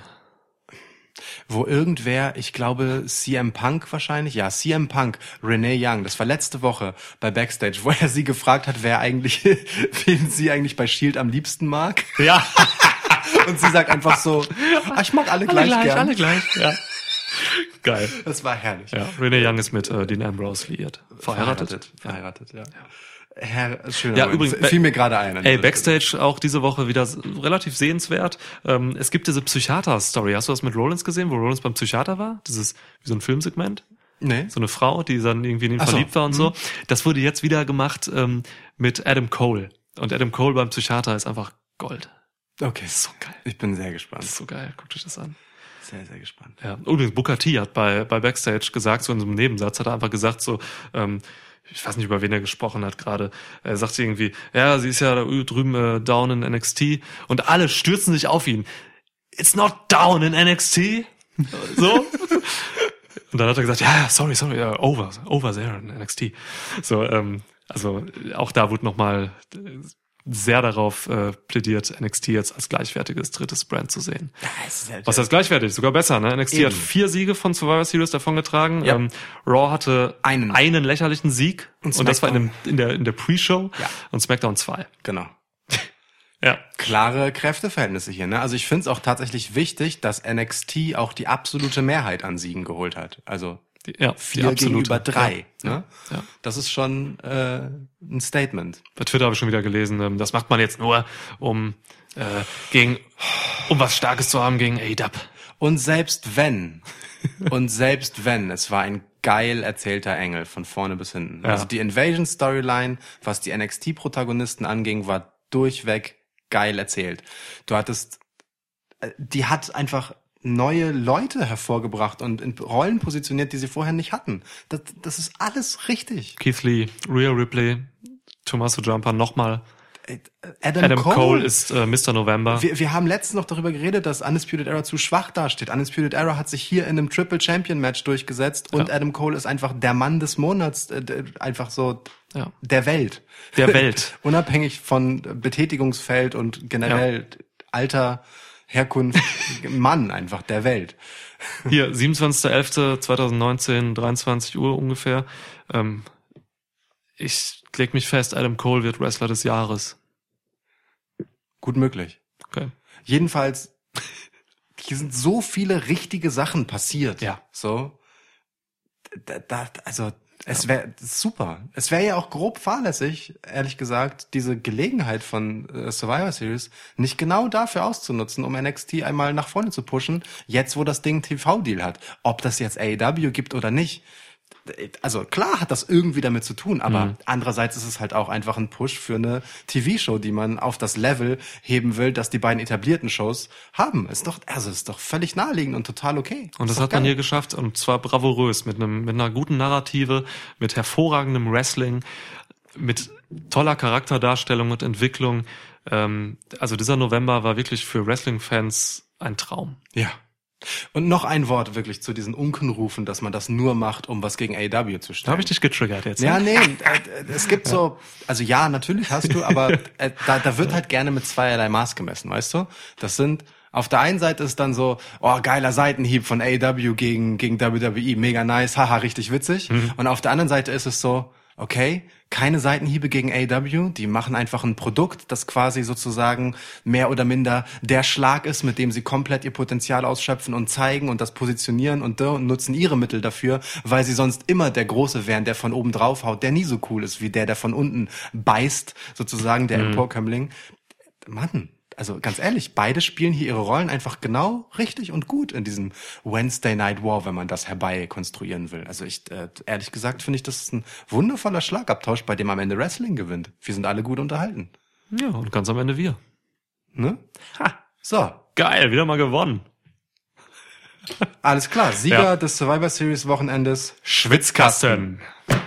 wo irgendwer, ich glaube C M Punk wahrscheinlich, ja, C M Punk, Renee Young, das war letzte Woche bei Backstage, wo er sie gefragt hat, wer eigentlich, wen sie eigentlich bei Shield am liebsten mag. Ja. Und sie sagt einfach so, ah, ich mag alle gleich, gern. alle gleich. Ja. Geil. Das war herrlich. Ja, Renee Young ist mit äh, Dean Ambrose liiert. Verheiratet. Verheiratet, ja. Herr, schöner Ja, Moment. übrigens, fiel mir gerade ein. Ey, an dieser Stelle. Backstage auch diese Woche wieder s- relativ sehenswert. Ähm, es gibt diese Psychiater-Story. Hast du das mit Rollins gesehen, wo Rollins beim Psychiater war? Dieses, wie so ein Filmsegment. Nee. So eine Frau, die dann irgendwie in ihn Ach so. verliebt war und so. Das wurde jetzt wieder gemacht ähm, mit Adam Cole. Und Adam Cole beim Psychiater ist einfach Gold. Okay. So geil. Ich bin sehr gespannt. Das ist so geil. Guckt euch das an. Sehr, sehr gespannt. Ja. Übrigens, Booker T hat bei, bei Backstage gesagt, so in so einem Nebensatz, hat er einfach gesagt, so, ähm, ich weiß nicht, über wen er gesprochen hat gerade. Er sagt irgendwie, ja, sie ist ja da drüben äh, down in N X T und alle stürzen sich auf ihn. It's not down in N X T. So. Und dann hat er gesagt, ja, ja, sorry, sorry, uh, over, over there in N X T. So, ähm, also auch da wurde nochmal sehr darauf äh, plädiert, N X T jetzt als gleichwertiges drittes Brand zu sehen. Was heißt gleichwertig? Sogar besser, ne? N X T Eben. hat vier Siege von Survivor Series davongetragen. Ja. Ähm, Raw hatte Einen. einen lächerlichen Sieg. Und Und, das war in, SmackDown. dem, in der, in der Pre-Show. Ja. Und SmackDown zwei. Genau. Ja. Klare Kräfteverhältnisse hier, ne? Also ich finde es auch tatsächlich wichtig, dass N X T auch die absolute Mehrheit an Siegen geholt hat. Also Die, ja, vier die absolute. gegenüber drei. Ja. Ne? Ja. Das ist schon äh, ein Statement. Bei Twitter habe ich schon wieder gelesen, ähm, das macht man jetzt nur, um äh, gegen, um was Starkes zu haben gegen A E W. Und selbst wenn, und selbst wenn, es war ein geil erzählter Engel von vorne bis hinten. Ja. Also die Invasion-Storyline, was die N X T-Protagonisten anging, war durchweg geil erzählt. Du hattest, äh, die hat einfach neue Leute hervorgebracht und in Rollen positioniert, die sie vorher nicht hatten. Das, das ist alles richtig. Keith Lee, Rhea Ripley, Tommaso Ciampa nochmal. Adam, Adam Cole, Cole ist äh, Mister November. Wir, wir haben letztens noch darüber geredet, dass Undisputed Era zu schwach dasteht. Undisputed Era hat sich hier in einem Triple Champion Match durchgesetzt und Ja. Adam Cole ist einfach der Mann des Monats, äh, d- einfach so Ja. der Welt. Der Welt. Unabhängig von Betätigungsfeld und generell Alter, Herkunft, Mann einfach der Welt. Hier, siebenundzwanzigster elfter zweitausendneunzehn, dreiundzwanzig Uhr ungefähr. Ähm, ich leg mich fest, Adam Cole wird Wrestler des Jahres. Gut möglich. Okay. Jedenfalls, hier sind so viele richtige Sachen passiert. Ja. So. Da, da, also, es wäre super. Es wäre ja auch grob fahrlässig, ehrlich gesagt, diese Gelegenheit von äh, Survivor Series nicht genau dafür auszunutzen, um N X T einmal nach vorne zu pushen, jetzt wo das Ding T V-Deal hat. Ob das jetzt A E W gibt oder nicht, also klar hat das irgendwie damit zu tun, aber Mhm. andererseits ist es halt auch einfach ein Push für eine T V-Show, die man auf das Level heben will, das die beiden etablierten Shows haben. Ist doch, also ist doch völlig naheliegend und total okay. Und Ist das doch hat man geil. hier geschafft und zwar bravourös mit einem mit einer guten Narrative, mit hervorragendem Wrestling, mit toller Charakterdarstellung und Entwicklung. Ähm, also dieser November war wirklich für Wrestling-Fans ein Traum. Ja. Und noch ein Wort wirklich zu diesen Unkenrufen, dass man das nur macht, um was gegen A E W zu Da stellen. habe ich dich getriggert jetzt. Ja, ne? nee, äh, es gibt so, also ja, natürlich hast du, aber äh, da, da wird halt gerne mit zweierlei Maß gemessen, weißt du? Das sind, auf der einen Seite ist dann so, oh, geiler Seitenhieb von A E W gegen, gegen W W E, mega nice, haha, richtig witzig. Mhm. Und auf der anderen Seite ist es so, okay, keine Seitenhiebe gegen A E W, die machen einfach ein Produkt, das quasi sozusagen mehr oder minder der Schlag ist, mit dem sie komplett ihr Potenzial ausschöpfen und zeigen und das positionieren und, und nutzen ihre Mittel dafür, weil sie sonst immer der Große wären, der von oben drauf haut, der nie so cool ist wie der, der von unten beißt, sozusagen, der Mhm. Emporkömmling. Mann, also ganz ehrlich, beide spielen hier ihre Rollen einfach genau richtig und gut in diesem Wednesday Night War, wenn man das herbei konstruieren will. Also ich, äh, ehrlich gesagt, finde ich, das ist ein wundervoller Schlagabtausch, bei dem am Ende Wrestling gewinnt. Wir sind alle gut unterhalten. Ja, und ganz am Ende wir. Ne? Ha, So, geil, wieder mal gewonnen. alles klar. Sieger Ja. des Survivor Series Wochenendes, Schwitzkasten.